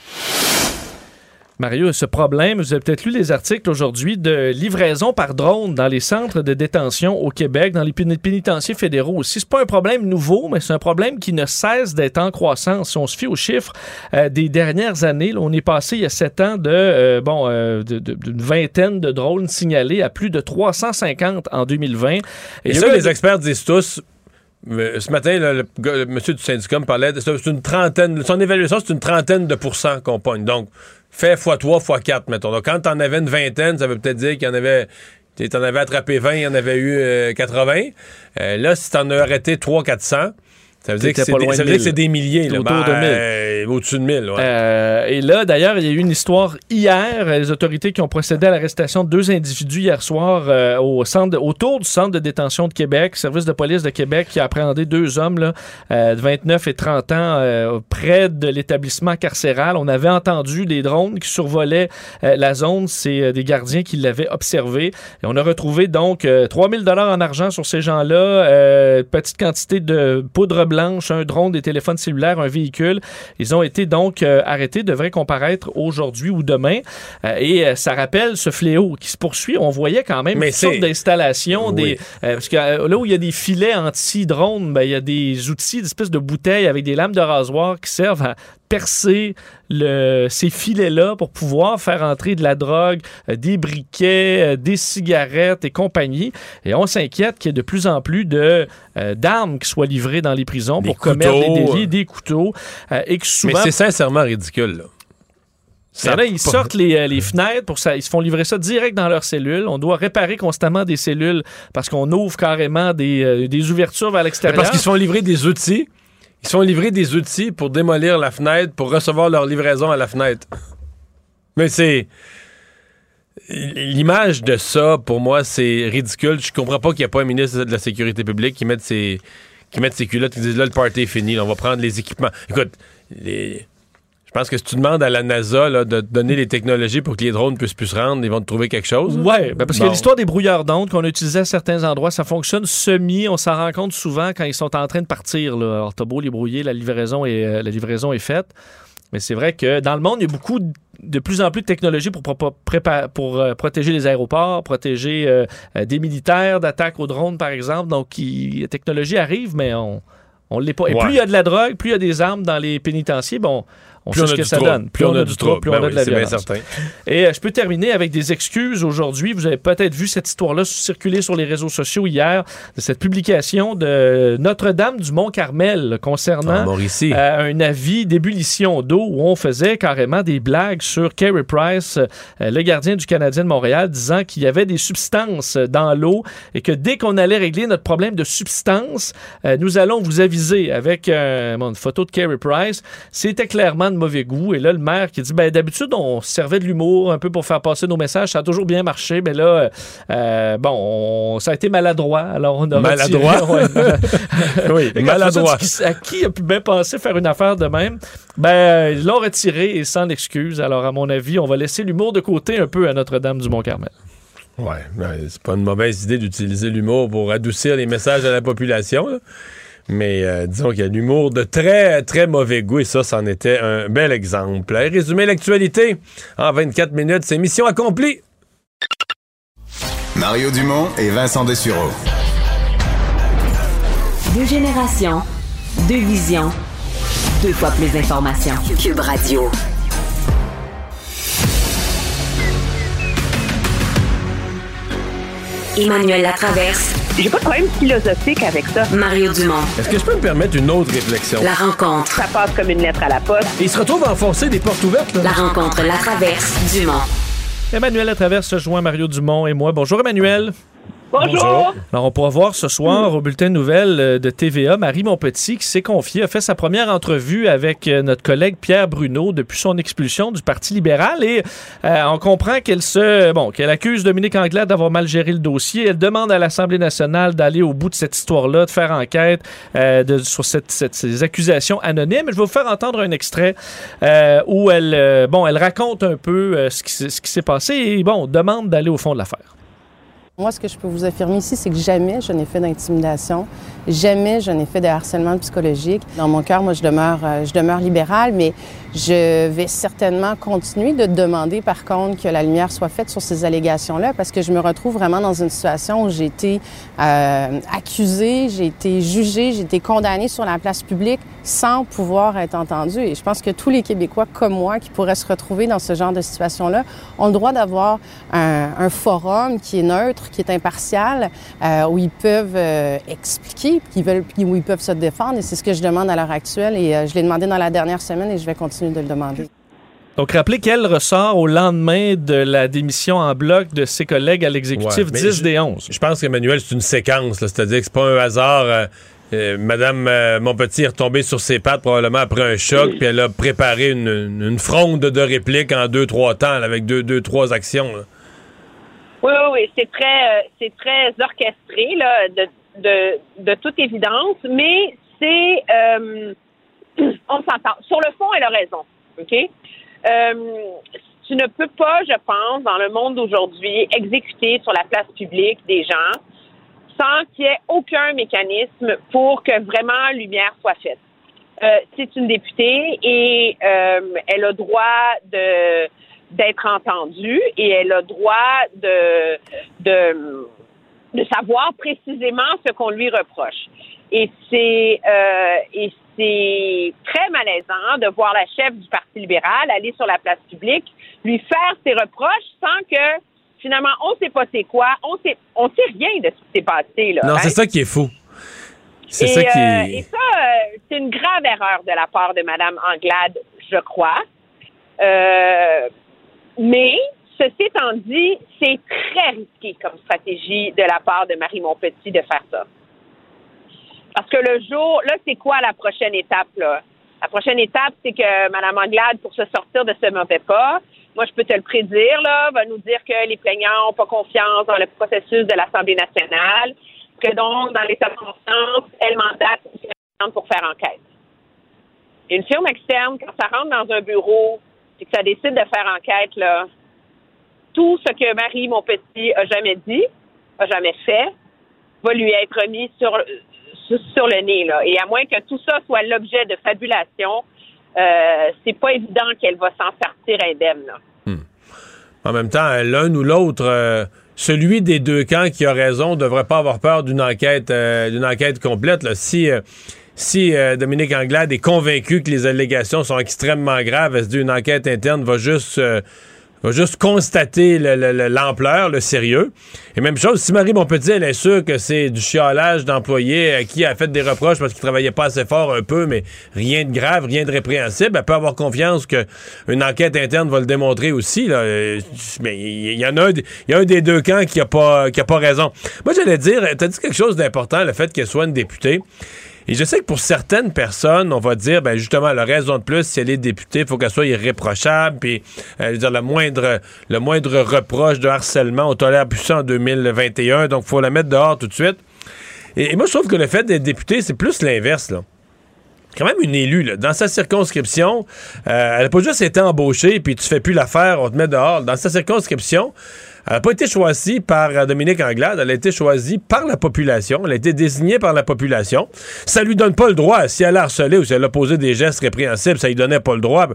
Mario, ce problème, vous avez peut-être lu les articles aujourd'hui de livraison par drone dans les centres de détention au Québec, dans les pénitenciers fédéraux aussi. C'est pas un problème nouveau, mais c'est un problème qui ne cesse d'être en croissance. Si on se fie aux chiffres euh, des dernières années, là, on est passé il y a sept ans de euh, bon euh, de, de, d'une vingtaine de drones signalés à plus de trois cent cinquante en deux mille vingt. Et, Et ça, les de... experts disent tous. Ce matin, là, le, le, le monsieur du syndicat me parlait de c'est une trentaine, son évaluation, c'est une trentaine de pourcents qu'on pogne. Donc, fait fois trois, fois quatre, mettons. Donc, quand t'en avais une vingtaine, ça veut peut-être dire qu'il y en avait, t'en avais attrapé vingt, il y en avait eu euh, quatre-vingts. Euh, là, si t'en as arrêté trois cents, quatre cents, ça veut dire que c'est des, ça veut dire que c'est des milliers. Là. Autour ben, de mille. Euh, au-dessus de mille, ouais. Euh, et là, d'ailleurs, il y a eu une histoire hier. Les autorités qui ont procédé à l'arrestation de deux individus hier soir euh, au centre de, autour du centre de détention de Québec, service de police de Québec qui a appréhendé deux hommes là, euh, de vingt-neuf et trente ans euh, près de l'établissement carcéral. On avait entendu des drones qui survolaient euh, la zone. C'est euh, des gardiens qui l'avaient observé. Et on a retrouvé donc euh, trois mille dollars en argent sur ces gens-là, euh, petite quantité de poudre blanche, blanche, un drone, des téléphones cellulaires, un véhicule. Ils ont été donc euh, arrêtés, devraient comparaître aujourd'hui ou demain. Euh, et euh, ça rappelle ce fléau qui se poursuit. On voyait quand même Mais une sorte d'installation. Oui. Des, euh, parce que euh, là où il y a des filets anti-drones, ben, il y a des outils, des espèces de bouteilles avec des lames de rasoir qui servent à percer le, ces filets-là pour pouvoir faire entrer de la drogue, euh, des briquets, euh, des cigarettes et compagnie. Et on s'inquiète qu'il y ait de plus en plus de, euh, d'armes qui soient livrées dans les prisons des pour commettre couteaux. des délits, des couteaux. Euh, et que souvent... Mais c'est sincèrement ridicule, là. Ça, là, ils sortent les, les fenêtres, pour ça, ils se font livrer ça direct dans leur cellule. On doit réparer constamment des cellules parce qu'on ouvre carrément des, euh, des ouvertures vers l'extérieur. Parce qu'ils se font livrer des outils. Ils se font livrer des outils pour démolir la fenêtre, pour recevoir leur livraison à la fenêtre. Mais c'est... L'image de ça, pour moi, c'est ridicule. Je comprends pas qu'il n'y a pas un ministre de la Sécurité publique qui mette ses, qui mette ses culottes et qui dise là, le party est fini, là, on va prendre les équipements. Écoute, les... Je pense que si tu demandes à la NASA là, de te donner les technologies pour que les drones puissent plus se rendre, ils vont te trouver quelque chose. Oui, ben parce bon. que l'histoire des brouilleurs d'ondes qu'on a utilisés à certains endroits, ça fonctionne semi. On s'en rend compte souvent quand ils sont en train de partir. Là. Alors, t'as beau les brouiller, la livraison est, euh, la livraison est faite. Mais c'est vrai que dans le monde, il y a beaucoup de, de plus en plus de technologies pour, pour, prépa- pour euh, protéger les aéroports, protéger euh, euh, des militaires d'attaques aux drones, par exemple. Donc, il, la technologie arrive, mais on on l'est pas. Et ouais. plus il y a de la drogue, plus il y a des armes dans les pénitentiaires, bon... On plus sait on ce que ça trouble. donne. Plus, plus on, on a du trouble, plus ben on a oui, de la violence. C'est bien certain. Et euh, je peux terminer avec des excuses aujourd'hui. Vous avez peut-être vu cette histoire-là circuler sur les réseaux sociaux hier, de cette publication de Notre-Dame du Mont-Carmel concernant euh, un avis d'ébullition d'eau où on faisait carrément des blagues sur Carey Price, euh, le gardien du Canadien de Montréal, disant qu'il y avait des substances dans l'eau et que dès qu'on allait régler notre problème de substances, euh, nous allons vous aviser avec euh, bon, une photo de Carey Price. C'était clairement de mauvais goût. Et là, le maire qui dit, ben d'habitude, on servait de l'humour un peu pour faire passer nos messages. Ça a toujours bien marché. Mais là, euh, bon, on, ça a été maladroit. Alors, on a Maladroit? Retiré, ouais, oui, maladroit. Ça, à qui a pu bien penser faire une affaire de même? Ben, ils l'ont retiré et sans excuse. Alors, à mon avis, on va laisser l'humour de côté un peu à Notre-Dame du Mont-Carmel. Ouais, c'est pas une mauvaise idée d'utiliser l'humour pour adoucir les messages à la population, là. Mais euh, disons qu'il y a l'humour de très, très mauvais goût et ça, c'en était un bel exemple. Et résumer l'actualité en vingt-quatre minutes, c'est mission accomplie. Mario Dumont et Vincent Dessureau. Deux générations, deux visions, deux fois plus d'informations. Cube Radio. Emmanuel Latraverse. J'ai pas de problème philosophique avec ça. Mario Dumont. Est-ce que je peux me permettre une autre réflexion? La rencontre. Ça passe comme une lettre à la poste. Et il se retrouve à enfoncer des portes ouvertes, là. La rencontre Latraverse Dumont. Emmanuel Latraverse se joint Mario Dumont et moi. Bonjour Emmanuel. Bonjour. Alors, on pourra voir ce soir au bulletin de nouvelles de T V A Marie Montpetit qui s'est confiée, a fait sa première entrevue avec notre collègue Pierre Bruno depuis son expulsion du Parti libéral et euh, on comprend qu'elle se, bon, qu'elle accuse Dominique Anglade d'avoir mal géré le dossier. Elle demande à l'Assemblée nationale d'aller au bout de cette histoire-là, de faire enquête euh, de, sur cette, cette, ces accusations anonymes. Je vais vous faire entendre un extrait euh, où elle, euh, bon, elle raconte un peu euh, ce qui, ce qui s'est passé et bon, demande d'aller au fond de l'affaire. Moi, ce que je peux vous affirmer ici, c'est que jamais je n'ai fait d'intimidation, jamais je n'ai fait de harcèlement psychologique. Dans mon cœur, moi, je demeure, euh, je demeure libérale, mais je vais certainement continuer de demander, par contre, que la lumière soit faite sur ces allégations-là, parce que je me retrouve vraiment dans une situation où j'ai été euh, accusée, j'ai été jugée, j'ai été condamnée sur la place publique sans pouvoir être entendue. Et je pense que tous les Québécois comme moi qui pourraient se retrouver dans ce genre de situation-là ont le droit d'avoir un, un forum qui est neutre, qui est impartial, euh, où ils peuvent euh, expliquer, qui veulent, où ils peuvent se défendre. Et c'est ce que je demande à l'heure actuelle. Et euh, je l'ai demandé dans la dernière semaine et je vais continuer de le demander. Donc, rappelez qu'elle ressort au lendemain de la démission en bloc de ses collègues à l'exécutif ouais, dix des onze. Je pense qu'Emmanuel, c'est une séquence. Là, c'est-à-dire que c'est pas un hasard. Euh, euh, Madame euh, Montpetit est retombée sur ses pattes probablement après un choc, puis elle a préparé une, une, une fronde de répliques en deux, trois temps, là, avec deux, deux, trois actions. Là. Oui, oui, oui. C'est très, euh, c'est très orchestré, là, de, de, de toute évidence, mais c'est... Euh, on s'entend. Sur le fond, elle a raison, OK? Euh, tu ne peux pas, je pense, dans le monde d'aujourd'hui, exécuter sur la place publique des gens sans qu'il y ait aucun mécanisme pour que vraiment lumière soit faite. Euh, c'est une députée et euh, elle a droit de d'être entendue et elle a droit de de de savoir précisément ce qu'on lui reproche. Et c'est euh, et c'est très malaisant de voir la chef du Parti libéral aller sur la place publique, lui faire ses reproches sans que finalement on sait pas c'est quoi, on sait on sait rien de ce qui s'est passé là. Non, hein? C'est ça qui est fou. C'est et, ça qui est... euh, et ça, euh, c'est une grave erreur de la part de Mme Anglade, je crois. Euh, mais, ceci étant dit, c'est très risqué comme stratégie de la part de Marie Montpetit de faire ça. Parce que le jour, là, c'est quoi la prochaine étape, là? La prochaine étape, c'est que Mme Anglade, pour se sortir de ce mauvais pas, moi, je peux te le prédire, là, va nous dire que les plaignants n'ont pas confiance dans le processus de l'Assemblée nationale, que donc, dans l'état de confiance, elle mandate une firme externe pour faire enquête. Une firme externe, quand ça rentre dans un bureau, et que ça décide de faire enquête, là, tout ce que Marie Montpetit a jamais dit, a jamais fait, va lui être remis sur, sur, sur le nez, là. Et à moins que tout ça soit l'objet de fabulation, euh, c'est pas évident qu'elle va s'en sortir indemne, là. Hmm. En même temps, l'un ou l'autre, euh, celui des deux camps qui a raison ne devrait pas avoir peur d'une enquête, euh, d'une enquête complète, là. Si... Euh, Si euh, Dominique Anglade est convaincu que les allégations sont extrêmement graves, elle se dit une enquête interne va juste euh, va juste constater le, le, le, l'ampleur, le sérieux. Et même chose, si Marie Montpetit, elle est sûre que c'est du chiolage d'employés à qui a fait des reproches parce qu'il travaillait pas assez fort un peu, mais rien de grave, rien de répréhensible, elle peut avoir confiance qu'une enquête interne va le démontrer aussi, là. Mais il y en a un, il y a un des deux camps qui a pas, qui a pas raison. Moi, j'allais dire, t'as dit quelque chose d'important, le fait qu'elle soit une députée. Et je sais que pour certaines personnes, on va dire, ben justement, la raison de plus, si elle est députée, il faut qu'elle soit irréprochable, puis, euh, je veux dire, le moindre, le moindre reproche de harcèlement, on tolère plus ça en deux mille vingt et un, donc il faut la mettre dehors tout de suite. Et, et moi, je trouve que le fait d'être députée, c'est plus l'inverse, là. Quand même une élue, là. Dans sa circonscription, euh, elle n'a pas juste été embauchée, puis tu fais plus l'affaire, on te met dehors. Dans sa circonscription, elle n'a pas été choisie par Dominique Anglade, elle a été choisie par la population, elle a été désignée par la population. Ça lui donne pas le droit, si elle a harcelé ou si elle a posé des gestes répréhensibles, ça lui donnait pas le droit.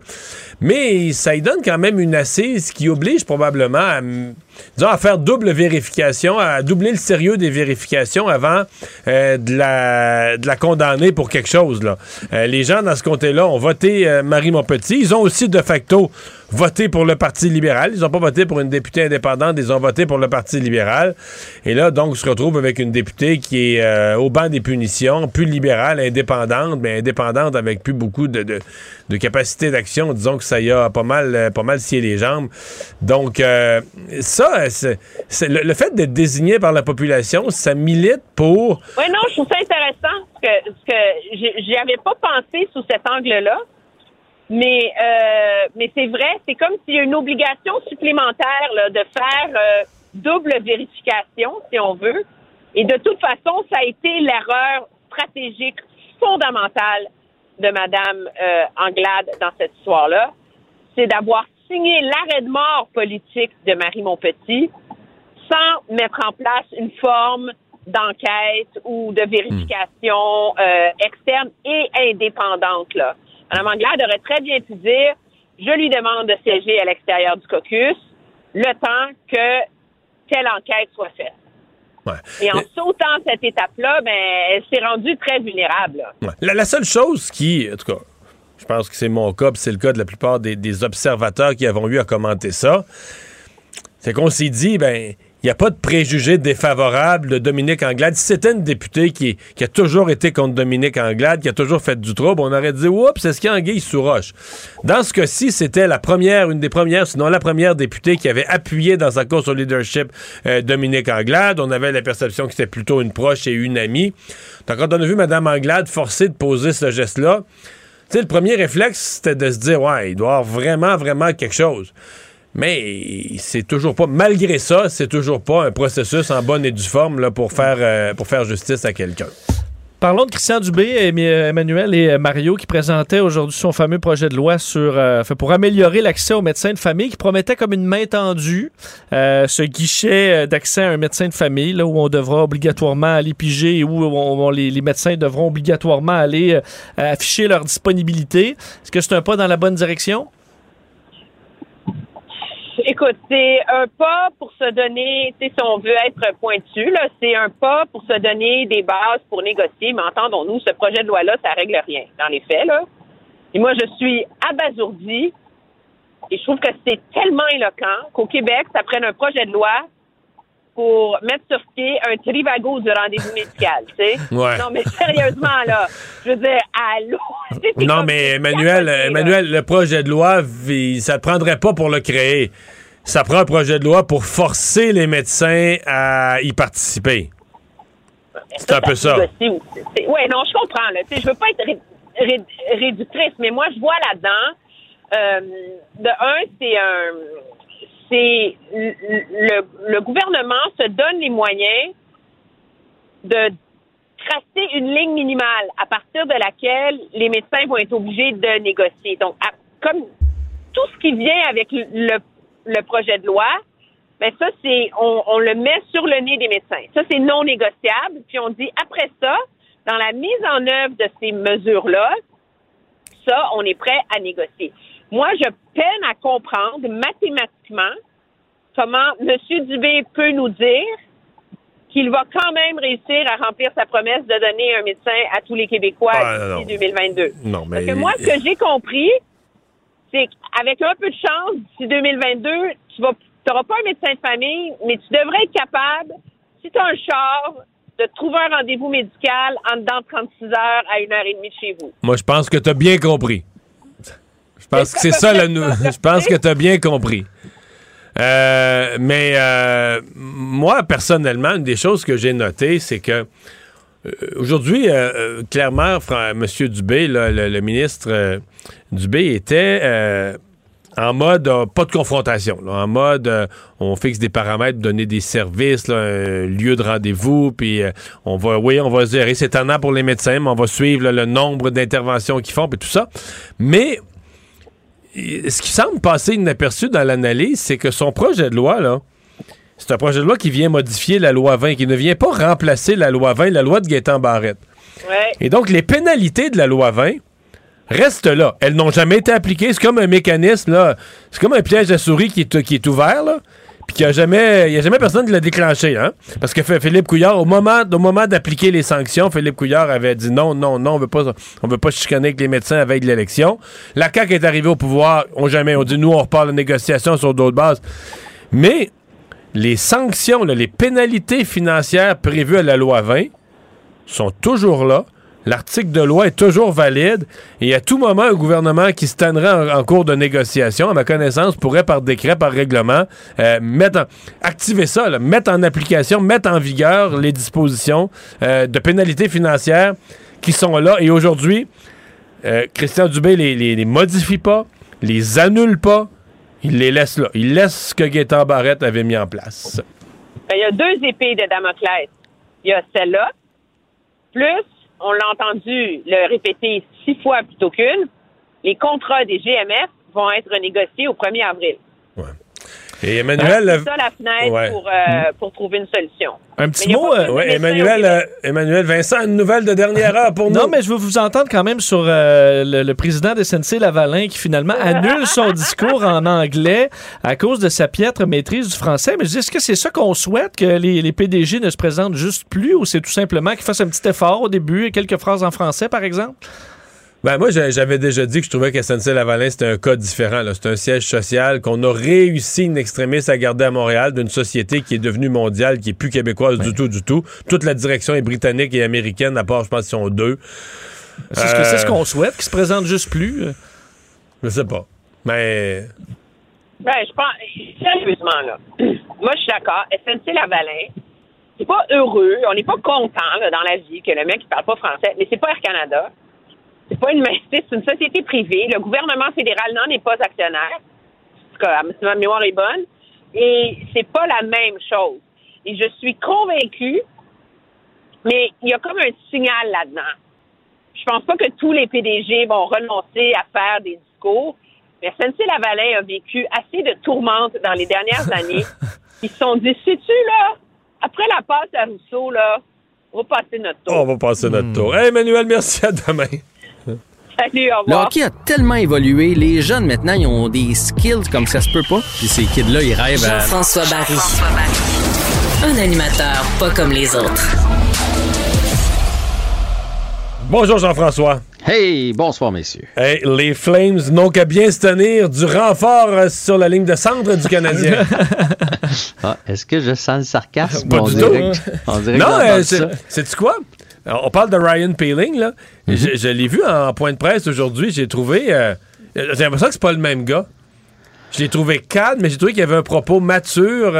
Mais ça lui donne quand même une assise qui oblige probablement à, disons, à faire double vérification, à doubler le sérieux des vérifications avant euh, de, la, de la condamner pour quelque chose, là. Euh, les gens, dans ce comté-là, ont voté euh, Marie Montpetit. Ils ont aussi, de facto, voté pour le Parti libéral. Ils n'ont pas voté pour une députée indépendante, ils ont voté pour le Parti libéral. Et là, donc, on se retrouve avec une députée qui est euh, au banc des punitions, plus libérale, indépendante, mais indépendante avec plus beaucoup de, de, de capacité d'action. Disons que ça y a pas mal, pas mal scié les jambes. Donc, euh, ça, c'est, c'est le, le fait d'être désigné par la population, ça milite pour... Oui, non, je trouve ça intéressant, parce que, parce que j'y avais pas pensé sous cet angle-là. Mais euh, mais c'est vrai, c'est comme s'il y a une obligation supplémentaire là, de faire euh, double vérification, si on veut. Et de toute façon, ça a été l'erreur stratégique fondamentale de Mme euh, Anglade dans cette histoire-là. C'est d'avoir signé l'arrêt de mort politique de Marie Montpetit sans mettre en place une forme d'enquête ou de vérification euh, externe et indépendante, là. Mme Anglade aurait très bien pu dire « Je lui demande de siéger à l'extérieur du caucus le temps que telle enquête soit faite. » Ouais. Et en Mais... sautant cette étape-là, ben, elle s'est rendue très vulnérable. Ouais. La, la seule chose qui, en tout cas, je pense que c'est mon cas, puis c'est le cas de la plupart des, des observateurs qui avons eu à commenter ça, c'est qu'on s'est dit, ben... il n'y a pas de préjugés défavorables de Dominique Anglade. Si c'était une députée qui, qui a toujours été contre Dominique Anglade, qui a toujours fait du trouble, on aurait dit « Oups, c'est ce qu'il y a anguille sous roche ». Dans ce cas-ci, c'était la première, une des premières, sinon la première députée qui avait appuyé dans sa course au leadership euh, Dominique Anglade. On avait la perception que c'était plutôt une proche et une amie. Donc, quand on a vu Mme Anglade forcée de poser ce geste-là, tu sais, le premier réflexe, c'était de se dire « Ouais, il doit y avoir vraiment, vraiment quelque chose ». Mais c'est toujours pas, malgré ça, c'est toujours pas un processus en bonne et due forme là, pour, faire, euh, pour faire justice à quelqu'un. Parlons de Christian Dubé, Emmanuel et Mario qui présentaient aujourd'hui son fameux projet de loi sur euh, pour améliorer l'accès aux médecins de famille qui promettait comme une main tendue euh, ce guichet d'accès à un médecin de famille là, où on devra obligatoirement aller piger et où on, on, les, les médecins devront obligatoirement aller euh, afficher leur disponibilité. Est-ce que c'est un pas dans la bonne direction? Écoute, c'est un pas pour se donner, tu sais, si on veut être pointu, là, c'est un pas pour se donner des bases pour négocier, mais entendons-nous, ce projet de loi-là, ça règle rien, dans les faits, là. Et moi, je suis abasourdie, et je trouve que c'est tellement éloquent qu'au Québec, ça prenne un projet de loi pour mettre sur pied un Trivago du rendez-vous médical, tu sais. Ouais. Non, mais sérieusement, là, je veux dire, allô? C'est Non, comme- mais Emmanuel, capoté, Emmanuel, le projet de loi, il- ça ne prendrait pas pour le créer. Ça prend un projet de loi pour forcer les médecins à y participer. C'est un peu ça. Oui, non, je comprends. Là. Tu sais, je veux pas être ré- ré- réductrice, mais moi, je vois là-dedans, euh, de un, c'est un... c'est le, le gouvernement se donne les moyens de tracer une ligne minimale à partir de laquelle les médecins vont être obligés de négocier. Donc, à, comme tout ce qui vient avec le, le, le projet de loi, ben ça, c'est on, on le met sur le nez des médecins. Ça, c'est non négociable. Puis on dit, après ça, dans la mise en œuvre de ces mesures-là, ça, on est prêt à négocier. Moi, je peine à comprendre mathématiquement comment M. Dubé peut nous dire qu'il va quand même réussir à remplir sa promesse de donner un médecin à tous les Québécois Ah, d'ici deux mille vingt-deux. Non, mais... Parce que moi, ce que j'ai compris, c'est qu'avec un peu de chance, d'ici deux mille vingt-deux, tu vas, t'auras pas un médecin de famille, mais tu devrais être capable, si tu as un char, de trouver un rendez-vous médical en dedans de trente-six heures à une heure et demie de chez vous. Moi, je pense que tu as bien compris. Je pense que c'est ça, la nou- Je pense que tu as bien compris. Euh, mais euh, moi, personnellement, une des choses que j'ai notées, c'est que euh, aujourd'hui, euh, clairement, M. Dubé, là, le, le ministre euh, Dubé, était euh, en mode euh, pas de confrontation, là, en mode euh, on fixe des paramètres, donner des services, là, un lieu de rendez-vous, puis euh, on va, oui, on va se dire, c'est tannant pour les médecins, mais on va suivre là, le nombre d'interventions qu'ils font, puis tout ça. Mais ce qui semble passer inaperçu dans l'analyse, c'est que son projet de loi, là, c'est un projet de loi qui vient modifier la loi vingt, qui ne vient pas remplacer la loi vingt, la loi de Gaétan Barrette. Ouais. Et donc, les pénalités de la loi vingt restent là. Elles n'ont jamais été appliquées. C'est comme un mécanisme, là. C'est comme un piège à souris qui est, qui est ouvert, là. Puis qu'il n'y a jamais, il y a jamais personne qui l'a déclenché, hein. Parce que Philippe Couillard, au moment, au moment d'appliquer les sanctions, Philippe Couillard avait dit non, non, non, on veut pas, on veut pas chicaner avec les médecins à veille de l'élection. La C A Q est arrivée au pouvoir, on jamais, on dit nous, on repart la négociation sur d'autres bases. Mais les sanctions, là, les pénalités financières prévues à la loi vingt sont toujours là. L'article de loi est toujours valide et à tout moment, un gouvernement qui se tannerait en, en cours de négociation, à ma connaissance, pourrait par décret, par règlement, euh, mettre en, activer ça, là, mettre en application, mettre en vigueur les dispositions euh, de pénalités financières qui sont là. Et aujourd'hui, euh, Christian Dubé les, les, les modifie pas, les annule pas, il les laisse là. Il laisse ce que Gaétan Barrette avait mis en place. Ben, il y a deux épées de Damoclès. Il y a celle-là, plus on l'a entendu le répéter six fois plutôt qu'une, les contrats des G M F vont être négociés au premier avril. Ouais. Et Emmanuel... C'est ça la fenêtre ouais. pour, euh, pour trouver une solution. Un petit Mais mot... euh, ouais, Emmanuel, euh, Emmanuel Vincent, une nouvelle de dernière heure pour nous. Non, mais je veux vous entendre quand même sur euh, le, le président de S N C-Lavalin qui finalement annule son discours en anglais à cause de sa piètre maîtrise du français. Mais je dis, est-ce que c'est ça qu'on souhaite, que les, les P D G ne se présentent juste plus, ou c'est tout simplement qu'ils fassent un petit effort au début et quelques phrases en français, par exemple? Ben moi, j'avais déjà dit que je trouvais qu'S N C-Lavalin, c'était un cas différent. Là. C'est un siège social qu'on a réussi une extrémiste à garder à Montréal d'une société qui est devenue mondiale, qui est plus québécoise ouais. du tout, du tout. Toute la direction est britannique et américaine, à part, je pense, qu'ils sont deux. C'est ce, euh... c'est ce qu'on souhaite, qu'ils se présentent juste plus? Je sais pas. Mais... Ben, je pense... Sérieusement, là, moi, je suis d'accord. S N C-Lavalin, c'est pas heureux, on n'est pas content là, dans la vie que le mec, il parle pas français, mais c'est pas Air Canada. C'est pas une c'est une société privée. Le gouvernement fédéral n'en est pas actionnaire. En tout cas, si ma mémoire est bonne. Et c'est pas la même chose. Et je suis convaincue, mais il y a comme un signal là-dedans. Je pense pas que tous les P D G vont renoncer à faire des discours, mais S N C-Lavalin a vécu assez de tourmentes dans les dernières années. Ils se sont dit, sais-tu, là, après la passe à Rousseau, là, on va passer notre tour. Oh, on va passer notre tour. Hey, Emmanuel, merci, à demain. Salut, au revoir. Le hockey a tellement évolué. Les jeunes, maintenant, ils ont des skills comme ça se peut pas. Puis ces kids-là, ils rêvent à... Jean-François Barry. Un animateur pas comme les autres. Bonjour, Jean-François. Hey, bonsoir, messieurs. Hey, les Flames n'ont qu'à bien se tenir du renfort euh, sur la ligne de centre du Canadien. Ah, est-ce que je sens le sarcasme? Pas on du dirait tout. que- on dirait Non, que euh, j'entends ça. c'est- sais-tu quoi? Alors, on parle de Ryan Poehling, là. Mm-hmm. je, je l'ai vu en point de presse aujourd'hui. J'ai trouvé... Euh, j'ai l'impression que c'est pas le même gars. Je l'ai trouvé calme, mais j'ai trouvé qu'il y avait un propos mature...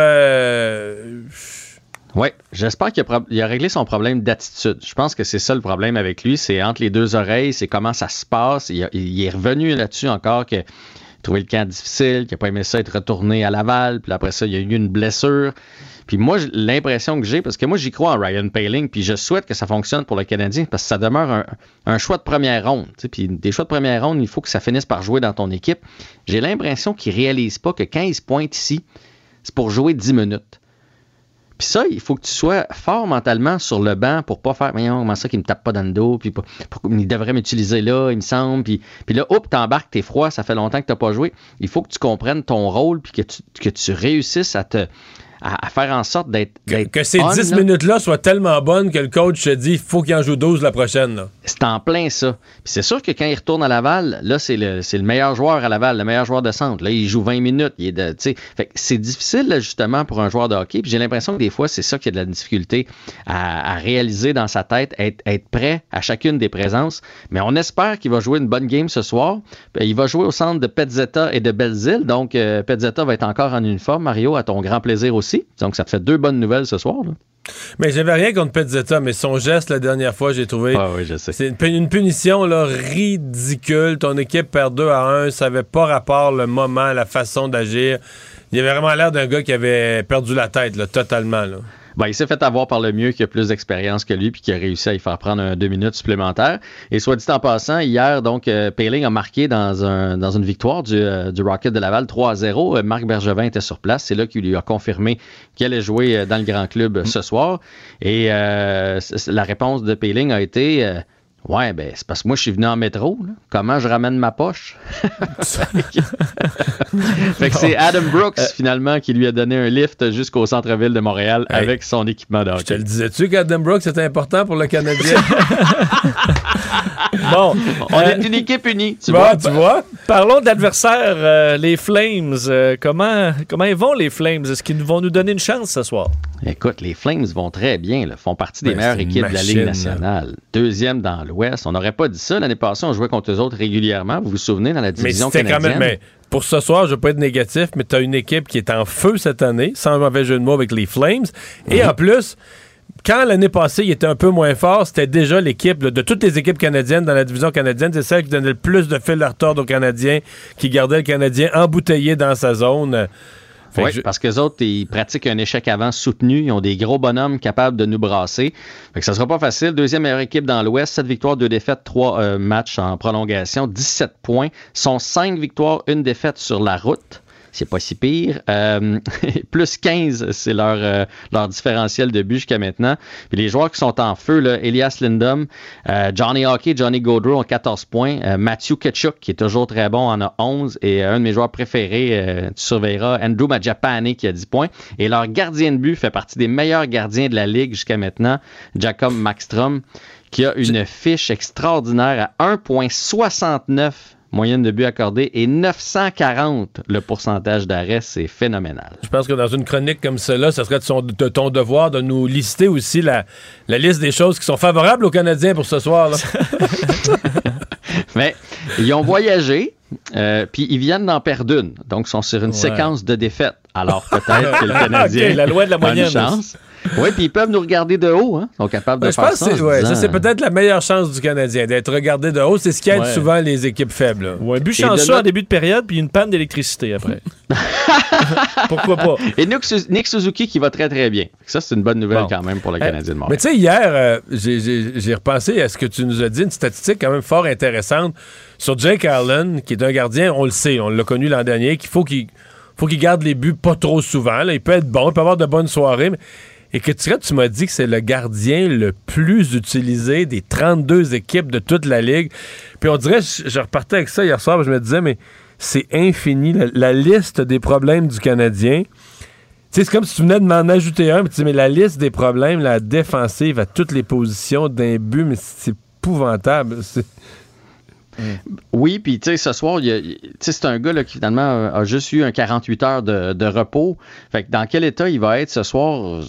Euh, Oui, j'espère qu'il a, pro- il a réglé son problème d'attitude. Je pense que c'est ça le problème avec lui, c'est entre les deux oreilles, c'est comment ça se passe. Il, a- il est revenu là-dessus encore que trouvé le camp difficile, qu'il n'a pas aimé ça être retourné à Laval, puis après ça, il y a eu une blessure. Puis moi, j- l'impression que j'ai, parce que moi, j'y crois en Ryan Poehling, puis je souhaite que ça fonctionne pour le Canadien, parce que ça demeure un, un choix de première ronde. tu sais. Puis des choix de première ronde, il faut que ça finisse par jouer dans ton équipe. J'ai l'impression qu'il ne réalise pas que quand il se pointe ici, c'est pour jouer dix minutes. Puis ça, il faut que tu sois fort mentalement sur le banc pour pas faire, voyons, comment ça qu'il me tape pas dans le dos, puis pour, pour- il devrait m'utiliser là, il me semble, puis, puis là, hop, t'embarques, t'es froid, ça fait longtemps que t'as pas joué. Il faut que tu comprennes ton rôle, puis que tu, que tu réussisses à te à, à faire en sorte d'être... d'être que ces on, dix là. minutes-là soient tellement bonnes que le coach se dit il faut qu'il en joue douze la prochaine. Là. C'est en plein ça. Puis c'est sûr que quand il retourne à Laval, là, c'est le, c'est le meilleur joueur à Laval, le meilleur joueur de centre. Là, il joue vingt minutes. Il est de, tu sais, fait que c'est difficile, là, justement, pour un joueur de hockey. Puis j'ai l'impression que des fois, c'est ça qui a de la difficulté à, à réaliser dans sa tête, être, être prêt à chacune des présences. Mais on espère qu'il va jouer une bonne game ce soir. Puis il va jouer au centre de Pezzetta et de Belleville. Donc, euh, Pezzetta va être encore en uniforme, Mario, à ton grand plaisir aussi. Donc, ça te fait deux bonnes nouvelles ce soir, là. Mais j'avais rien contre Pezzetta, mais son geste la dernière fois, j'ai trouvé. Ah oui, je sais. C'est une, pu- une punition là, ridicule. Ton équipe perd deux à un. Ça n'avait pas rapport le moment, la façon d'agir. Il avait vraiment l'air d'un gars qui avait perdu la tête, là, totalement. Là. Ben, il s'est fait avoir par le mieux qui a plus d'expérience que lui puis qui a réussi à y faire prendre un deux minutes supplémentaires. Et soit dit en passant, hier, donc, euh, Poehling a marqué dans, un, dans une victoire du, euh, du Rocket de Laval trois à zéro. Euh, Marc Bergevin était sur place. C'est là qu'il lui a confirmé qu'il allait jouer euh, dans le grand club euh, ce soir. Et euh, c- c- la réponse de Poehling a été... euh, Ouais, ben, c'est parce que moi, je suis venu en métro. Là. Comment je ramène ma poche? Fait que c'est Adam Brooks, finalement, qui lui a donné un lift jusqu'au centre-ville de Montréal Hey. avec son équipement de hockey. Je te le disais-tu qu'Adam Brooks c'était important pour le Canadien? Bon, On euh, est une équipe unie, tu Bon, vois. tu vois? parlons d'adversaires, euh, les Flames. Euh, comment, comment ils vont, les Flames? Est-ce qu'ils vont nous donner une chance ce soir? Écoute, les Flames vont très bien, là, font partie des Ben, meilleures c'est une équipes de la machine, Ligue nationale. Deuxième dans l'Ouest. On n'aurait pas dit ça. L'année passée, on jouait contre eux autres régulièrement. Vous vous souvenez, dans la Mais division c'était quand canadienne? même. Mais pour ce soir, je ne veux pas être négatif, mais tu as une équipe qui est en feu cette année, sans mauvais jeu de mots avec les Flames. Et en plus, quand l'année passée, il était un peu moins fort, c'était déjà l'équipe, là, de toutes les équipes canadiennes dans la division canadienne, c'est celle qui donnait le plus de fil à retordre aux Canadiens, qui gardait le Canadien embouteillé dans sa zone. Fait Oui, que je- parce qu'eux autres, ils pratiquent un échec avant soutenu. Ils ont des gros bonhommes capables de nous brasser. Fait que ça sera pas facile. Deuxième meilleure équipe dans l'Ouest. sept victoires, deux défaites, trois euh, matchs en prolongation. dix-sept points. Sont cinq victoires, une défaite sur la route. C'est pas si pire. Euh, plus quinze, c'est leur, euh, leur différentiel de but jusqu'à maintenant. Puis les joueurs qui sont en feu, là, Elias Lindholm, euh, Johnny Hockey, Johnny Gaudreau ont quatorze points. Euh, Matthew Tkachuk, qui est toujours très bon, en a onze. Et euh, un de mes joueurs préférés, euh, tu surveilleras, Andrew Majapane, qui a dix points. Et leur gardien de but fait partie des meilleurs gardiens de la Ligue jusqu'à maintenant, Jacob Markstrom, qui a une fiche extraordinaire à un virgule soixante-neuf moyenne de but accordée et neuf cent quarante le pourcentage d'arrêt, c'est phénoménal. Je pense que dans une chronique comme celle-là, ce serait de, son- de ton devoir de nous lister aussi la, la liste des choses qui sont favorables aux Canadiens pour ce soir. Là. Mais ils ont voyagé, euh, puis ils viennent d'en perdre une. Donc, ils sont sur une Ouais. séquence de défaites. Alors, peut-être que le Canadien Ok, la loi de la a moyenne. une chance. Oui, puis ils peuvent nous regarder de haut. Hein? Ils sont capables de Ouais, je faire pense ça. que en c'est, se ouais, disant, ça, c'est peut-être la meilleure chance du Canadien, d'être regardé de haut. C'est ce qui aide Ouais. souvent les équipes faibles. là. Ou un but Et de chanceux notre- en début de période, puis une panne d'électricité après. Pourquoi pas? Et Nick, Su- Nick Suzuki qui va très, très bien. Ça, c'est une bonne nouvelle Bon. quand même pour le Euh, Canadien de Mais Montréal. tu sais, hier, euh, j'ai, j'ai- j'ai repensé à ce que tu nous as dit, une statistique quand même fort intéressante sur Jake Allen, qui est un gardien, on le sait, on l'a connu l'an dernier, qu'il faut qu'il, faut qu'il garde les buts pas trop souvent. Là. Il peut être bon, il peut avoir de bonnes soirées. Mais... Et que tu, tu m'as dit que c'est le gardien le plus utilisé des trente-deux équipes de toute la Ligue. Puis on dirait, je, je repartais avec ça hier soir, je me disais, mais c'est infini, la, la liste des problèmes du Canadien. Tu sais, c'est comme si tu venais de m'en ajouter un, mais tu dis, mais la liste des problèmes, la défensive à toutes les positions d'un but, mais c'est épouvantable. C'est, Mm. Oui, puis tu sais, ce soir, c'est un gars là, qui finalement a, a juste eu un quarante-huit heures de, de repos. Fait que dans quel état il va être ce soir,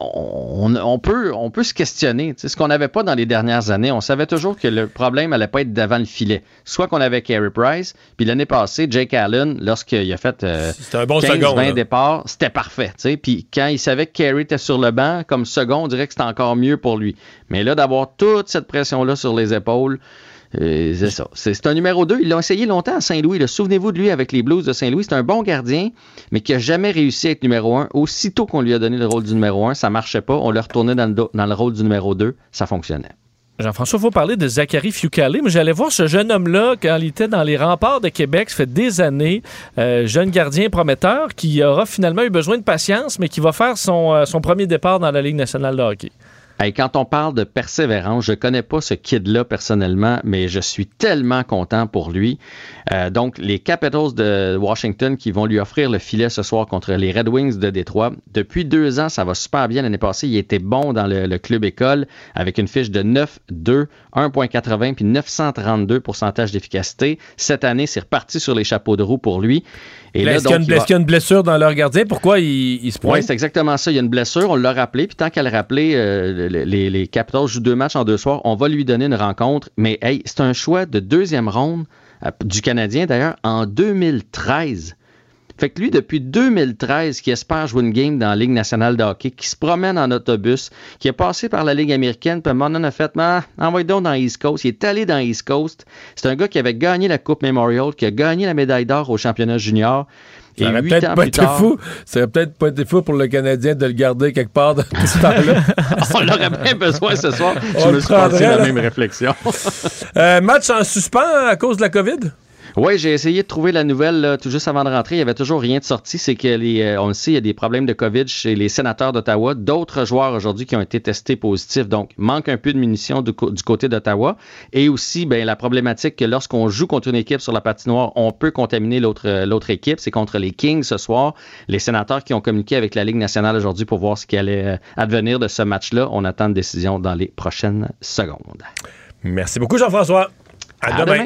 on, on, peut, on peut se questionner. T'sais, ce qu'on n'avait pas dans les dernières années, on savait toujours que le problème n'allait pas être devant le filet. Soit qu'on avait Carey Price, puis l'année passée, Jake Allen, lorsqu'il a fait euh, un bon quinze vingt là. départs, c'était parfait. Puis quand il savait que Carey était sur le banc, comme second, on dirait que c'était encore mieux pour lui. Mais là, d'avoir toute cette pression-là sur les épaules, Euh, c'est ça. C'est, c'est un numéro deux. Ils l'ont essayé longtemps à Saint-Louis. Là. Souvenez-vous de lui avec les Blues de Saint-Louis. C'est un bon gardien, mais qui n'a jamais réussi à être numéro un. Aussitôt qu'on lui a donné le rôle du numéro un, ça ne marchait pas. On l'a retourné dans le, do- dans le rôle du numéro deux. Ça fonctionnait. Jean-François, il faut parler de Zachary Fucale, mais j'allais voir ce jeune homme-là quand il était dans les remparts de Québec, ça fait des années, euh, jeune gardien prometteur qui aura finalement eu besoin de patience, mais qui va faire son, euh, son premier départ dans la Ligue nationale de hockey. Hey, quand on parle de persévérance, je ne connais pas ce kid-là personnellement, mais je suis tellement content pour lui. Euh, donc, les Capitals de Washington qui vont lui offrir le filet ce soir contre les Red Wings de Détroit. Depuis deux ans, ça va super bien. L'année passée, il était bon dans le, le club école avec une fiche de neuf deux, un virgule quatre-vingts puis neuf cent trente-deux pourcentage d'efficacité. Cette année, c'est reparti sur les chapeaux de roue pour lui. Et là, là, est-ce, donc, qu'il y a une, va... est-ce qu'il y a une blessure dans leur gardien? Pourquoi il, il se pointe? Oui, c'est exactement ça. Il y a une blessure. On l'a rappelé. Puis tant qu'elle l'a rappelé, euh, les, les Capitals jouent deux matchs en deux soirs. On va lui donner une rencontre. Mais hey, c'est un choix de deuxième ronde euh, du Canadien, d'ailleurs, en deux mille treize. Fait que lui, depuis deux mille treize, qui espère jouer une game dans la Ligue nationale de hockey, qui se promène en autobus, qui est passé par la Ligue américaine, puis maintenant a fait, ah, envoie donc dans East Coast. Il est allé dans East Coast. C'est un gars qui avait gagné la Coupe Memorial, qui a gagné la médaille d'or au championnat junior. Ça aurait peut-être pas été tard, fou. Ça aurait peut-être pas été fou pour le Canadien de le garder quelque part dans tout ce temps-là. On l'aurait bien besoin ce soir. Je me suis passé la même réflexion. euh, match en suspens à cause de la COVID? Oui, j'ai essayé de trouver la nouvelle là, tout juste avant de rentrer. Il n'y avait toujours rien de sorti. C'est que les, euh, on le sait, il y a des problèmes de COVID chez les sénateurs d'Ottawa. D'autres joueurs aujourd'hui qui ont été testés positifs. Donc, manque un peu de munitions du, co- du côté d'Ottawa. Et aussi, ben, la problématique que lorsqu'on joue contre une équipe sur la patinoire, on peut contaminer l'autre, euh, l'autre équipe. C'est contre les Kings ce soir. Les sénateurs qui ont communiqué avec la Ligue nationale aujourd'hui pour voir ce qui allait euh, advenir de ce match-là. On attend une décision dans les prochaines secondes. Merci beaucoup, Jean-François. À, à demain. demain.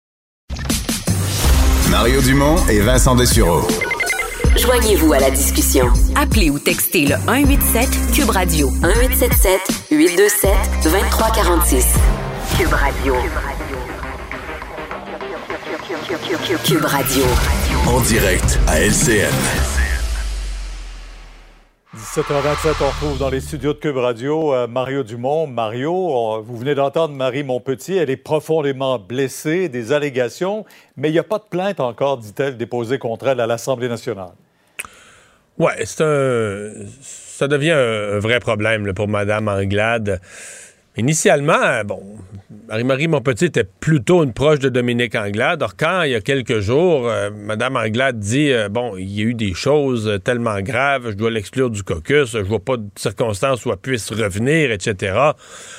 Mario Dumont et Vincent Dessureau. Joignez-vous à la discussion. Appelez ou textez le un huit sept Cube Radio un huit sept sept huit deux sept deux trois quatre six. Cube Radio. Cube Radio. En direct à L C N. dix-sept heures vingt-sept, on retrouve dans les studios de Cube Radio euh, Mario Dumont. Mario, on, vous venez d'entendre Marie Montpetit, elle est profondément blessée, des allégations, mais il n'y a pas de plainte encore, dit-elle, déposée contre elle à l'Assemblée nationale. Oui, c'est un... ça devient un vrai problème là, pour Mme Anglade. Initialement, bon, Marie-Marie Montpetit était plutôt une proche de Dominique Anglade. Or, quand, il y a quelques jours, euh, Mme Anglade dit euh, bon, il y a eu des choses tellement graves, je dois l'exclure du caucus, je vois pas de circonstances où elle puisse revenir, et cetera.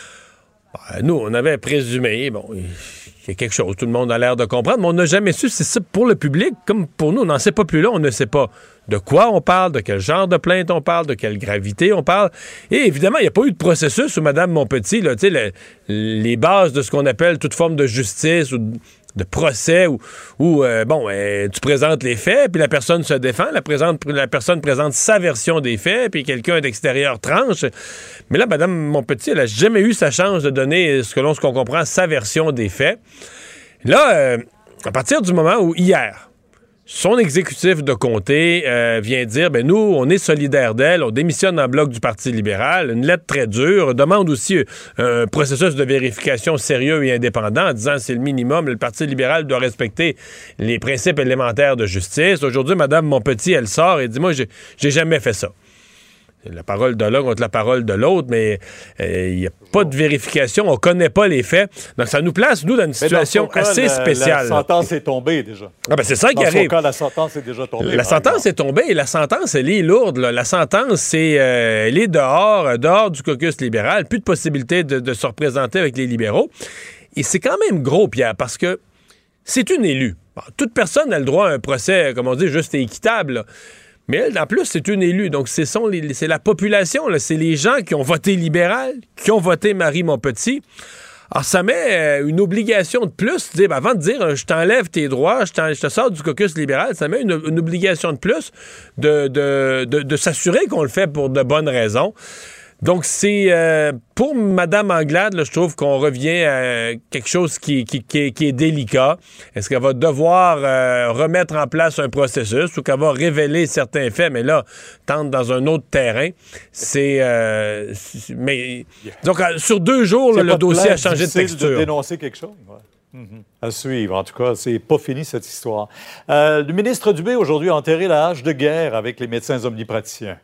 Ben, nous, on avait présumé, bon, il y a quelque chose, tout le monde a l'air de comprendre, mais on n'a jamais su, c'est ça pour le public, comme pour nous, on n'en sait pas plus là, on ne sait pas de quoi on parle, de quel genre de plainte on parle, de quelle gravité on parle. Et évidemment, il n'y a pas eu de processus où Mme Montpetit, là, tu sais, le, les bases de ce qu'on appelle toute forme de justice ou de procès où, où euh, bon, euh, tu présentes les faits, puis la personne se défend, la, présente, la personne présente sa version des faits, puis quelqu'un d'extérieur tranche. Mais là, Mme Montpetit, elle n'a jamais eu sa chance de donner, selon ce qu'on comprend, sa version des faits. Là, euh, à partir du moment où, hier, son exécutif de comté euh, vient dire, ben nous, on est solidaires d'elle, on démissionne en bloc du Parti libéral, une lettre très dure, demande aussi un processus de vérification sérieux et indépendant en disant c'est le minimum, le Parti libéral doit respecter les principes élémentaires de justice. Aujourd'hui, Mme Montpetit, elle sort et dit, moi, j'ai, j'ai jamais fait ça. La parole de l'un contre la parole de l'autre, mais il euh, n'y a pas de vérification, on ne connaît pas les faits. Donc, ça nous place, nous, dans une situation cas, assez la, spéciale. La sentence est tombée, déjà. Ah ben c'est ça dans qui arrive. Dans son cas, la sentence est déjà tombée. La sentence exemple. est tombée et la sentence, elle est lourde. Là. La sentence, c'est, euh, elle est dehors, dehors du caucus libéral. Plus de possibilité de, de se représenter avec les libéraux. Et c'est quand même gros, Pierre, parce que c'est une élue. Bon, toute personne a le droit à un procès, comme on dit, juste et équitable, là. Mais elle, en plus, c'est une élue. Donc, c'est, son, c'est la population. Là. C'est les gens qui ont voté libéral, qui ont voté Marie Montpetit. Alors, ça met une obligation de plus. Dire, ben, avant de dire je t'enlève tes droits, je, je te sors du caucus libéral, ça met une, une obligation de plus de, de, de, de s'assurer qu'on le fait pour de bonnes raisons. Donc, c'est euh, pour Mme Anglade, là, je trouve qu'on revient à quelque chose qui, qui, qui, est, qui est délicat. Est-ce qu'elle va devoir euh, remettre en place un processus ou qu'elle va révéler certains faits, mais là, tente dans un autre terrain. C'est... Euh, c'est mais donc, sur deux jours, là, le dossier a changé de texture. De dénoncer quelque chose, ouais. Mm-hmm. À suivre. En tout cas, c'est pas fini, cette histoire. Euh, le ministre Dubé, aujourd'hui, a enterré la hache de guerre avec les médecins omnipraticiens.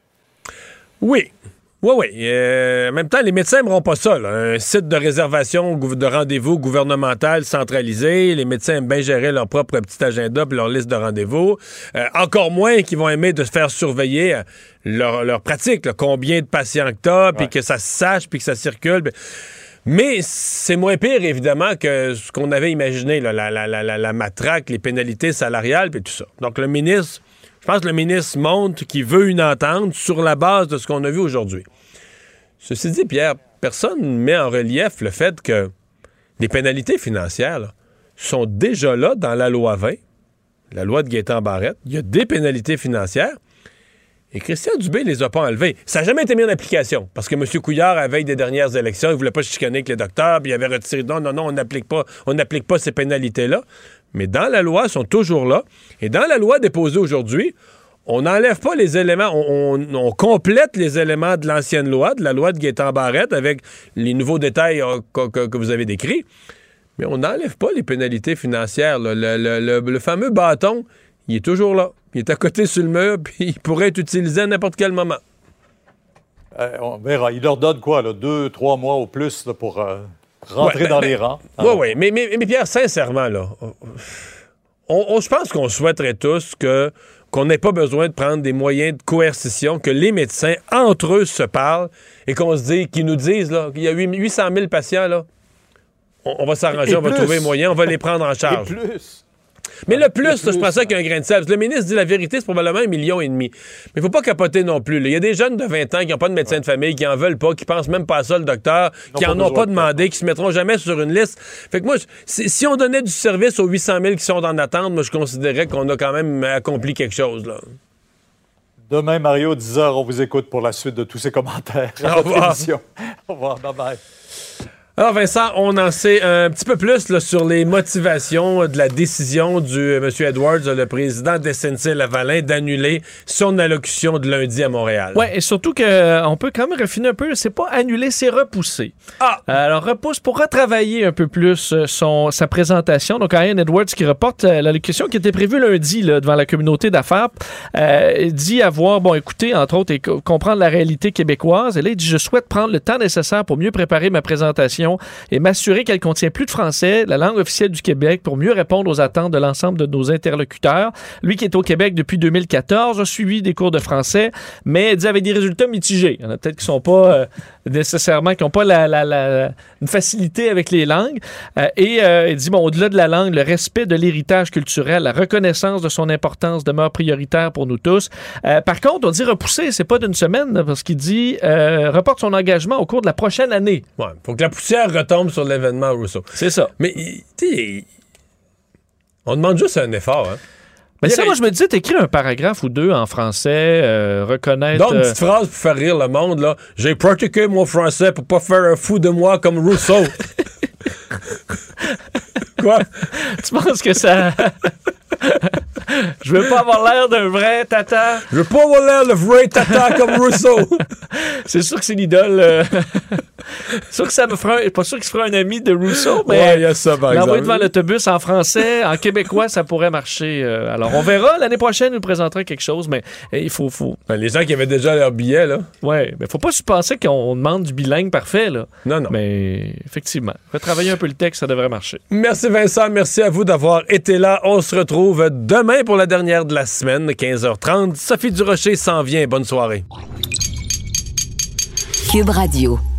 Oui. Oui, oui. Euh, en même temps, les médecins n'aimeront pas ça. Là. Un site de réservation de rendez-vous gouvernemental centralisé. Les médecins aiment bien gérer leur propre petit agenda et leur liste de rendez-vous. Euh, encore moins qu'ils vont aimer de se faire surveiller euh, leur, leur pratique. Là. Combien de patients que t'as, puis ouais. que ça se sache, puis que ça circule. Pis... Mais c'est moins pire, évidemment, que ce qu'on avait imaginé, là, la, la, la, la, la matraque, les pénalités salariales, puis tout ça. Donc, le ministre... Je pense que le ministre montre qu'il veut une entente sur la base de ce qu'on a vu aujourd'hui. Ceci dit, Pierre, personne ne met en relief le fait que les pénalités financières là, sont déjà là dans la loi vingt, la loi de Gaétan Barrette. Il y a des pénalités financières et Christian Dubé les a pas enlevées. Ça n'a jamais été mis en application parce que M. Couillard, à la veille des dernières élections, il ne voulait pas chicaner avec les docteurs, puis il avait retiré. Non, non, non, on n'applique pas, on n'applique pas ces pénalités-là. Mais dans la loi, ils sont toujours là. Et dans la loi déposée aujourd'hui, on n'enlève pas les éléments, on, on, on complète les éléments de l'ancienne loi, de la loi de Gaétan Barrette, avec les nouveaux détails euh, que, que, que vous avez décrits. Mais on n'enlève pas les pénalités financières. Là. Le, le, le, le fameux bâton, il est toujours là. Il est à côté sur le mur, puis il pourrait être utilisé à n'importe quel moment. Euh, on verra. Il leur donne quoi, là, deux, trois mois au plus là, pour... Euh... Rentrer ouais, ben, dans les ben, rangs. Oui, oui. Mais, mais, mais Pierre, sincèrement, là, on, on, je pense qu'on souhaiterait tous que, qu'on n'ait pas besoin de prendre des moyens de coercition, que les médecins, entre eux, se parlent et qu'on se dise, qu'ils nous disent là, qu'il y a huit cent mille patients, là, on, on va s'arranger, on va trouver un moyen, on va les prendre en charge. Et plus. Mais le plus, là, je prends ça qu'un grain de sel. Le ministre dit la vérité, c'est probablement un million et demi. Mais il ne faut pas capoter non plus. Il y a des jeunes de vingt ans qui n'ont pas de médecin ouais. de famille, qui n'en veulent pas, qui pensent même pas à ça, le docteur, qui n'en ont pas demandé, qui se mettront jamais sur une liste. Fait que moi, si on donnait du service aux huit cent mille qui sont en attente, moi, je considérais qu'on a quand même accompli quelque chose, là. Demain, Mario, dix heures, on vous écoute pour la suite de tous ces commentaires. Au revoir. Au revoir. Bye-bye. Alors Vincent, on en sait un petit peu plus là, sur les motivations de la décision du euh, M. Edwards, le président d'S N C-Lavalin, d'annuler son allocution de lundi à Montréal. Oui, et surtout qu'on peut quand même raffiner un peu, c'est pas annuler, c'est repousser. Ah! Alors, repousse pour retravailler un peu plus son, sa présentation. Donc, Ian Edwards qui reporte euh, l'allocution qui était prévue lundi là, devant la communauté d'affaires, euh, dit avoir, bon, écoutez, entre autres, et co- comprendre la réalité québécoise. Et là, il dit, je souhaite prendre le temps nécessaire pour mieux préparer ma présentation et m'assurer qu'elle contient plus de français, la langue officielle du Québec, pour mieux répondre aux attentes de l'ensemble de nos interlocuteurs. Lui qui est au Québec depuis deux mille quatorze, a suivi des cours de français, mais il dit avec des résultats mitigés. Il y en a peut-être qui sont pas euh, nécessairement, qui n'ont pas la, la, la, une facilité avec les langues. Euh, et euh, il dit, bon, au-delà de la langue, le respect de l'héritage culturel, la reconnaissance de son importance demeure prioritaire pour nous tous. Euh, par contre, on dit repousser, c'est pas d'une semaine, parce qu'il dit euh, reporte son engagement au cours de la prochaine année. Ouais, faut que la poussière retombe sur l'événement Rousseau. C'est ça. Mais, tu sais, on demande juste un effort, hein. Mais ça, moi, je me disais, t'écris un paragraphe ou deux en français, euh, reconnaître... Donc, une petite phrase pour faire rire le monde, là. J'ai pratiqué mon français pour pas faire un fou de moi comme Rousseau. Quoi? Tu penses que ça... Je veux pas avoir l'air d'un vrai tata. Je veux pas avoir l'air de vrai tata comme Rousseau. C'est sûr que c'est l'idole. Euh... c'est sûr que ça me fera un... Pas sûr qu'il se fera un ami de Rousseau, mais ouais, il y a ça, par exemple. L'envoyer devant l'autobus en français, en québécois, ça pourrait marcher. Euh, alors, on verra. L'année prochaine, il nous présentera quelque chose, mais eh, il faut... faut... Ben, les gens qui avaient déjà leur billet, là. Ouais, mais faut pas se penser qu'on demande du bilingue parfait, là. Non, non. Mais effectivement, retravailler un peu le texte, ça devrait marcher. Merci Vincent, merci à vous d'avoir été là. On se retrouve demain pour la dernière de la semaine, quinze heures trente. Sophie Durocher s'en vient. Bonne soirée. Cube Radio.